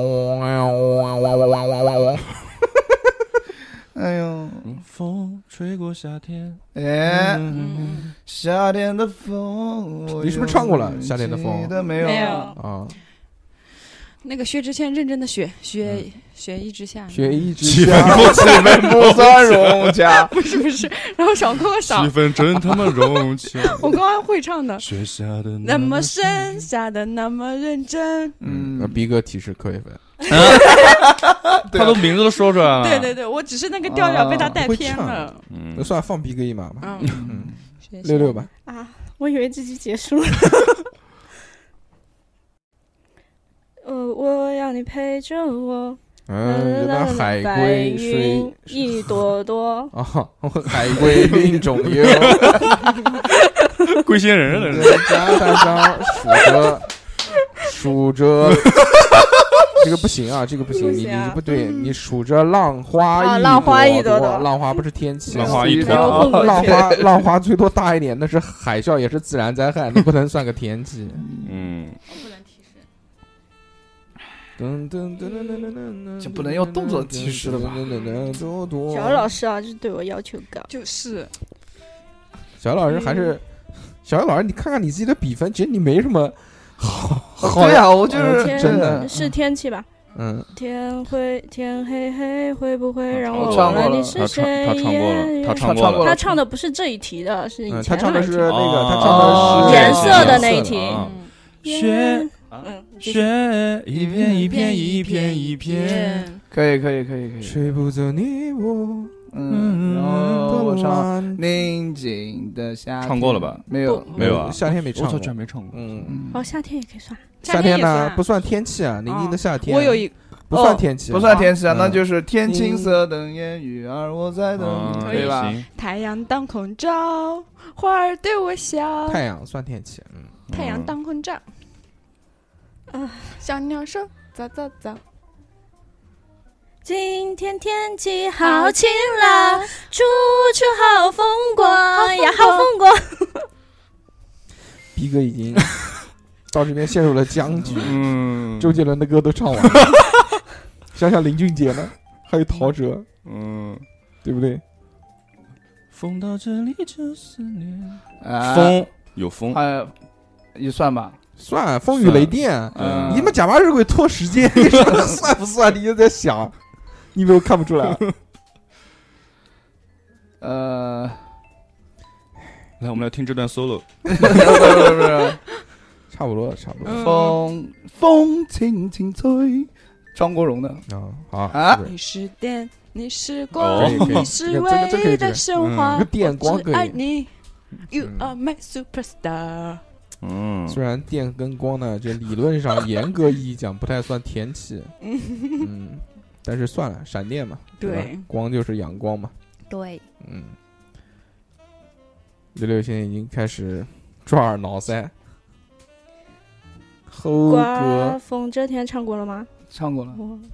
哎呦， 风吹过夏天， 哎，夏天的风， 你是不是唱过了《夏天的风》？ 没有， 没有啊。 那个薛之谦认真的雪雪雪一直下， 雪一直下， 气氛不算融洽。 不是不是，然后小哥哥气少， 氛真他妈融洽。 我刚刚会唱的。 雪下的那么深，下的那么认真。 嗯，那逼哥提示扣一分。 他都名字都说出来了。 对对对，我只是那个调调被他带偏了。 嗯，那算放逼哥一马吧。 嗯嗯，六六吧。 啊，我以为这集结束了。呃，我要你陪着我。 嗯，那海龟水一朵朵。 啊，海龟命中有。 龟仙人了， 沙滩上数着数着。这个不行啊，这个不行，你你不对，你数着浪花一浪花一朵朵，浪花不是天气， 浪花一朵， 浪花浪花最多大一点，那是海啸，也是自然灾害，那不能算个天气。 嗯， 不能提示。 噔噔噔噔噔噔， 就不能用动作提示了吧？ 小何老师啊，就是对我要求高。 就是小何老师还是小何老师，你看看你自己的比分，其实你没什么。好，好对啊，我就是真的是天气吧？ 嗯， 天会天黑黑，会不会让我忘了你是谁？ 他唱过了，他唱过了， 他唱的不是这一题的，是以前他唱的是那个，他哦唱的是颜色的那一题。 雪嗯， 雪一片一片一片一片， 可以可以可以可以。 吹不走你我。 嗯，然后我唱宁静的夏天， 唱过了吧？ 没有， 没有啊， 夏天没唱过， 我操，居然没唱过。 嗯， 哦，夏天也可以算。 夏天呢不算天气啊，宁静的夏天。 我有一不算天气， 不算天气啊，那就是天青色等烟雨，而我在等你，对吧？ 太阳当空照，花儿对我笑。 太阳算天气，嗯， 太阳当空照。啊，小鸟说早早早。 今天天气好晴朗，处处好风光呀，好风光。 逼哥已经到这边陷入了僵局。 嗯， 周杰伦的歌都唱完了，想想林俊杰呢，还有陶喆， 嗯， 对不对？ 风到这里就思念， 风有风， 还也算吧。 算风雨雷电， 嗯、 你们假巴日鬼拖时间，算不算？你就在想，你有没有看不出来？ 呃， 来，我们来听这段 solo。 不是不是， 差不多，差不多。 风风轻轻吹，张国荣的啊，好啊。 你是电，你是光，你是唯一的神话， 电光可以。 爱你 ，You are my superstar。 嗯， 虽然电跟光呢，这理论上严格意义讲不太算天气，嗯，但是算了，闪电嘛，对吧？光就是阳光嘛， 对， 嗯。 六六现在已经开始抓耳挠腮。猴刮哥， 风这天唱过了吗？ 唱过了。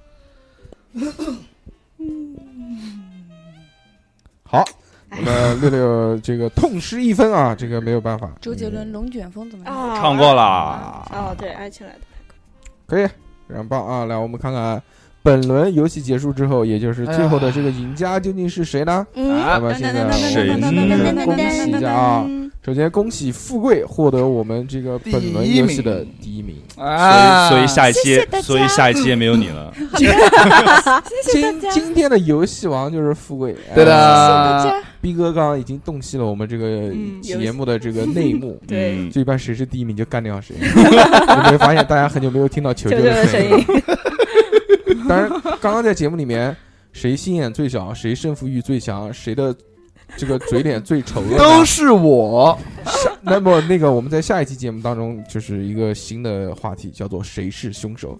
好，那么六六这个痛失一分啊，这个没有办法。 周杰伦《龙卷风》怎么样？ 啊， 唱过啦。 哦，对，爱情来的。 可以，非常棒啊！来，我们看看本轮游戏结束之后，也就是最后的这个赢家究竟是谁呢？ 嗯， 那么现在谁呢恭喜一下啊！首先恭喜富贵获得我们这个本轮游戏的第一名， 啊， 所以所以下一期谢谢大，家所以下一期也没有你了。 谢谢大今家， 今天的游戏王就是富贵， 对的哎谢谢大家。 逼哥刚刚已经洞悉了我们这个嗯节目的这个内幕， 对嗯就一般谁是第一名就干掉谁。有没有发现大家很久没有听到求救求救的声声音？ 当然，刚刚在节目里面，谁心眼最小，谁胜负欲最强，谁的这个嘴脸最丑恶呢， 都是我。 那么那个我们在下一期节目当中就是一个新的话题，叫做谁是凶手，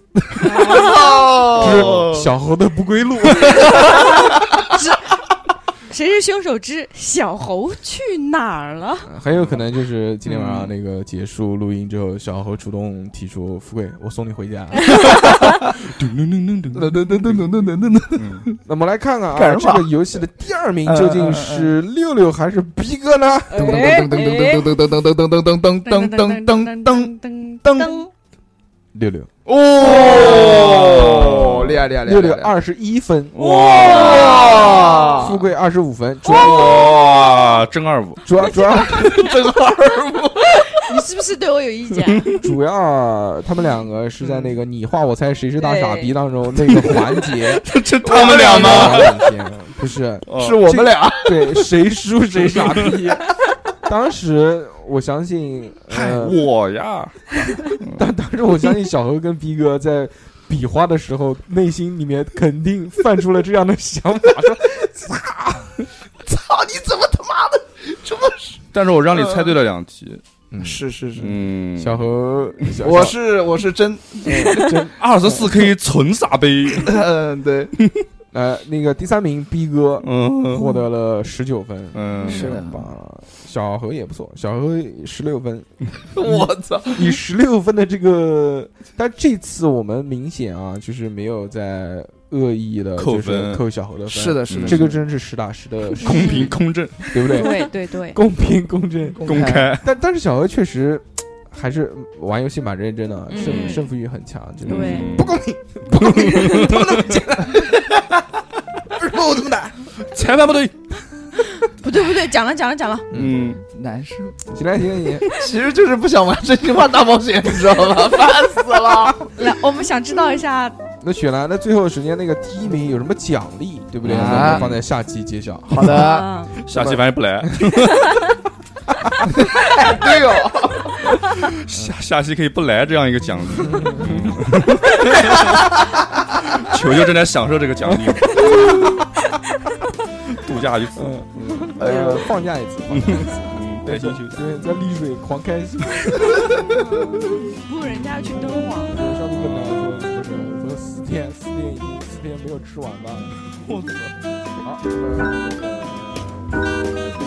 哦是小猴的不归路。 谁是凶手之小猴去哪儿了？ 很有可能就是今天晚上那个结束录音之后，小猴主动提出富贵，我送你回家。 噔噔噔噔噔噔噔噔噔噔噔。 那么来看看啊， 干什么这个游戏的第二名究竟是六六还是逼哥呢？ 噔噔噔噔噔噔噔噔噔噔噔噔噔噔噔噔噔噔。 六六哦，厉害厉害厉害！ 六六二十一分， 哇， 富贵二十五分，主要哇，正二五， 主要主要这个二五， 你是不是对我有意见？ 主要他们两个是在那个你画我猜谁是大傻逼对当中那个环节， 这他们俩吗？ 不是， 是我们俩。 对，谁输谁傻逼。当时我相信，呃， 我呀， 当当时我相信小何跟逼哥在比划的时候，内心里面肯定泛出了这样的想法，说：“操， 操，你怎么他妈的这么…… 但是我让你猜对了两题。 嗯是是是， 嗯， 小何，小我是我是真， 真二十四 K 纯傻杯。 嗯对， 呃那个第三名逼哥嗯获得了十九分， 嗯， 是的吧？小何也不错，小何十六分， 我操， 以十六分的这个，但这次我们明显啊，就是没有在恶意的扣就是分扣小何的分， 是的是的， 这个真是实打实的公平公正对不对？ 对对对， 公平公正公开。 但但是小何确实还是玩游戏蛮认真的，胜嗯胜负欲很强，就是对不公平，不公平，不能这么简单，不是我怎么打？ 裁判不对。 不对不对，讲了讲了讲了， 嗯， 难受， 行了行了行， 其实就是不想玩真心话大冒险，你知道吗？烦死了。 来，我们想知道一下， 那雪兰的最后时间那个第一名有什么奖励，对不对？ 啊我们放在下期揭晓。 好的， 啊下期反正不来， 对哦， 下下期可以不来这样一个奖励。球球正在享受这个奖励，度假一次， 呃，放假一次，放假一次， 嗯，开心休息。 对，在丽水狂开心。 不，人家要去敦煌。 我上次问他说，不是，我说四天，四天已经四天没有吃晚饭了。我操！好，那么。